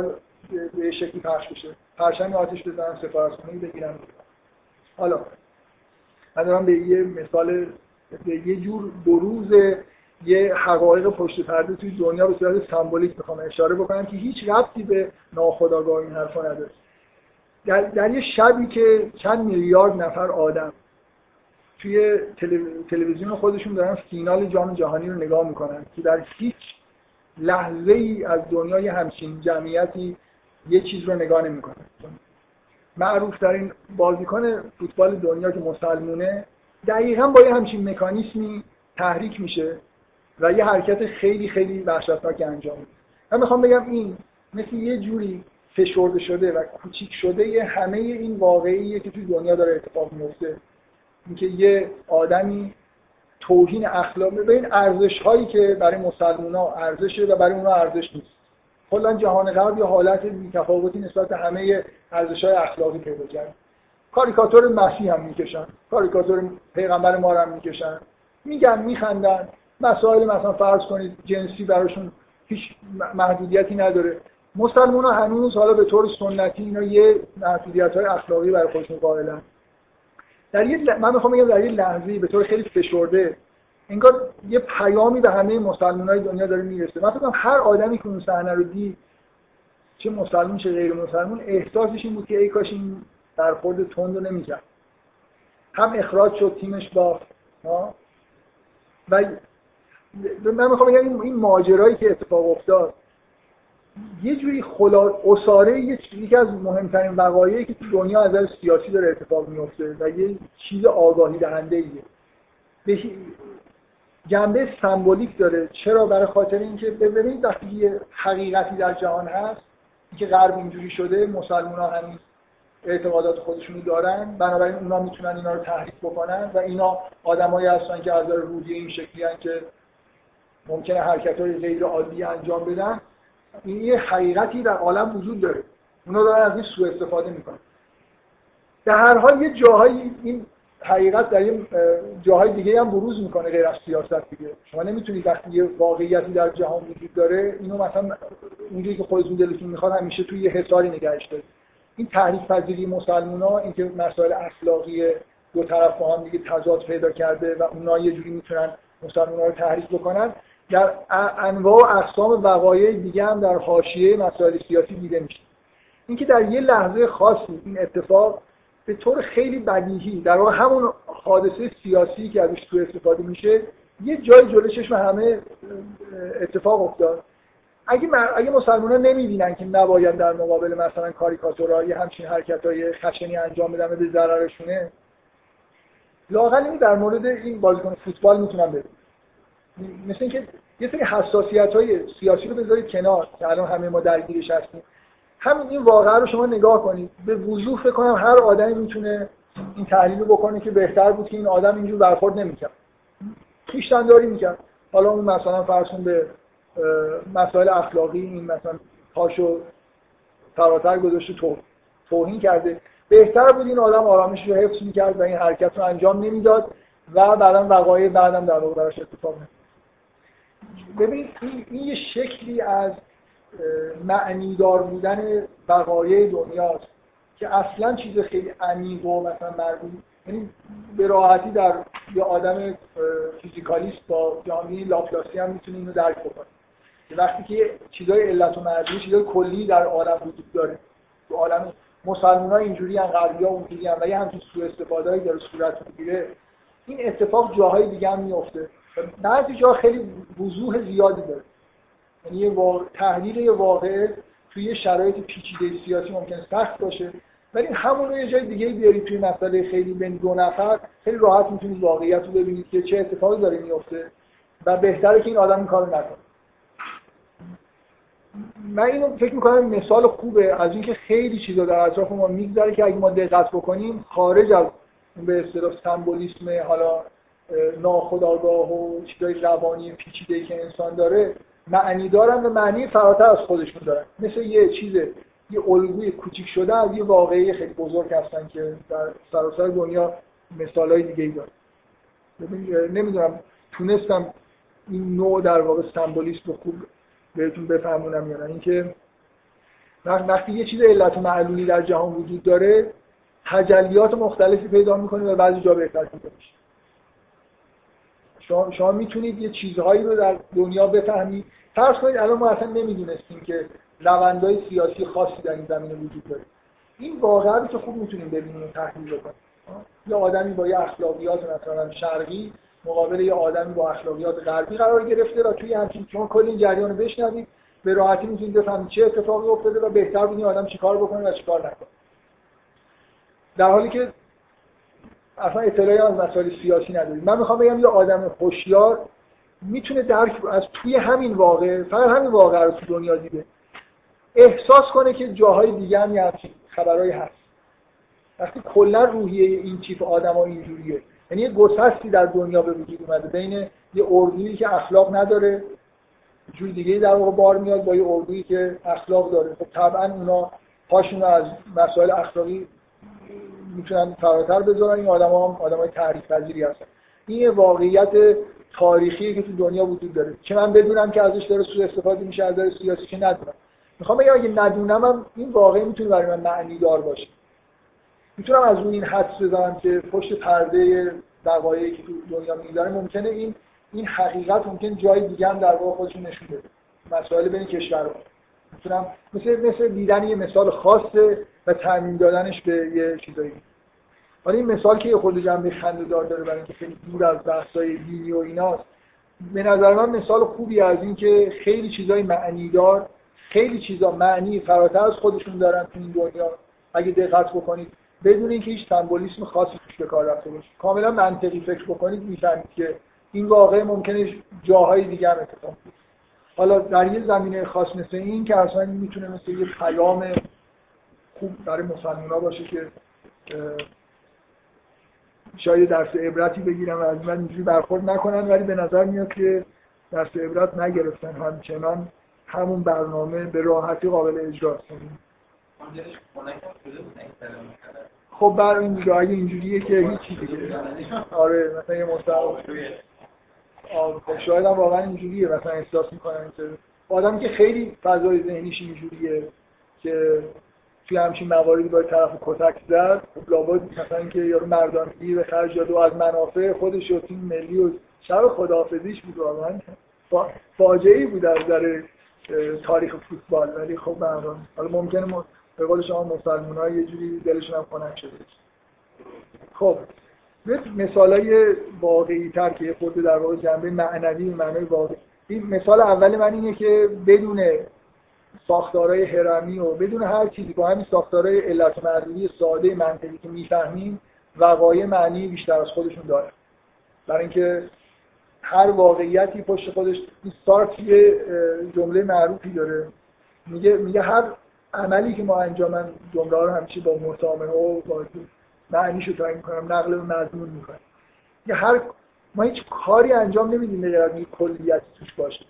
به شکلی پخش بشه، پرچم آتش بزنن، سفارتخونه‌ای بگیرن. حالا من دارم به یه مثال، به یه جور بروز یه حقایق پشت پرده توی دنیا به صورت سمبولیک میخوام اشاره بکنم که هیچ ربطی به ناخودآگاه این حرفا نداره. در, در یه شبی که چند میلیارد نفر آدم توی تلویزیون خودشون دارن فینال جام جهانی رو نگاه میکنن که در هیچ لحظه ای از دنیای همچین جمعیتی یه چیز رو نگاه نمیکنن. معروف ترین بازیکن فوتبال دنیا که مسلمونه دقیقاً با یه همچین مکانیزمی تحریک میشه و یه حرکت خیلی خیلی وحشتناک انجام میده. من میخوام بگم این مثل یه جوری فشرده شده و کوچیک شده یه همه این واقعیه که توی دنیا داره اتفاق میفته. اینکه یه آدمی توهین اخلاق به این ارزش‌هایی که برای مسلمان‌ها ارزشه و برای اونها ارزش نیست. کلا جهان غرب یه حالت بی‌تفاوتی نسبت به همه ارزش‌های اخلاقی پیدا کرد. کاریکاتور مسیح هم میکشن، کاریکاتور پیغمبر ما هم میکشن، میگن میخندن. مسائل مثلا فرض کنید جنسی براشون هیچ محدودیتی نداره. مسلمان‌ها هنوز حالا به طور سنتی اینا یه محدودیت‌های اخلاقی برای خودشون قائلن. در یه من میخوام بگم در یه لحظه‌ای به طور خیلی فشرده انگار یه پیامی به همه مسلمان‌های دنیا داره میرسه. من فکر کنم هر آدمی که اون صحنه رو دید، چه مسلمان چه غیر مسلمان، احساسش این بود که ای کاش این برخورد تند رو نمی‌کرد. هم اخراج شد، تیمش باخت، ها. و من میخوام بگم این, این ماجرایی که اتفاق افتاد یه جوری خلا اساره یکی از مهمترین وقایعی که تو دنیا از نظر سیاسی داره اتفاق میفته و یه چیز آگاهی دهنده ایه. به جنبه سمبولیک داره. چرا؟ برای خاطر اینکه ببینید وقتی یه حقیقتی در جهان هست که غرب اینجوری شده، مسلمان‌ها همین اعتقادات خودشونو دارن، بنابراین اونا میتونن اینا رو تحریک بکنن و اینا آدمایی هستن که از نظر روحی این شکلی هستن که ممکنه حرکت‌های غیر عادی انجام بدن. این یه حقیقتی در عالم وجود داره، اونا دارن از این سوء استفاده میکنن. در هر حال یه جاهایی این حقیقت در یه جاهای دیگه هم بروز میکنه غیر از سیاست دیگه. شما نمیتونید وقتی یه واقعیتی در جهان وجود داره اینو مثلا اونجوری که خودتون دلتون میخواد همیشه توی یه حصاری نگهش دارید. این تحریک پذیری مسلمان‌ها، اینکه مسائل اخلاقی دو طرف با هم دیگه تضاد پیدا کرده و اونا یه جوری میتونن مسلمان‌ها رو تحریک بکنن، در انواع و اقسام وقایع دیگه هم در حاشیه مسائل سیاسی دیده میشه. اینکه در یه لحظه خاصی این اتفاق به طور خیلی بدیهی در واقع همون حادثه سیاسی که ازش سوء استفاده میشه یه جای جلوی چشم همه اتفاق افتاد. اگه اگه مسلمان‌ها نمی‌بینن که نباید در مقابل مثلا کاریکاتورها یه همچین حرکت‌های خشنی انجام بدن و به ضررشونه، لااقل این در مورد این بازیکن فوتبال میتونن بگن. مثل اینکه یه سری حساسیت‌های سیاسی رو بذارید کنار که الان همه ما درگیرش هستیم. همین این واقعه رو شما نگاه کنید، به وضوح فکر کنم هر آدمی میتونه این تحلیل رو بکنه که بهتر بود که این آدم اینجور برخورد نمی‌کرد. خویشتن‌داری می‌کرد. حالا اون مثلا فرض کن به مسائل اخلاقی این مثلا پاشو فراتر گذاشته تو توهین کرده، بهتر بود این آدم آرامش رو حفظ می‌کرد و این حرکت رو انجام نمیداد و بعداً وقایع بعداً در واقع براش اتفاق می‌افتاد. ببین این, این یه شکلی از معنیدار بودن وقایع دنیاست که اصلاً چیز خیلی عمیق و مثلا مربوط، یعنی به راحتی در یه آدم فیزیکالیست با جامعه لاپلاسی هم میتونه اینو درک بکنه. وقتی که چیزای علت و معلول، چیزای کلی در عالم وجود داره، تو عالم مسلمان‌ها اینجوری ان، غربی‌ها اونجوری ان و یه همچین سوء استفاده‌ای داره صورت میگیره، این اتفاق جاهای دیگه هم میفته. بعضی جا خیلی وضوح زیادی داره. یعنی یه واقع... تحلیل یه واقعه توی شرایط پیچیده سیاسی ممکنه سخت باشه، ولی همون رو یه جای دیگه بیارید توی مسئله خیلی بین دو نفر، خیلی راحت میتونید واقعیت رو ببینید که چه اتفاقی داره میفته و بهتره که این آدم این کارو نکنه. من اینو فکر میکنم مثال خوبه از اینکه خیلی چیزا در اطراف ما میگذره که اگه ما دقت بکنیم خارج از به اصطلاح سمبولیسم حالا ناخودآگاه و چیزای روانی پیچیده‌ای که انسان داره معنی دارن و معنی فراتر از خودشون دارن. مثل یه چیز یه الگوی کوچیک شده از یه واقعی خیلی بزرگ هستن که در سراسر دنیا مثالای دیگه‌ای داره. ببین نمیدونم تونستم این نوع در واقع سمبولیسم رو خوب بهتون بفهمونم یا نه. اینکه وقتی یه چیز علت و معلولی در جهان وجود داره تجلیات مختلفی پیدا میکنه و بعضی جا بهتر پیدا میشه. شما شما میتونید یه چیزهایی رو در دنیا بفهمید. فرض کنید الان ما اصلا نمیدونستیم که روندهای سیاسی خاصی در این زمینه وجود داره. این واقعا رو که خوب میتونیم ببینیم و تحلیل بکنیم. یه آدمی با یه اخلاقیات مثلا شرقی مقابل یه آدمی با اخلاقیات غربی قرار گرفته و توی همچین شما کل این جریان رو بشنوید به راحتی میتونید بفهمید چه اتفاقی افتاده و بهتر ببینید آدم چیکار بکنه و چیکار نکنه. در حالی که اصلا اطلاعی از مسائل سیاسی نداریم. من میخوام بگم یه آدم هوشیار میتونه درک از توی همین واقع، فقط همین واقع رو تو دنیا دیده، احساس کنه که جاهای دیگه هم یه همچین خبرایی هست. وقتی کلا روحیه این تیپ آدم‌ها اینجوریه، یعنی یه گسستی در دنیا به وجود اومده بین یه اردویی که اخلاق نداره، جور دیگه‌ای در واقع بار میاد با یه اردویی که اخلاق داره. خب طبعا اونا پاشون از مسائل اخلاقی میتونن فراتر بذارن. این آدم‌ها هم آدمای تحریک پذیری هستن. این یه واقعیت تاریخی که تو دنیا وجود داره، چه من بدونم که ازش داره سوء استفاده میشه از نظر سیاسی، که ندونم. میخوام بگم اگه ندونم هم این واقعی میتونه برای من معنی دار باشه. میتونم از روی این حدس بزنم که پشت پرده دقایقی که تو دنیا میگذره ممکنه این این حقیقت ممکن جای دیگه هم در واقع خودش نشون بده. مسائل بین کشورها میتونم مثل مثل دیدن یه مثال خاصه و تعمیم دادنش به یه چیزایی. ولی این مثال که خود جنبه خنده‌دار داره برای اینکه خیلی دور از بحث‌های دینی و ایناست، به نظر من مثال خوبی از این که خیلی چیزای معنی دار، خیلی چیزا معنی فراتر از خودشون دارن تو این دنیا اگه دقت بکنید، بدون اینکه هیچ سمبولیسم خاصی توش به کار رفته باشه. کاملا منطقی فکر بکنید میفهمید که این واقعه ممکنه جاهای دیگه هم اتفاق بیفته. حالا در یه زمینه خاص مثل این که اصلا میتونه مثل یه پیام خوب برای مسلمان‌ها باشه که شاید درس عبرتی بگیرن و از من اینجوری برخورد نکنن، ولی به نظر میاد که درس عبرت نگرفتن، همچنان همون برنامه به راحتی قابل اجراست. خب برای این دیگه اگه اینجوریه که هیچی دیگه. آره مثلا یه مستعار خب شاید هم واقعا اینجوریه، مثلا احساس میکنن که آدمی که خیلی فضای ذهنیش اینجوریه که توی همچین مواردی باید طرف کتک زد، خب لابد مثلا که یارو مردانگی به خرج داد و از منافع خودش و تیم ملی و شب خداحافظیش بود. واقعا فاجعه‌ای بود از نظر تاریخ فوتبال. ولی خب به هر حال حالا ممکنه ما به قول شما مسلمان‌ها یه جوری دلشون هم خنک شده. خب مثالای واقعی‌تر که خود در واقع جنبه معنوی و معنای واقعی. این مثال اول من اینه که بدون ساختارهای هرمی و بدون هر چیزی با همین ساختارهای علت و معلولی ساده منطقی که میفهمیم وقایع معنی بیشتر از خودشون داره. برای اینکه هر واقعیتی پشت خودش این سارت یه جمله معروفی داره، میگه میگه هر عملی که ما انجامن جمله رو همیشه با مسامحه و با معنیشو تعیین می‌کنم نقل به مضمون می‌کنم. میگه هر ما هیچ کاری انجام نمیدیم بغیر از اینکه کلیت توش باشه.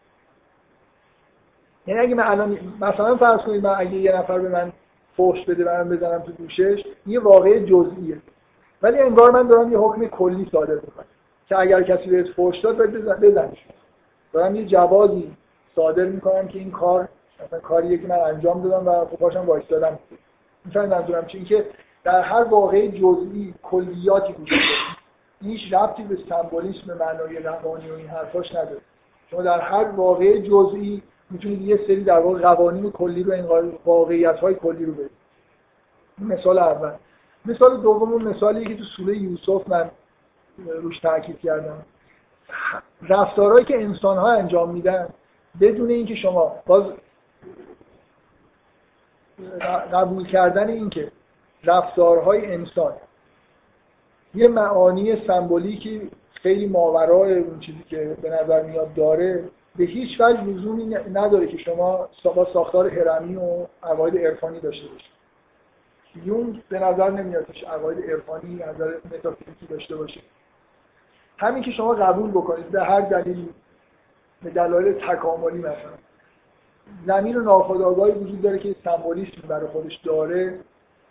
یعنی اگه من الان مثلا فرض کنید من اگه یه نفر به من فحش بده و من بزنم تو گوشش، یه واقعه جزئیه، ولی انگار من دارم یه حکم کلی صادر می‌کنم که اگر کسی بهت فحش داد باید بزنش. دارم یه جوازی صادر می‌کنم که این کار مثلا کاریه که من انجام دادم و پاشم وایسادم. می‌فهمید منظورم چیه؟ اینکه در هر واقعه جزئی کلیاتی وجود داره. هیچ ربطی به سمبولیسم معنای روانی و این حرفاش نداره. شما در هر واقعه جزئی میتونید یه سری در واقع قوانین کلی رو انقار واقعیت‌های کلی رو بدید. مثال اول. مثال دوم مثالی که تو سوره یوسف من روش تاکید کردم. رفتارهایی که انسان‌ها انجام میدن بدون اینکه شما باز قبول کردن اینکه رفتارهای انسان یه معانی سمبولیکی خیلی ماورای اون چیزی که به نظر میاد داره، به هیچ وجه لزومی نداره که شما با ساختار هرمی و عقاید عرفانی داشته باشید. یون به نظر نمیاد که عقاید عرفانی نظر متافیزیکی داشته باشه. همین که شما قبول بکنید به هر دلیلی، به دلایل تکاملی مثلا زمین و ناخودآگاهی وجود داره که سمبولیسم برای خودش داره،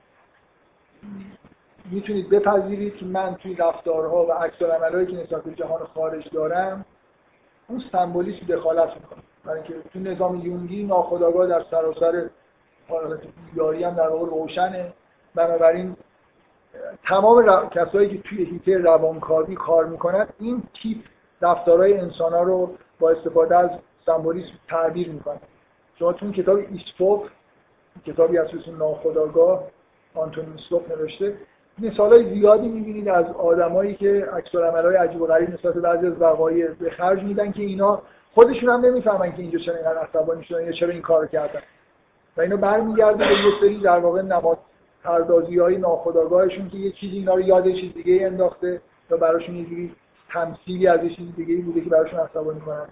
میتونید بپذیرید که من توی رفتارها و عکس‌العمل‌هایی که نسبت به جهان خارج دارم اون سمبولیسم دخالت میکنه. برای اینکه تو نظام یونگی ناخودآگاه در سراسر حالت بیداری هم در واقع روشنه. بنابراین تمام رو... کسایی که توی حیطه روانکاوی کار میکنن این تیپ رفتارهای انسان‌ها رو با استفاده از سمبولیسم تعبیر میکنن. شما تو کتاب ایسپوف، کتابی از اسم ناخودآگاه آنتونین ایسپوف نوشته، مثالای زیادی میبینید از آدمایی که عکس‌العمل‌های عجیب و غریب نسبت به بعضی از وقایع به خرج میدن که اینا خودشون هم نمیفهمن که اینجا چرا اینقدر عصبانی شدن یا چرا این کارو کردن و اینا برمیگرده به یه سری در واقع نماد پردازی‌های ناخودآگاهشون که یه چیزی اینا رو یاد چیز دیگه انداخته یا براشون یه جوری تمثیلی از یه چیز دیگه‌ای بوده که براشون عصبانی کننده.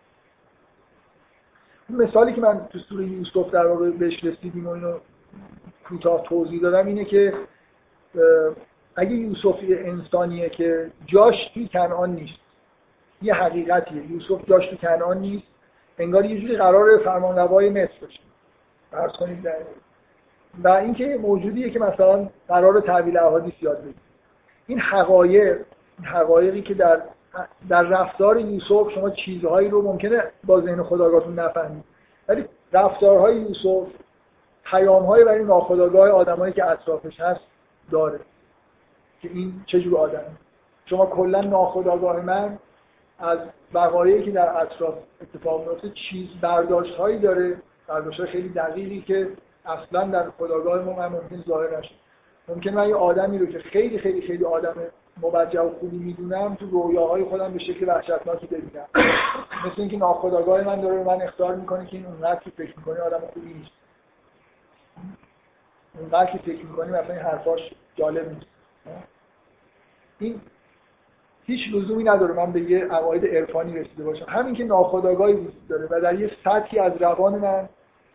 مثالی که من تو سوره یوسف در واقع بهش رسیدیم و اینو کوتاه توضیح دادم اینه که اگه یوسف انسانیه که جاش توی کنعان نیست، یه حقیقتیه، یوسف جاش توی کنعان نیست، انگار یه جوری قراره فرمانروای مصر بشه فرض کنید در و اینکه موجودیه که مثلا قراره تحویل احادیث یاد بگیره. این حقایق این حقایقی که در در رفتار یوسف شما چیزهایی رو ممکنه با ذهن خودآگاهتون نفهمید، ولی رفتارهای یوسف پیام‌های برای ناخودآگاه آدمایی که اطرافش هست داره که این چه جور آدمه. شما کلا ناخودآگاه من از وقایعی که در اطراف اتفاق میفته چیز برداشت‌هایی داره، برداشت‌های خیلی دقیقی که اصلا در خودآگاه ما ممکن ظاهر نشه. ممکن من یه آدمی رو که خیلی خیلی خیلی آدم موجه و خوبی میدونم تو رویاهای خودم به شکل وحشتناکی ببینم، مثل اینکه ناخودآگاه من داره من اخطار میکنه که این اونقدر که فکر میکنی آدم خوبی نیست، اونقدر که فکر میکنی مثلا این حرفاش جالب نیست. این هیچ لزومی نداره من به یه عقاید عرفانی رسیده باشم، همین که ناخودآگاهی وجود داره و در یه سطحی از روان من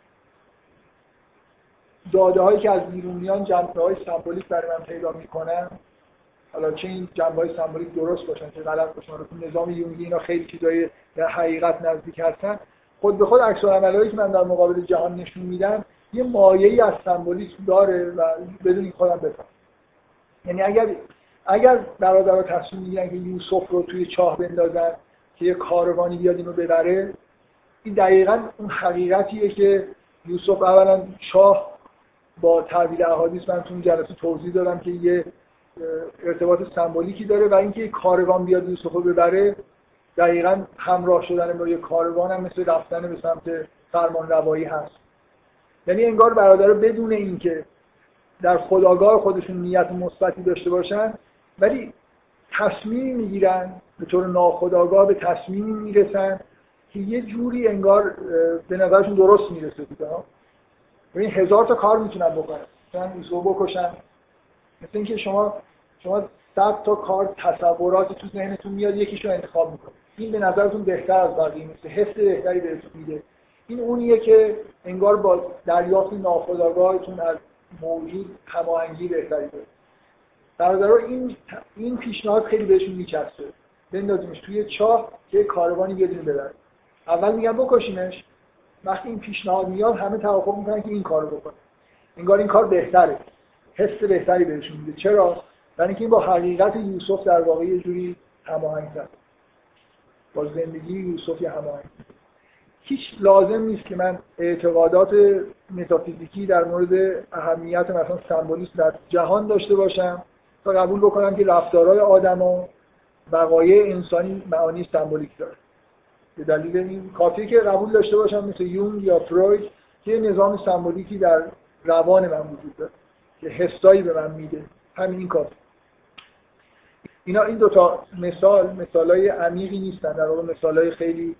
داده هایی که از بیرون میان جنبه های سمبولیک برای من پیدا میکنن، حالا چه این جنبه های سمبولیک درست باشن چه غلط باشن، تو نظام یونگی اینا خیلی چیزای در حقیقت نزدیک هستن، خود به خود عکس‌العملایی که من در مقابل جهان نشون میدم یه مایه‌ای از سمبولیسم داره و بدون این خودم بفهم. یعنی اگر اگر برادرها تصمیم میگیرن که یوسف رو توی چاه بندازن که یه کاروانی بیاد اینو ببره، این دقیقاً اون حقیقتیه که یوسف اولا چاه با تحویل احادیث من تو این جلسه توضیح دادم که یه ارتباط سمبولیکی داره و اینکه کاروان بیاد یوسف رو ببره دقیقاً همراه شدن با یه کاروان هم مثل رفتن به سمت فرمانروایی هست. یعنی انگار برادرها بدون اینکه در خودآگاه خودشون نیت مثبتی داشته باشن ولی تصمیمی میگیرن، به طور ناخودآگاه به تصمیمی میرسن که یه جوری انگار به نظرشون درست میرسه دیگه. ببین هزار تا کار میتونن بکنن، مثلا یوسف بکشن، مثل اینکه شما شما صد تا کار تصوراتی تو ذهنتون میاد یکیشو انتخاب میکنید، این به نظرتون بهتر از بقیه میشه، حس بهتری بهتون میده. این اونیه که انگار با دریافت ناخودآگاهتون از موجود هماهنگی بهتری داره. برادرها این این پیشنهاد خیلی بهشون میچسبه، بندازیمش توی چاه که کاروانی یه دونه ببره. اول میگن بکشیمش، وقتی این پیشنهاد میاد همه توافق میکنن که این کارو بکنه، انگار این کار بهتره، حس بهتری بهشون میده. چرا؟ یعنی اینکه این با حقیقت یوسف در واقع یه جوری هماهنگ شده، با زندگی یوسف یه هماهنگ. هیچ لازم نیست که من اعتقادات متافیزیکی در مورد اهمیت مثلا سمبولیسم در جهان داشته باشم تا قبول بکنم که رفتارهای آدما وقایع انسانی معانی سمبولیک داره. به دلیل این کافیه که قبول داشته باشم مثل یونگ یا فروید که نظام سمبولیکی در روان من وجود داره که حسایی به من میده، همین این کافیه. اینا این دو تا مثال مثالای عمیقی نیستن، در واقع مثالای خیلی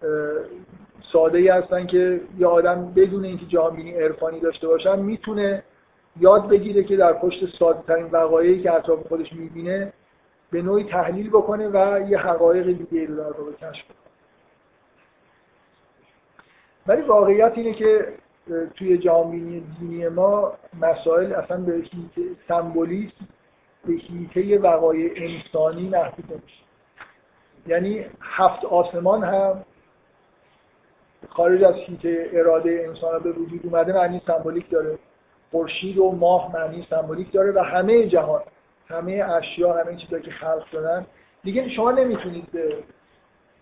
ساده‌ای هستن که یه آدم بدون اینکه جامعه عرفانی داشته باشه میتونه یاد بگیره که در پشت ساده‌ترین وقایعی که اطراف خودش میبینه به نوعی تحلیل بکنه و یه حقایق دیگه رو در واقع کشف کنه. ولی واقعیت اینه که توی جامعه دینی ما مسائل اصلا به حیطه سمبولیسم به حیطه وقایع انسانی محدود نمیشه. یعنی هفت آسمان هم خارج از حیطه اراده انسان به وجود اومده معنی سمبولیک داره، خورشید و ماه معنی سمبولیک داره و همه جهان، همه اشیا، همه چیزایی که خلق شدن دیگه شما نمیتونید به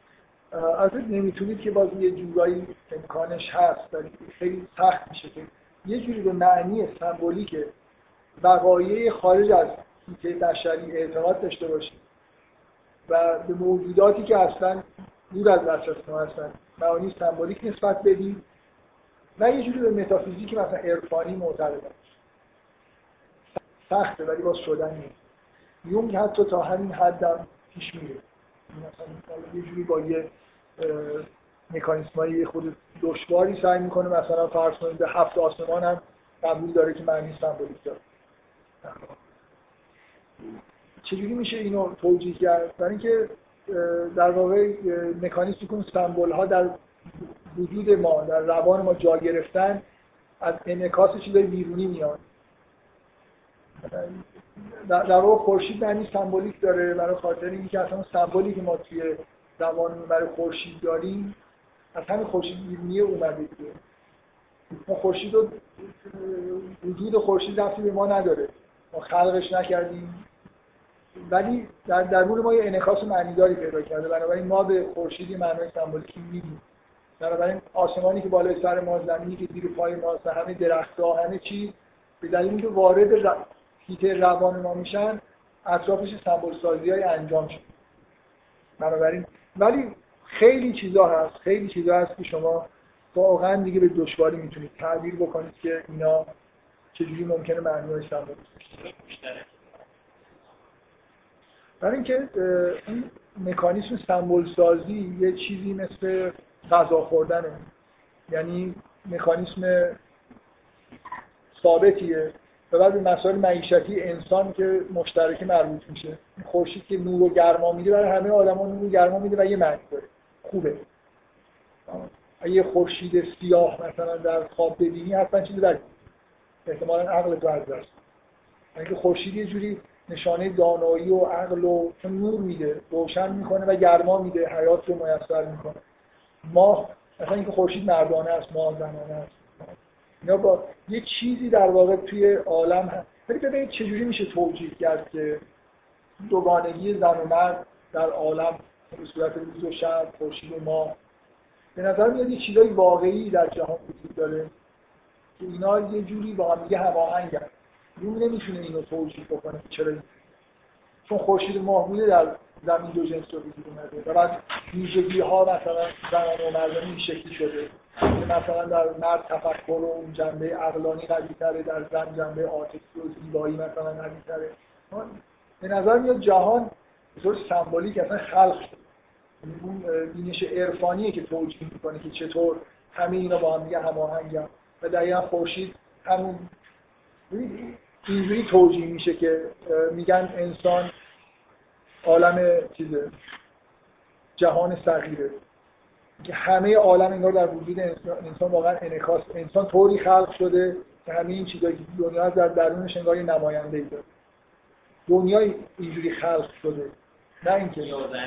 اصلا نمیتونید که باز یه جورایی امکانش هست ولی خیلی سخت میشه که یه جوری به معنی سمبولیک وقایع خارج از هیته بشری اعتقاد داشته باشید و به موجوداتی که اصلا دور از دسترس ما هستن معانی سمبولیک نسبت بدید و یه جوری به متافیزیک مثلا عرفانی معتقد باشید. سخته ولی باز شدن نیست. یونگ حتی تا همین حدم پیش میره، مثلا یه جوری با یه مکانیسمای خود دشواری سعی میکنه مثلا فرض کنید به هفت آسمان هم قبول داره که معنی سمبولیک داره. چجوری میشه اینو توجیه کرد؟ برای اینکه در واقع مکانیزمی که سمبول ها در وجود ما در روان ما جا گرفتن از انعکاس چیزای بیرونی میاد. در واقع خورشید معنی سمبولیک داره برای خاطر اینکه اصلا سمبولی که ما توی روان برای خورشید داریم از همین خورشید بیرونی اومده دیگه. ما خورشید رو وجود خورشید رفتی به ما نداره، ما خلقش نکردیم، ولی در درون ما یه انعکاس معنیداری پیدا کرده. بنابراین ما به خورشید معنای سمبولیکی میدیم. بنابراین آسمانی که بالای سر ما، زمینی که زیر پای ما، همه درخت‌ها، همه چیز به دلیل اینکه وارد هیته روان ما میشن اطرافش سمبول سازی‌های انجام شده. بنابراین ولی خیلی چیزا هست، خیلی چیزا هست که شما واقعا دیگه به دشواری میتونید تعبیر بکنید که اینا چجوری ممکنه معنی‌های سمبولیک باشه. برای اینکه این مکانیسم سمبول سازی یه چیزی مثل غذا خوردنه، یعنی مکانیسم ثابتیه و بعد به مسائل معیشتی انسان که مشترکی مربوط میشه. خورشید که نور و گرما میده برای همه آدما نور و گرما میده و یه معنی داره، خوبه. اگه خورشید سیاه مثلا در خواب ببینی حتما چیزی بدی، احتمالاً عقل تو از دست. اینکه خورشید یه جوری نشانه دانایی و عقل و چون نور میده، روشن میکنه و گرما میده، حیات رو میسر میکنه. ماه مثلا اینکه خورشید مردانه است، ماه زنانه است. اینا با یه چیزی در واقع توی عالم هست. ولی ببینید چجوری میشه توجیه کرد که دوگانگی زن و مرد در عالم به صورت روز و شب، خورشید و ماه، به نظر میاد یه چیزای واقعی در جهان وجود داره که اینا یه جوری با هم دیگه هماهنگن. یون نمیتونه اینو توجیه بکنه چرا این؟ چون خورشید و ماه بوده در زمین دو جنس رو وجود اومده و بعد ویژگی‌ها مثلا زنانه و مردانه این شکلی شده که مثلا در مرد تفکر و اون جنبه عقلانی قوی‌تره، در زن جنبه عاطفی و زیبایی مثلا قوی‌تره. به نظر میاد جهان به طور سمبولیک اصلا خلق شده. اون بینش عرفانیه که توجیه میکنه که چطور همه اینا با هم دیگه هماهنگن و دقیقاً خورشید همون اینجوری توجیه میشه که میگن انسان عالم چیزه، جهان صغیره، که همه عالم انگار در وجود انسان واقعا انعکاس، انسان طوری خلق شده که همه این چیزایی که دنیا در درونش انگار یه نماینده‌ای داره. دنیا اینجوری خلق شده، نه اینکه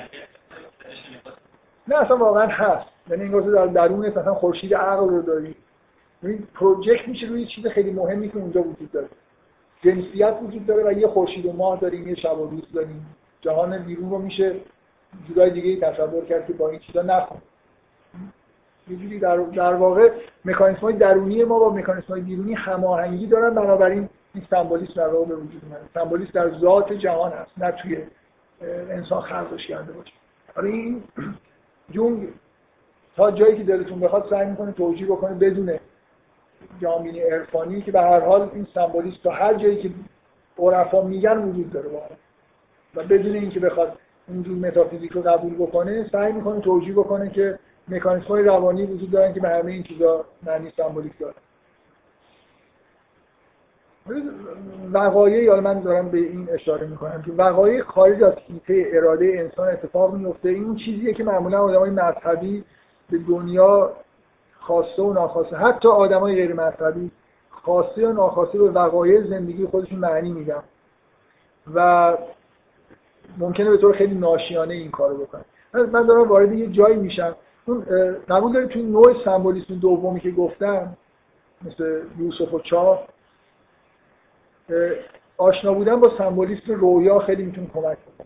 نه اصلا واقعا هست. یعنی انگار در درونش مثلا خورشید عقل رو داری، این پروژکت میشه روی چیز خیلی مهمی که اونجا وجود داره. جنسیت وجود داره و یه خورشید و ماه داریم، یه شب و روز داریم. جهان بیرون رو میشه جورای دیگه‌ای تصور کرد که با این چیزا نخونه. یه جوری در در واقع مکانیزم‌های درونی ما با مکانیزم‌های بیرونی هماهنگی دارن، بنابراین این سمبولیسم در واقع به وجود اومده. سمبولیسم در ذات جهان هست، نه توی انسان خلقش کرده باشه. آره این یونگ تا جایی که دلتون بخواد سعی می‌کنه توجیه بکنه بدون جامعه عرفانی که به هر حال این سمبولیسم تا هر جایی که عرفا میگن وجود داره واقعا و بدون اینکه بخواد اونجور متافیزیک رو قبول بکنه سعی میکنه توجیه بکنه که مکانیزم‌های روانی وجود دارن که به همه این چیزا معنی سمبولیک دارن. وقایعی، حالا من دارم به این اشاره میکنم که وقایع خارج از حیطه اراده انسان اتفاق میفته. این چیزیه که معمولا آدمای مذهبی به دنیا خواسته و ناخواسته، حتی آدمای غیر مذهبی خواسته و ناخواسته به وقایع زندگی خودشون معنی میدن و ممکنه به طور خیلی ناشیانه این کارو بکنن. من دارم وارد یه جایی میشم، اون قبول دارید توی نوع سمبولیسم دومی که گفتم مثل یوسف و چاه آشنا بودن با سمبولیسم رویا خیلی میتونه کمک کنه،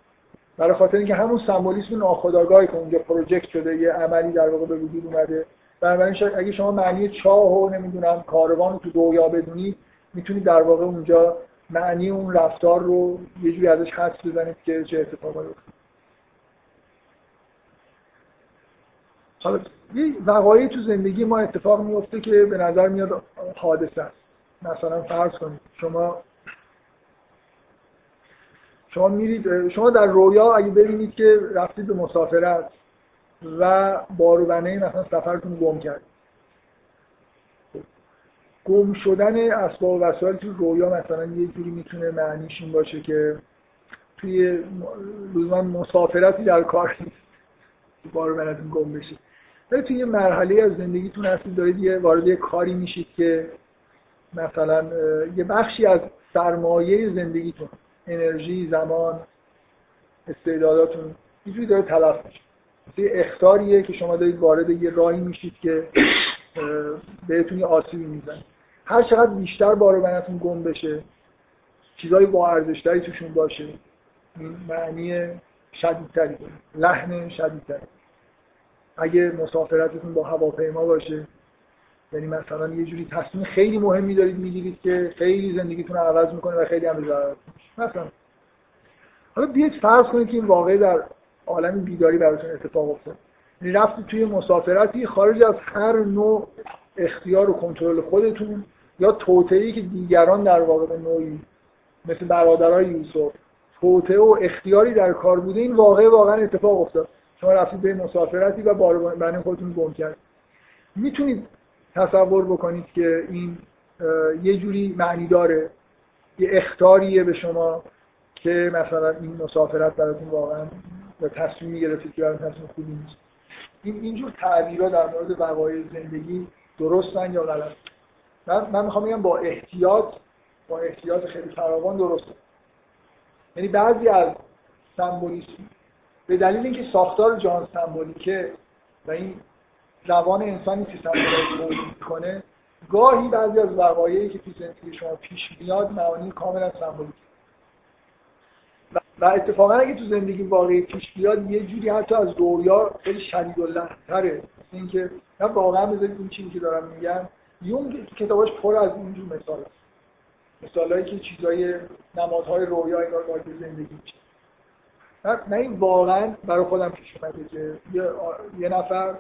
برای خاطر اینکه همون سمبولیسم ناخودآگاهی که اونجا پروژکت شده، یه عملی در واقع به وجود اومده بنابراین اگه شما معنی چاه و نمیدونم کاروان رو تو رویا بدونید، میتونید در واقع اونجا معنی اون رفتار رو یه جوری ازش حدس بزنید که چه اتفاقی افتاد. حالا یه وقایعی تو زندگی ما اتفاق میفته که به نظر میاد حادثه است. مثلا فرض کنید شما شما میرید، شما در رویا اگه ببینید که رفتید به مسافرت و بار و بنه مثلا سفرتون گم کرد. گم شدن اسباب و وسایل تو رویا مثلا یه جوری میتونه معنیش این باشه که توی لزوما مسافرتی در کار نیست بار و بنتون گم بشه، ولی توی یه مرحله از زندگیتون هستید دارید یه وارد یه کاری میشید که مثلا یه بخشی از سرمایه زندگیتون، انرژی، زمان، استعداداتون یه جوری داره تلف میشه. یه اخطاریه که شما دارید وارد یه راهی میشید که بهتون یه آسیبی میزنه. هر چقدر بیشتر بار و بنتون گم بشه، چیزای با ارزش‌تری توشون باشه، این معنی شدیدتری داره، لحن شدیدتری. اگه مسافرتتون با هواپیما باشه، یعنی مثلا یه جوری تصمیم خیلی مهمی دارید میگیرید که خیلی زندگیتون رو عوض میکنه و خیلی هم به ضررتون میشه. مثلا حالا بیاید فرض کنید که این واقعه در عالم بیداری براتون اتفاق افتاد. یعنی رفتید توی مسافرتی خارج از هر نوع اختیار و کنترل خودتون یا توطئه‌ای که دیگران در واقع به نوعی مثل برادرای یوسف توطئه و اختیاری در کار بوده، این واقعه واقعا اتفاق افتاد. شما رفتید به مسافرتی و بار و بنه خودتون گم کردید. میتونید تصور بکنید که این یه جوری معنی داره، یه اخطاریه به شما که مثلا این مسافرت براتون واقعا یا تصمیمی گرفتید که براتون تصمیم خوبی نیست. این اینجور تعبیرها در مورد وقایع زندگی درستن یا غلط؟ من من میخوام بگم با احتیاط با احتیاط خیلی فراوان درسته. یعنی بعضی از سمبولیسم به دلیل اینکه ساختار جهان سمبولیکه و این روان انسانی که سمبولیک تولید میکنه، گاهی بعضی از وقایعی که تو زندگی شما پیش میاد معانی کاملا سمبولیک و اتفاقا اگه تو زندگی واقعی پیش بیاد یه جوری حتی از رویا خیلی شدیدالله‌تره. اینکه من واقعا بذارید این چیزی که دارم میگم، یونگ تو کتاباش پر از اینجور مثال هست، مثالایی که چیزای نمادهای رویا اینا رو وارد زندگی میشه. من این واقعا برای خودم پیش اومده که یه, یه نفر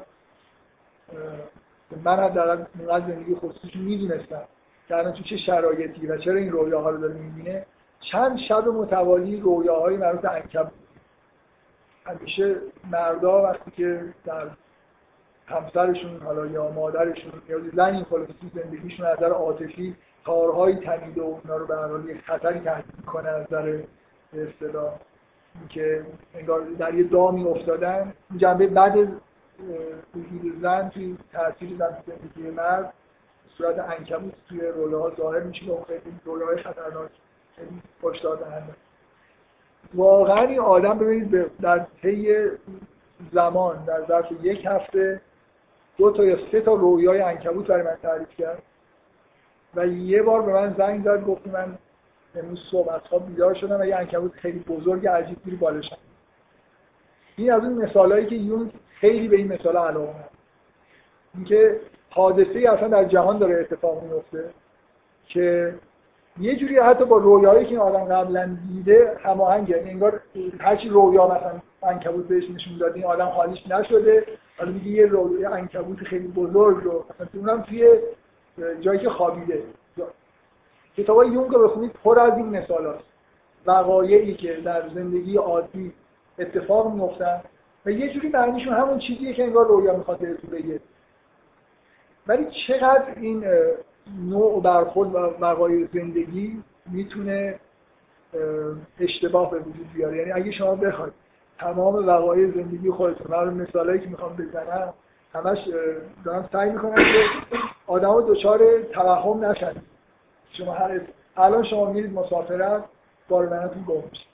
من هم در اون زندگی خصوصی میدونستم که الان تو چه شرایطی و چرا این رویاها رو داره میبینه. چند شب متوالی رویاهای مربوط به عنکبوت. همیشه مردا وقتی که در همسرشون حالا یا مادرشون یا زنی خلاص تو زندگیشون از نظر عاطفی تارهایی تنیده و اونا رو به هر حال یک خطری تهدید میکنه از نظر به اصطلاح اینکه انگار در یه دامی افتادن، جنبه بعد وجود زن توی تاثیر زن تو زندگی مرد صورت عنکبوت توی روله‌ها ظاهر میشه و خیلی روله‌های خطرناک خیلی هشدار دهنده. واقعا این آدم ببینید در طی زمان در ظرف یک هفته دو تا یا سه تا رویای عنکبوت برای من تعریف کرد و یه بار به من زنگ زد گفت من امروز صبح از خواب بیدار شدم و یه عنکبوت خیلی بزرگ عجیب گیری بالشم. این از اون مثالایی که یونگ خیلی به این مثالا علاقه داره، اینکه حادثه‌ای اصلا در جهان داره اتفاق میفته که یه جوری حتی با رویایی که این آدم قبلا دیده هماهنگه. انگار هر چی رویا مثلا عنکبوت بهش نشون داد این آدم حالیش نشده، حالا میگه یه رویا عنکبوت خیلی بزرگ رو مثلا اونم توی جایی که خوابیده. کتابای یونگ رو بخونید پر از این مثالاست، وقایعی که در زندگی عادی اتفاق میفتن و یه جوری معنیشون همون چیزیه که انگار رویا میخواد بهتون بگه. ولی چقدر این نوع برخورد و وقایع زندگی میتونه اشتباه به وجود بیاره. یعنی اگه شما بخواید تمام وقایع زندگی خودتون، من مثالایی که میخوام بزنم همش دارم سعی میکنم که آدم‌ها دچار توهم نشن. شما هر الان شما میرید مسافرت، بار و بنتون گم میشه،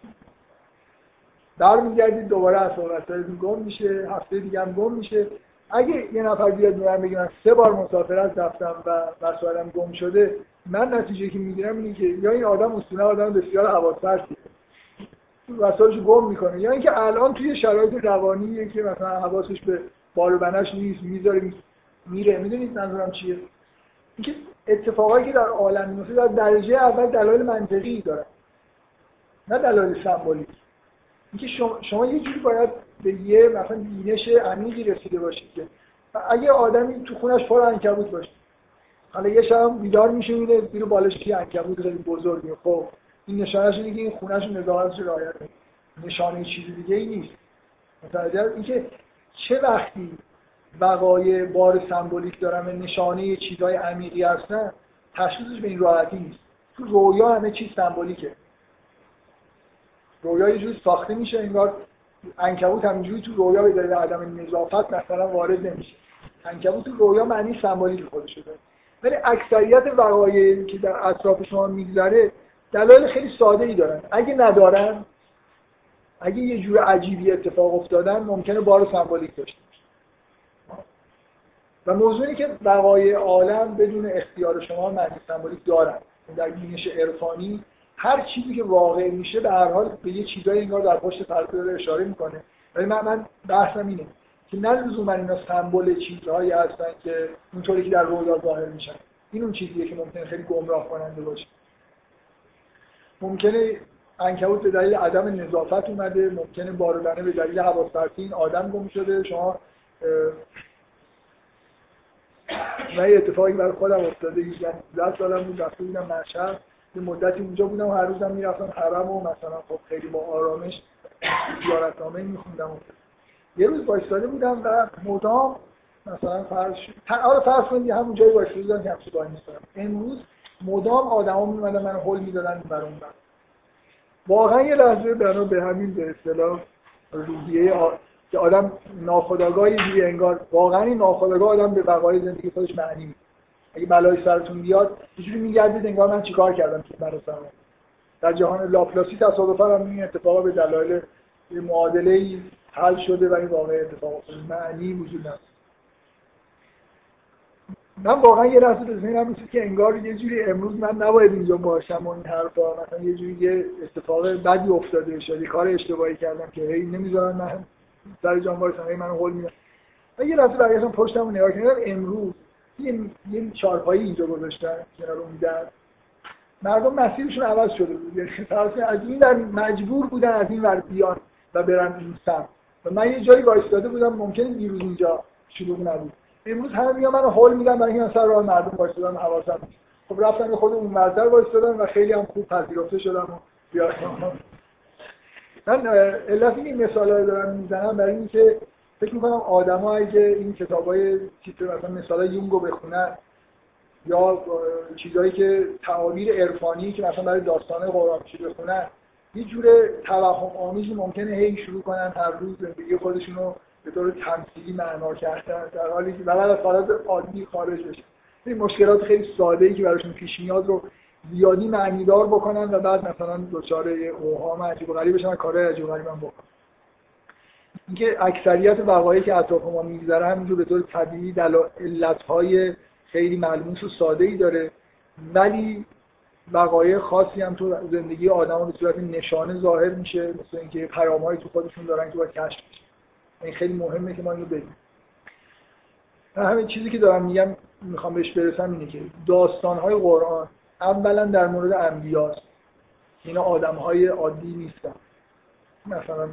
برمیگردید دوباره اسباب وسایلتون گم میشه، هفته دیگه هم گم میشه. اگه یه نفر بیاد میگم بگه من سه بار مسافرت رفتم و وسایلم گم شده، من نتیجه که میگیرم اینه که یا این آدم اصولا آدم بسیار حواس‌پرتیه وسایلشو گم میکنه، یا اینکه الان توی شرایط روانیه که مثلا حواسش به بار و بنش نیست، میذاره میره. میدونید منظورم چیه؟ اینکه اتفاقایی که در عالم میفته در درجه اول دلایل منطقی داره، نه دلایل سمبولیک. اینکه شما, شما یه جوری باید به یه مثلا بینش عمیقی رسیده باشید که اگه آدمی تو خونش پر عنکبوت باشه، حالا یه شب بیدار میشه میره زیر بالش یه عنکبوت خیلی بزرگه، خب این نشانش اینه که این خونه‌ش نظافتش رعایت می‌کنه، نشانه چیز دیگه ای نیست. متوجه اینکه چه وقتی وقایع بار سمبولیک دارن و نشانه چیزهای عمیقی هستن، تشخیصش به این راحتی نیست. تو رویا همه چیز سمبولیکه. رویا یه جوری ساخته میشه انگار عنکبوت همینجوری تو رویا به دلیل عدم نظافت مثلا وارد نمیشه. عنکبوت تو رویا معنی سمبولیک خودشه داره. ولی اکثریت وقایعی که در اطراف شما میگذره دلایل خیلی ساده‌ای دارن. اگه ندارن، اگه یه جور عجیبی اتفاق افتادن، ممکنه بار سمبولیک داشته باشه. و موضوعی که وقایع عالم بدون اختیار شما معنی سمبولیک دارن. در بینش عرفانی هر چیزی که واقع میشه به هر حال به یه چیزایی انگار در پشت پرده داره اشاره میکنه. ولی من من بحثم اینه که نه لزوما اینا سمبل چیزهایی هستن که اونطوری که در رویا ظاهر میشن. این اون چیزیه که ممکنه خیلی گمراه کننده باشه. ممکنه عنکبوت به دلیل عدم نظافت اومده، ممکنه بارودانه به دلیل حواس پرتی این آدم گم شده. شما من یه اتفاقی برای خودم افتاده، یازده سالم بود، رفته بودم مشهد، یه مدتی اونجا بودم و هر روزم میرفتم حرم و مثلا خب خیلی با آرامش زیارتنامه میخوندم. یه روز وایساده بودم و مدام مثلا فرض آره فرض کنید همون جایی وایساده بودم که همچین کاری می‌کردم. امروز مدام آدما میومدن منو هول میدادن برام. واقعا یه لحظه بنا به همین به اصطلاح روحیه آ... که آدم ناخودآگاه یه جوری انگار واقعا این ناخودآگاه آدم به وقایع زندگی خودش معنی میده. اگه بلای سرتون بیاد یه جوری میگردید انگار من چیکار کردم که برای سرم. در جهان لاپلاسی تصادفاً هم این اتفاقا به دلایل معادله‌ای حل شده و این واقعا اتفاق افتاده، معنی وجود نداره. من واقعا یه لحظه به ذهنم رسید که انگار یه جوری امروز من نباید اینجا باشم و این حرفا، مثلا یه جوری یه اتفاق بدی افتاده شده، کار اشتباهی کردم که هی نمیذارن من سر جام وایسم، هی منو هول میدن. من یه لحظه برگشتم پشتمو نگاه کردم، امروز یه یه چارپایی اینجا گذاشتن کنار اون در، مردم مسیرشون عوض شده بود، یعنی از این در مجبور بودن از این ور بیان و برن این سمت و من یه جایی وایساده بودم ممکنه دیروز اینجا شلوغ نبود. امروز همه میان منو هول میدن برای اینکه مثلا راه مردم وایسادن حواسم نیست. خب رفتم خود اون مرتبه وایسادم و خیلی هم خوب پذیرفته شدم و بیاستم. من علت این مثالا رو دارم میزنم برای اینکه فکر میکنم آدمایی که این کتابای تیتر مثلا مثلا یونگو بخونن یا چیزایی که تعابیر عرفانی که مثلا برای داستان قرآن چی بخونن، یه جور توهم آمیزی ممکنه هی شروع کنن هر روز زندگی خودشونو به طور تمثیلی معنا کردن در حالی که بعد از حالت عادی خارج بشن. این مشکلات خیلی ساده‌ای که براشون پیش میاد رو زیادی معنیدار بکنن و بعد مثلا دچار اوهام عجیب و غریب بشن و کارهای عجیب و غریب هم بکنن. اینکه اکثریت وقایعی که اطراف ما میگذره همینجور به طور طبیعی علت‌های خیلی ملموس و ساده‌ای داره، ولی وقایع خاصی هم تو زندگی آدم‌ها به صورت نشانه ظاهر میشه، مثل اینکه پیام‌هایی تو خودشون دارن که باید کشف بشه. این خیلی مهمه که ما اینو بدونیم. همین چیزی که دارم میگم میخوام بهش برسم اینه که داستان‌های قرآن اولا در مورد انبیاست. اینا آدم‌های عادی نیستن. مثلا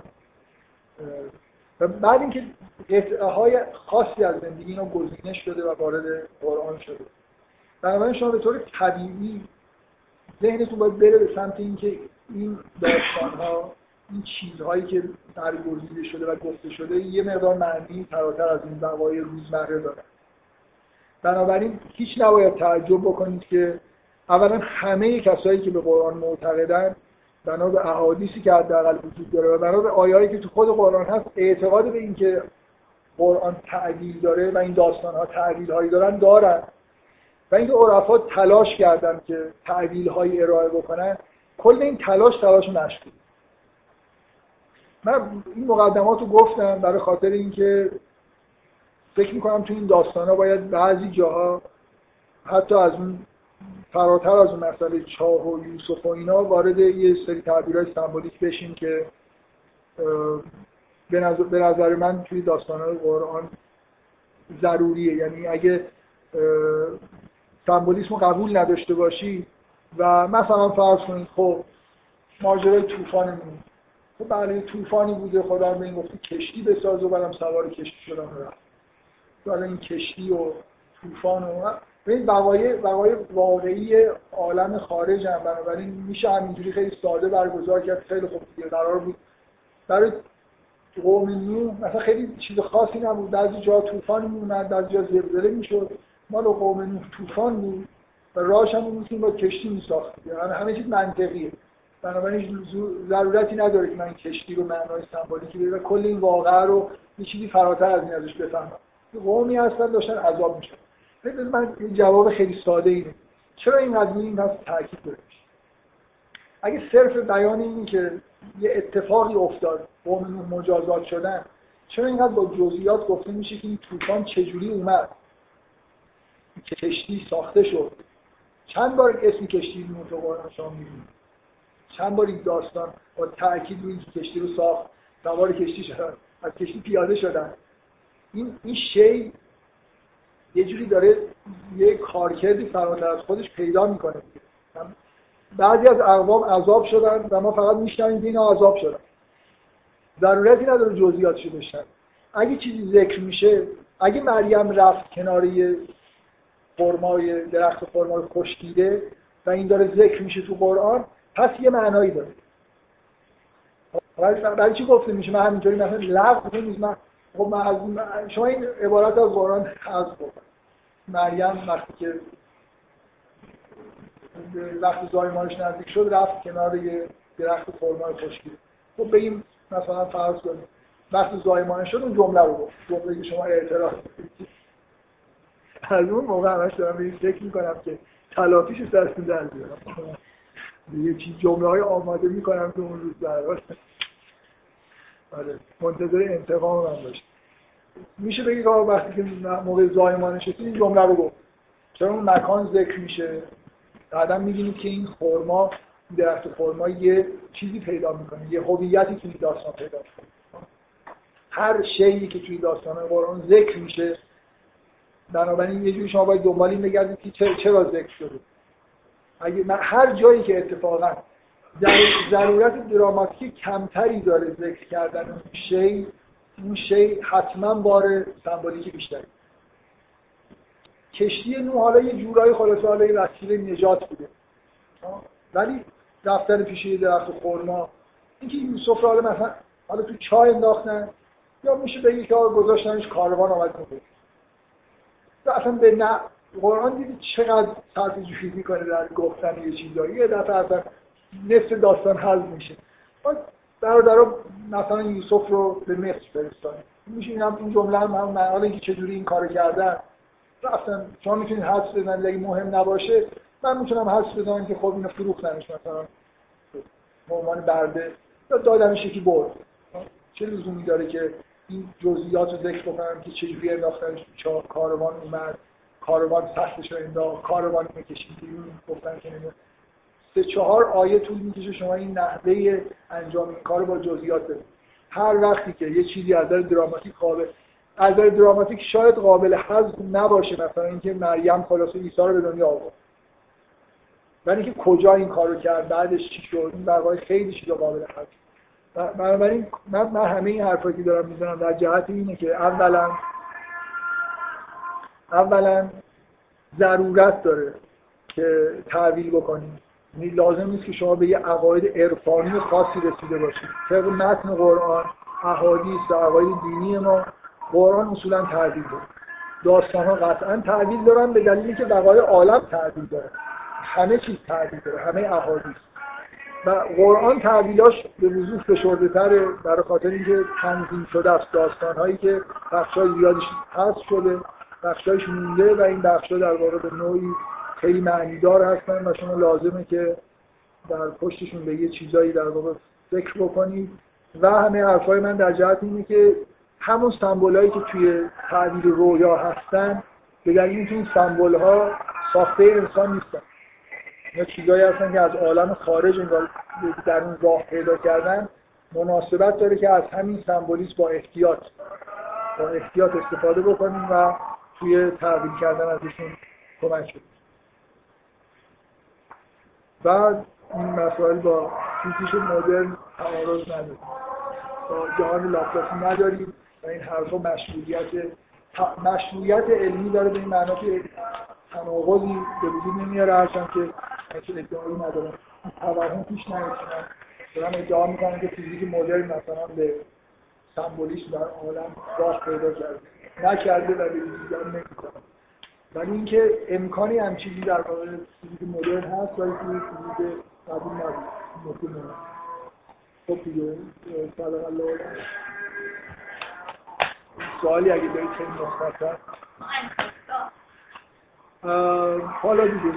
و بعد اینکه قطعه‌های خاصی از زندگی اینا گزینش شده و وارد قرآن شده. بنابراین شما به طور طبیعی ذهنتون باید بره به سمت اینکه این داستان‌ها، این چیزهایی که برگزیده شده و گفته شده یه مقدار معنی فراتر از این وقایع روزمره داره. بنابراین هیچ نباید تعجب بکنید که اولا همه کسایی که به قرآن معتقدن بنا به احادیثی که حداقل وجود داره و بنا به آیه‌ای که تو خود قرآن هست اعتقاد به این که قرآن تعدیل داره و این داستان‌ها تعدیل‌هایی دارن دارن و اینکه عرفا تلاش کردن که تعدیل‌هایی ارائه بکنن. کل این تلاش تلاش مشکوک. من این مقدمات رو گفتم برای خاطر اینکه فکر میکنم تو این داستانا باید بعضی جاها حتی از اون فراتر از اون مسئله چاه و یوسف و اینا وارد یه سری تعبیرهای سمبولیک بشیم که به نظر, به نظر من توی داستان‌های قرآن ضروریه. یعنی اگه سمبولیسم قبول نداشته باشی و مثلا فرض کنید خب ماجرای طوفان میمونه، خب بله طوفانی بوده، خدا به این گفته کشتی بساز و برام سوار کشتی شدم رفت. حالا این کشتی و طوفان و این وقایع وقایع واقعی عالم خارج هم، بنابراین میشه همینجوری خیلی ساده برگزار کرد. خیلی خوب دیگه قرار بود برای قوم نوح مثلا خیلی چیز خاصی نبود، بعضی جا طوفان میومد، بعضی جا زلزله میشد، مال قوم نوح طوفان بود و راهش هم بود که با کشتی میساخت. یعنی همه چیز منطقیه، بنابراین ضرورتی نداره که من کشتی رو معنای سمبولیکی بدم و کل این واقعه رو یه چیزی فراتر از این ازش بفهمم. قومی هستن داشتن عذاب میشن. ببین من جواب خیلی ساده اینه، چرا این قضیه این هست تاکید داره میشه؟ اگه صرف بیان اینی که یه اتفاقی افتاد، قوم نوح مجازات شدن، چرا اینقدر با جزئیات گفته میشه که این طوفان چجوری اومد، کشتی ساخته شد، چند بار اسم کشتی نوح تو قرآن شما میبینید، چند بار این داستان با تاکید روی اینکه کشتی رو ساخت، سوار کشتی شدن، از کشتی پیاده شدن. این این شی یه جوری داره یه کارکردی فراتر از خودش پیدا میکنه. بعضی از اقوام عذاب شدن و ما فقط میشنویم که اینا عذاب شدن، ضرورتی نداره جزئیاتش بشن. اگه چیزی ذکر میشه، اگه مریم رفت کنار یه خرمای درخت خرمای خشکیده و این داره ذکر میشه تو قرآن، پس یه معنایی داره. برای چی گفته میشه؟ من همینطوری مثلا لفظ نیست، من خب من از شما این عبارت از قرآن حذف کن. مریم وقتی که وقتی زایمانش نزدیک شد رفت کنار یه درخت خرمای خشکیده. خب بگیم مثلا فرض کنیم وقتی زایمانش شد اون جمله رو گفت، جمله‌ای که شما اعتراض کنید. از اون موقع همش دارم به این فکر میکنم که تلافیش رو دستون در بیارم، یه چیز جمله‌های آماده میکنم که اون روز در آره منتظر انتقام من باشه. میشه بگید آقا وقتی که موقع زایمانش شد این جمله رو گفت، چرا اون مکان ذکر میشه؟ بعداً می‌بینید که این خرما، درخت خرما یه چیزی پیدا میکنه، یه هویتی که این داستان پیدا میکنه. هر شیئی که توی داستان قرآن ذکر میشه، بنابراین یه جوری شما باید دنبال این بگردید که چرا ذکر شده. اگه من هر جایی که اتفاقاً ضرورت دراماتیک کمتری داره ذکر کردن اون شی، اون شی حتما بار سمبولیکی بیشتری. کشتی نوح حالا یه جورایی خلاصه حالا یه وسیله نجات بوده، ولی رفتن پیش یه درخت خرما، اینکه یوسف رو حالا مثلا حالا تو چای انداختن، یا میشه بگید که گذاشتنش کاروان آمد میگه اصلا به نه قرآن دیدید چقدر ترجیح میکنه در گفتن یه چیزایی، یه دفعه اصلا نصف داستان حل میشه. برادرها مثلا یوسف رو به مصر فرستادن، میشه این هم این جمله هم هم حالا اینکه چجوری این کارو کردن رفتن. شما میتونید حدس بزنید اگه مهم نباشه، من میتونم حدس بزنم که خب اینو فروختنش مثلا به عنوان برده یا دادنش یکی برد. چه لزومی داره که این جزئیات رو ذکر بکنم که چجوری انداختنش تو کاروان اومد، کاروان سختش رو انداخت، کاروان میکشید بیرون، گفتن که نمیاد. سه چهار آیه طول میکشه شما این نحوه انجام این کارو با جزئیات ببینید. هر وقتی که یه چیزی از نظر دراماتیک قابل از نظر دراماتیک شاید قابل حذف نباشه، مثلا اینکه مریم خلاصه عیسی رو به دنیا آورد، ولی اینکه کجا این کارو کرد، بعدش چی شد، این واقعا خیلی چیزا قابل حذف. بنابراین من من همه این حرفایی که دارم میزنم در جهت اینه که اولا اولا ضرورت داره که تعویل بکنیم. یعنی لازم نیست که شما به یه عقاید عرفانی خاصی رسیده باشید. طبق متن قرآن، احادیث و عقاید دینی ما، قرآن اصولا تعویل داره. داستان‌ها قطعاً تعویل دارن به دلیلی که وقایع عالم تعویل داره. همه چیز تعویل داره، همه احادیث. و قرآن تعویلاش به وضوح فشرده‌تره برای خاطر اینکه تنظیم شده است. داستان‌هایی که بخشای زیادیش حذف شده، بخشایش مونده و این بخشا در واقع به نوعی خیلی معنیدار هستن و شما لازمه که در پشتشون به یه چیزایی در واقع فکر بکنید. و همه حرفای من در جهت اینه که همون سمبولایی که توی تعبیر رویا هستن به دلیل اینکه این سمبول‌ها ساخته انسان نیستن، یا چیزایی هستن که از عالم خارج انگار در اون راه پیدا کردن، مناسبت داره که از همین سمبولیسم با احتیاط با احتیاط استفاده بکنیم و توی تغییر کردن ازشون کمک کنیم. بعد این مسائل با فیزیک مدرن تعارض نداره، با جهان لاپلاسی نداریم و این حرفا مشروعیت مشروعیت علمی داره به این معنا که تناقضی به وجود نمیاره، هرچند که اصلا ادعایی ندارم توهم پیش نمی‌کنم. دارم ادعا میکنم که فیزیک مدرن مثلا به سمبولیسم در عالم راه پیدا کرده نکرده و به دیگران نمی‌کنه، ولی اینکه امکانی هم چیزی در واقع فیزیک مدرن هست ولی توی فیزیک قدیم نبود ممکن نیست. خب دیگه صدق الله. سوالی اگه دارید خیلی مختصر حالا دیگه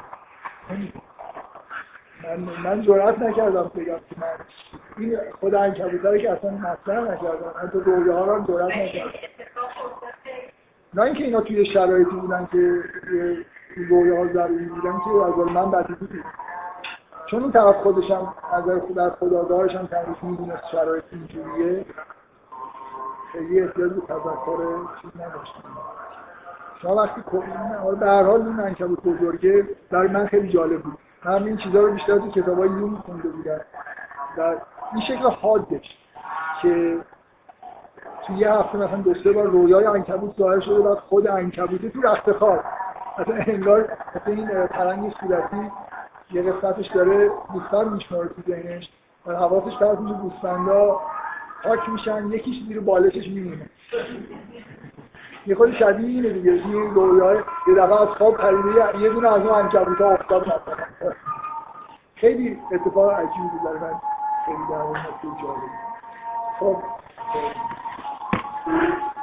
من من جرئت نکردم بگم که من این خود عنکبوت‌ها که اصلا مطرح نکردم، حتی رویاها رو هم جرئت نکردم. نه اینکه اینا توی شرایطی بودن که رویاها ضروری بودن که از من بدیهی بود، چون اون طرف خودش هم از خود از خدادارش هم تعریف می‌دونست شرایط اینجوریه، خیلی احتیاج به تذکر چیز نداشتم. شما وقتی به هر حال این عنکبوت بزرگه برای من خیلی جالب بود. من این چیزا رو بیشتر تو کتابای یونگ خونده بودم. در این شکل حادش که تو یه هفته مثلا دو سه بار رویای عنکبوت ظاهر شده و خود عنکبوت تو رختخواب مثلا انگار مثلا این پرنگ صورتی یه قسمتش داره گوسفند میشماره تو ذهنش و حواسش پرت میشه گوسفندا پاک میشن، یکیش زیر بالشش میمونه. یه خود شبیه اینه دیگه، این رویای یه دفعه از خواب پریده یه دونه از اون عنکبوت‌ها افتاد مثلا. خیلی اتفاق عجیبی بود برای من، خیلی در اون نکته جالب. خب